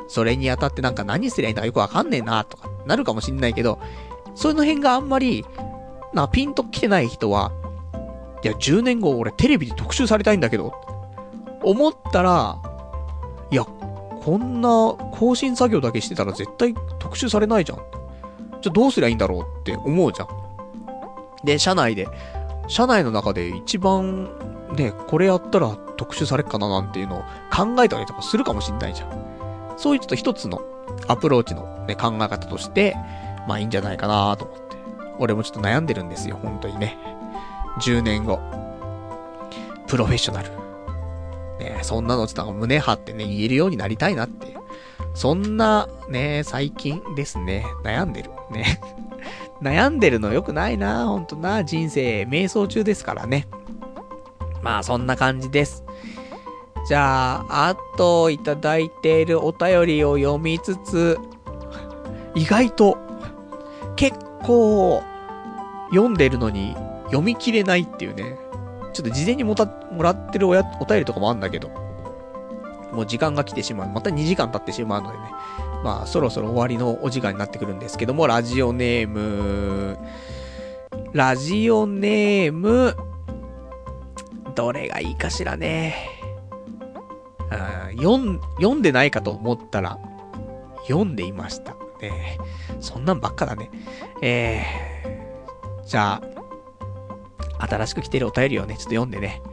それにあたってなんか何すりゃいいんだかよくわかんねえなとかなるかもしんないけど、そういうの辺があんまり、な、ピンと来てない人は、いや、じゅうねんご俺テレビで特集されたいんだけど、思ったら、いや、こんな更新作業だけしてたら絶対特集されないじゃん。じゃあどうすりゃいいんだろうって思うじゃん。で、社内で、社内の中で一番、ね、これやったら特集されっかななんていうのを考えたりとかするかもしんないじゃん。そういうちょっと一つのアプローチのね、考え方として、まあいいんじゃないかなと思って。俺もちょっと悩んでるんですよ、本当にね。じゅうねんご。プロフェッショナル。ね、そんなのちょっと胸張ってね、言えるようになりたいなっていう。そんな、ね、最近ですね、悩んでる。ね。悩んでるの良くないな、ほんとな、人生、瞑想中ですからね。まあ、そんな感じです。じゃあ、あと、いただいているお便りを読みつつ、意外と、結構、読んでるのに、読み切れないっていうね。ちょっと事前にもたもらってるおやお便りとかもあるんだけど、もう時間が来てしまう。またにじかん経ってしまうのでね。まあ、そろそろ終わりのお時間になってくるんですけども、ラジオネーム、ラジオネーム、どれがいいかしらね。あ読ん、読んでないかと思ったら、読んでいました。ね、そんなんばっかだね。えー、じゃあ、新しく来てるお便りをね、ちょっと読んでね、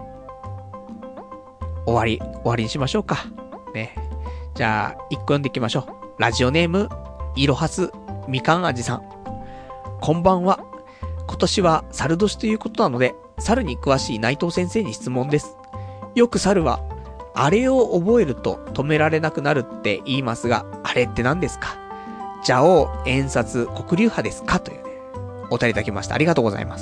終わり、終わりにしましょうか。ね。じゃあ、一個読んでいきましょう。ラジオネーム、いろはす、みかん味さん。こんばんは。今年は猿年ということなので、猿に詳しい内藤先生に質問です。よく猿は、あれを覚えると止められなくなるって言いますが、あれって何ですか？蛇王、遠札、黒竜派ですか？というね、お便りいただきました。ありがとうございます。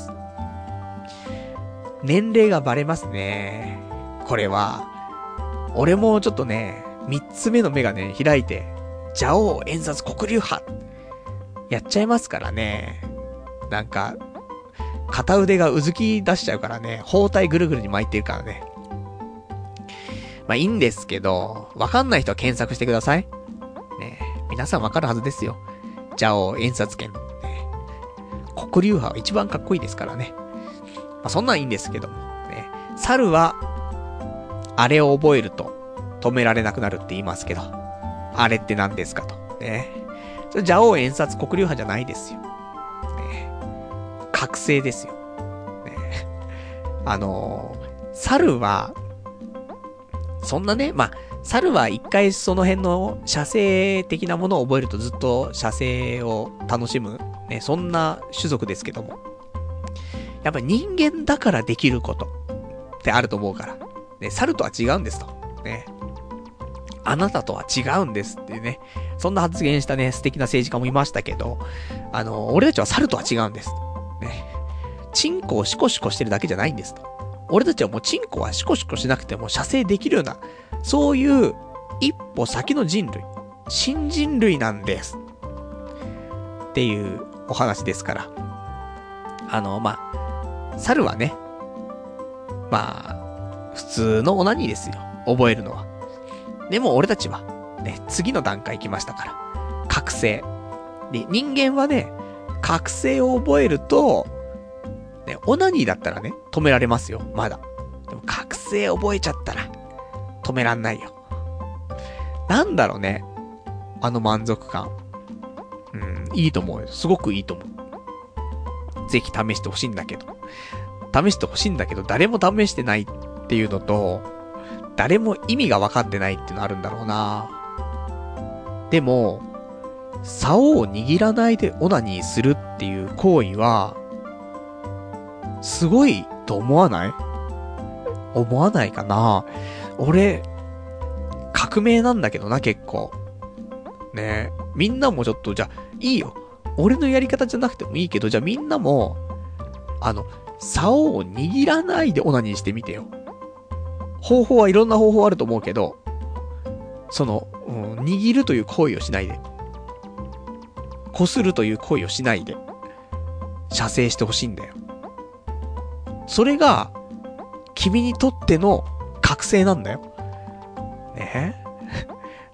年齢がバレますね。これは、俺もちょっとね、三つ目の目がね、開いて、蛇王、遠札、黒竜派、やっちゃいますからね。なんか、片腕がうずき出しちゃうからね、包帯ぐるぐるに巻いてるからね。まあいいんですけど、わかんない人は検索してください。ね、皆さんわかるはずですよ。蛇王、遠札剣、ね。黒竜派は一番かっこいいですからね。まあそんなんいいんですけども、ね。猿は、あれを覚えると止められなくなるって言いますけど、あれって何ですかと。ね。それ蛇王、遠札、黒竜派じゃないですよ。ね。覚醒ですよ。ね。あのー、猿は、そんなね、まあ、猿は一回その辺の射精的なものを覚えるとずっと射精を楽しむ、ね、そんな種族ですけども。やっぱり人間だからできることってあると思うから。ね、猿とは違うんですと。ね。あなたとは違うんですってね。そんな発言したね、素敵な政治家もいましたけど、あの、俺たちは猿とは違うんです。ね。チンコをシコシコしてるだけじゃないんですと。俺たちはもうチンコはシコシコしなくても射精できるような、そういう一歩先の人類、新人類なんです。っていうお話ですから。あの、まあ、猿はね、まあ、普通のオナニーですよ。覚えるのは。でも俺たちは、ね、次の段階行きましたから。覚醒。で、人間はね、覚醒を覚えると、ね、オナニーだったらね、止められますよ。まだ。でも、覚醒覚えちゃったら、止めらんないよ。なんだろうね。あの満足感。うん、いいと思うよ。すごくいいと思う。ぜひ試してほしいんだけど。試してほしいんだけど、誰も試してないっていうのと、誰も意味が分かってないっていうのあるんだろうな。でも、竿を握らないでオナニーするっていう行為は、すごいと思わない？思わないかな？俺、革命なんだけどな、結構。ねえ。みんなもちょっと、じゃあ、いいよ。俺のやり方じゃなくてもいいけど、じゃあみんなも、あの、竿を握らないでオナニーしてみてよ。方法はいろんな方法あると思うけど、その、うん、握るという行為をしないで。こするという行為をしないで。射精してほしいんだよ。それが、君にとっての覚醒なんだよ。ねえ。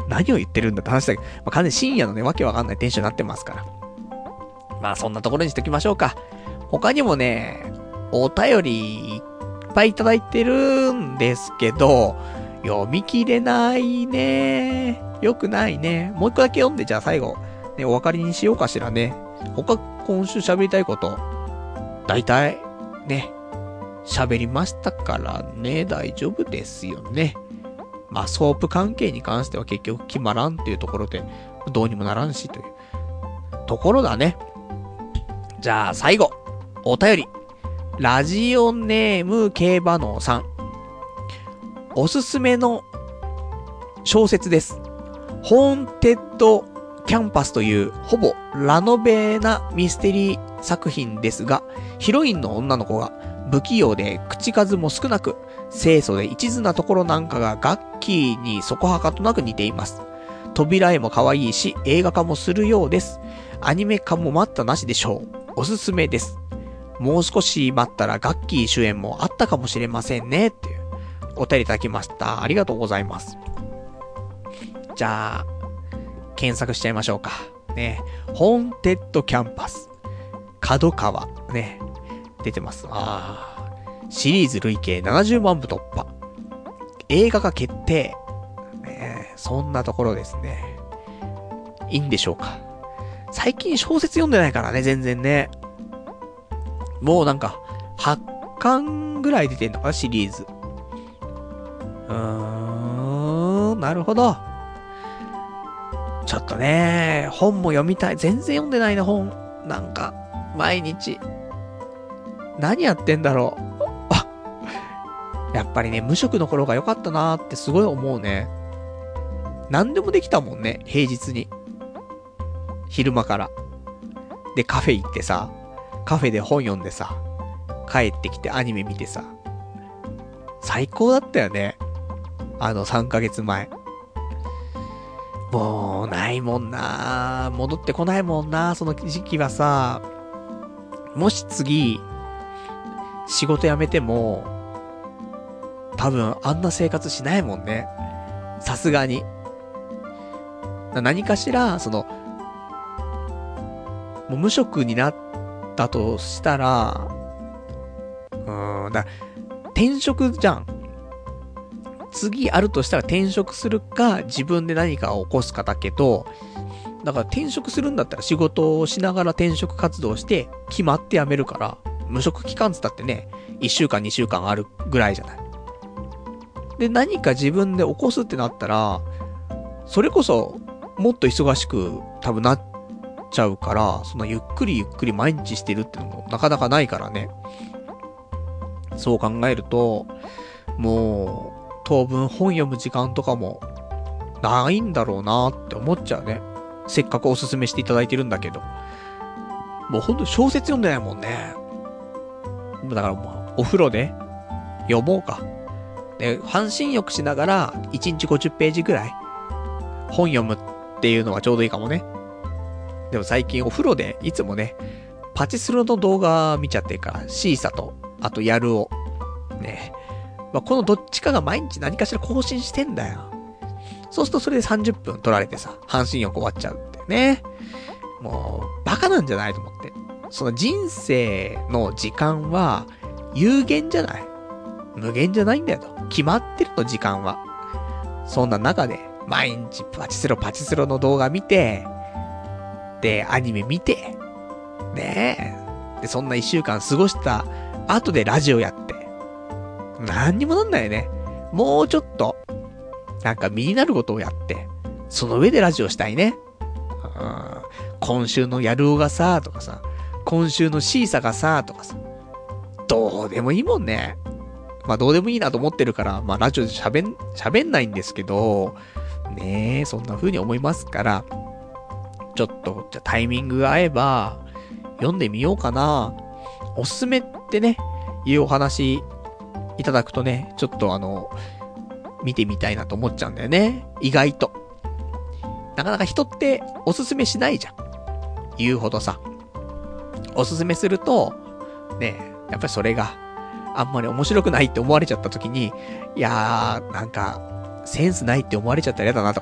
何を言ってるんだって話だけど、まあ、完全に深夜のね、わけわかんないテンションになってますから。まあそんなところにしときましょうか。他にもね、お便りいっぱいいただいてるんですけど、読み切れないね。よくないね。もう一個だけ読んで、じゃあ最後、ね、お別れにしようかしらね。他今週喋りたいこと、だいたい、ね、喋りましたからね、大丈夫ですよね。まあソープ関係に関しては結局決まらんっていうところで、どうにもならんしというところだね。じゃあ最後、お便り。ラジオネーム競馬のさん。おすすめの小説です。ホーンテッドキャンパスというほぼラノベなミステリー作品ですが、ヒロインの女の子が不器用で口数も少なく、清楚で一途なところなんかがガッキーにそこはかとなく似ています。扉絵も可愛いし、映画化もするようです。アニメ化も待ったなしでしょう。おすすめです。もう少し待ったらガッキー主演もあったかもしれませんね。っていうお便りいただきました。ありがとうございます。じゃあ、検索しちゃいましょうか。ね。ホーンテッドキャンパス。角川。ね。出てます。ああ。シリーズ累計ななじゅうまんぶ突破。映画化決定。ね。そんなところですね。いいんでしょうか。最近小説読んでないからね、全然ね。もうなんか、はちかんぐらい出てんのかな、シリーズ。うーん、なるほど。ちょっとね、本も読みたい。全然読んでないな、本。なんか、毎日。何やってんだろう。あ、やっぱりね、無職の頃が良かったなーってすごい思うね。何でもできたもんね、平日に。昼間から。で、カフェ行ってさ、カフェで本読んでさ、帰ってきてアニメ見てさ。最高だったよね。あのさんかげつまえ。もう、ないもんな。戻ってこないもんな、その時期はさ。もし次、仕事辞めても、多分あんな生活しないもんね。さすがに。何かしら、その、もう無職になったとしたら、うーん、だ、転職じゃん。次あるとしたら転職するか、自分で何かを起こすかだけど、だから転職するんだったら仕事をしながら転職活動して、決まって辞めるから、無職期間つったってね、いっしゅうかんにしゅうかんあるぐらいじゃない。で、何か自分で起こすってなったら、それこそ、もっと忙しく多分なっちゃうから、そのゆっくりゆっくり毎日してるってのもなかなかないからね。そう考えると、もう、当分本読む時間とかも、ないんだろうなって思っちゃうね。せっかくおすすめしていただいてるんだけど。もうほんと小説読んでないもんね。だからもう、お風呂で読もうか。で、半身浴しながら、いちにちごじゅっページぐらい、本読むっていうのがちょうどいいかもね。でも最近お風呂で、いつもね、パチスロの動画見ちゃってるから、シーサと、あとやるを。ね。まあ、このどっちかが毎日何かしら更新してんだよ。そうするとそれでさんじゅっぷん取られてさ、半身浴終わっちゃうってね。もう、バカなんじゃないと思って。その人生の時間は、有限じゃない？無限じゃないんだよと。決まってるの、時間は。そんな中で、毎日パチスロパチスロの動画見て、で、アニメ見て、ねえ。で、そんないっしゅうかん過ごした後でラジオやって。何にもなんないよね。もうちょっと、なんか身になることをやって、その上でラジオしたいね。うん、今週のやるおがさ、とかさ、今週のシーサがさ、とかさ、どうでもいいもんね。まあどうでもいいなと思ってるから、まあラジオで喋ん、喋んないんですけど、ねえ、そんな風に思いますから、ちょっと、じゃタイミングが合えば、読んでみようかな。おすすめってね、いうお話いただくとね、ちょっとあの、見てみたいなと思っちゃうんだよね。意外と。なかなか人っておすすめしないじゃん。言うほどさ。おすすめすると、ね、やっぱりそれがあんまり面白くないって思われちゃった時に、いやー、なんか、センスないって思われちゃったら嫌だなとかって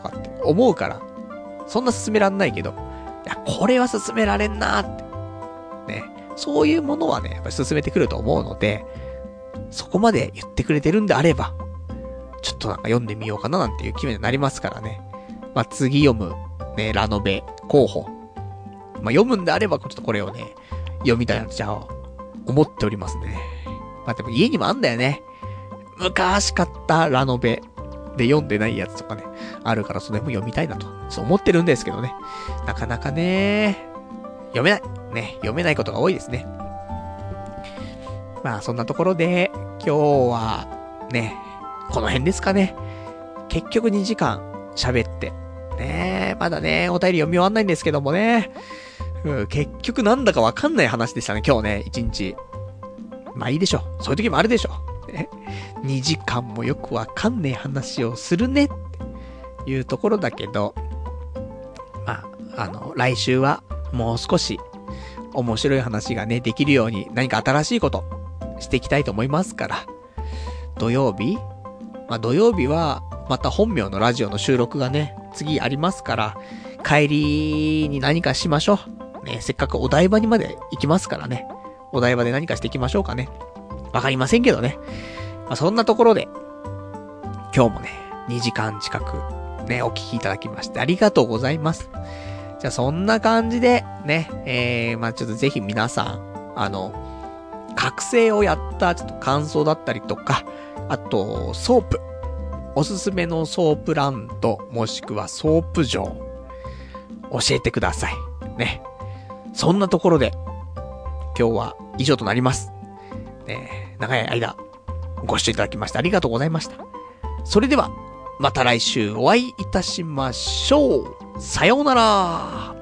思うから、そんな勧めらんないけど、いや、これは勧められんなーって。ね。そういうものはね、やっぱり勧めてくると思うので、そこまで言ってくれてるんであれば、ちょっとなんか読んでみようかななんていう気分になりますからね。まあ、次読む、ね、ラノベ候補。まあ、読むんであれば、ちょっとこれをね、読みたいなと、じゃあ、思っておりますね。まあ、でも家にもあんだよね。昔買ったラノベで読んでないやつとかね、あるからそれも読みたいなと、そう思ってるんですけどね。なかなかね、読めない。ね、読めないことが多いですね。まあ、そんなところで、今日は、ね、この辺ですかね。結局にじかん喋って。ねまだね、お便り読み終わんないんですけどもね。うん、結局なんだかわかんない話でしたね、今日ね、いちにち。まあいいでしょ。そういう時もあるでしょ。ね、にじかんもよくわかんねえ話をするねっていうところだけど、まあ、あの、来週はもう少し面白い話がね、できるように何か新しいことしていきたいと思いますから。土曜日まあ土曜日はまた本名のラジオの収録がね、次ありますから、帰りに何かしましょう。ね、せっかくお台場にまで行きますからね。お台場で何かしていきましょうかね。わかりませんけどね。まあ、そんなところで、今日もね、にじかん近くね、お聞きいただきましてありがとうございます。じゃあそんな感じで、ね、えー、まあちょっとぜひ皆さん、あの、覚醒をやったちょっと感想だったりとか、あと、ソープ。おすすめのソープランド、もしくはソープ場、教えてください。ね。そんなところで、今日は以上となります。ね、長い間、ご視聴いただきましてありがとうございました。それでは、また来週お会いいたしましょう。さようなら。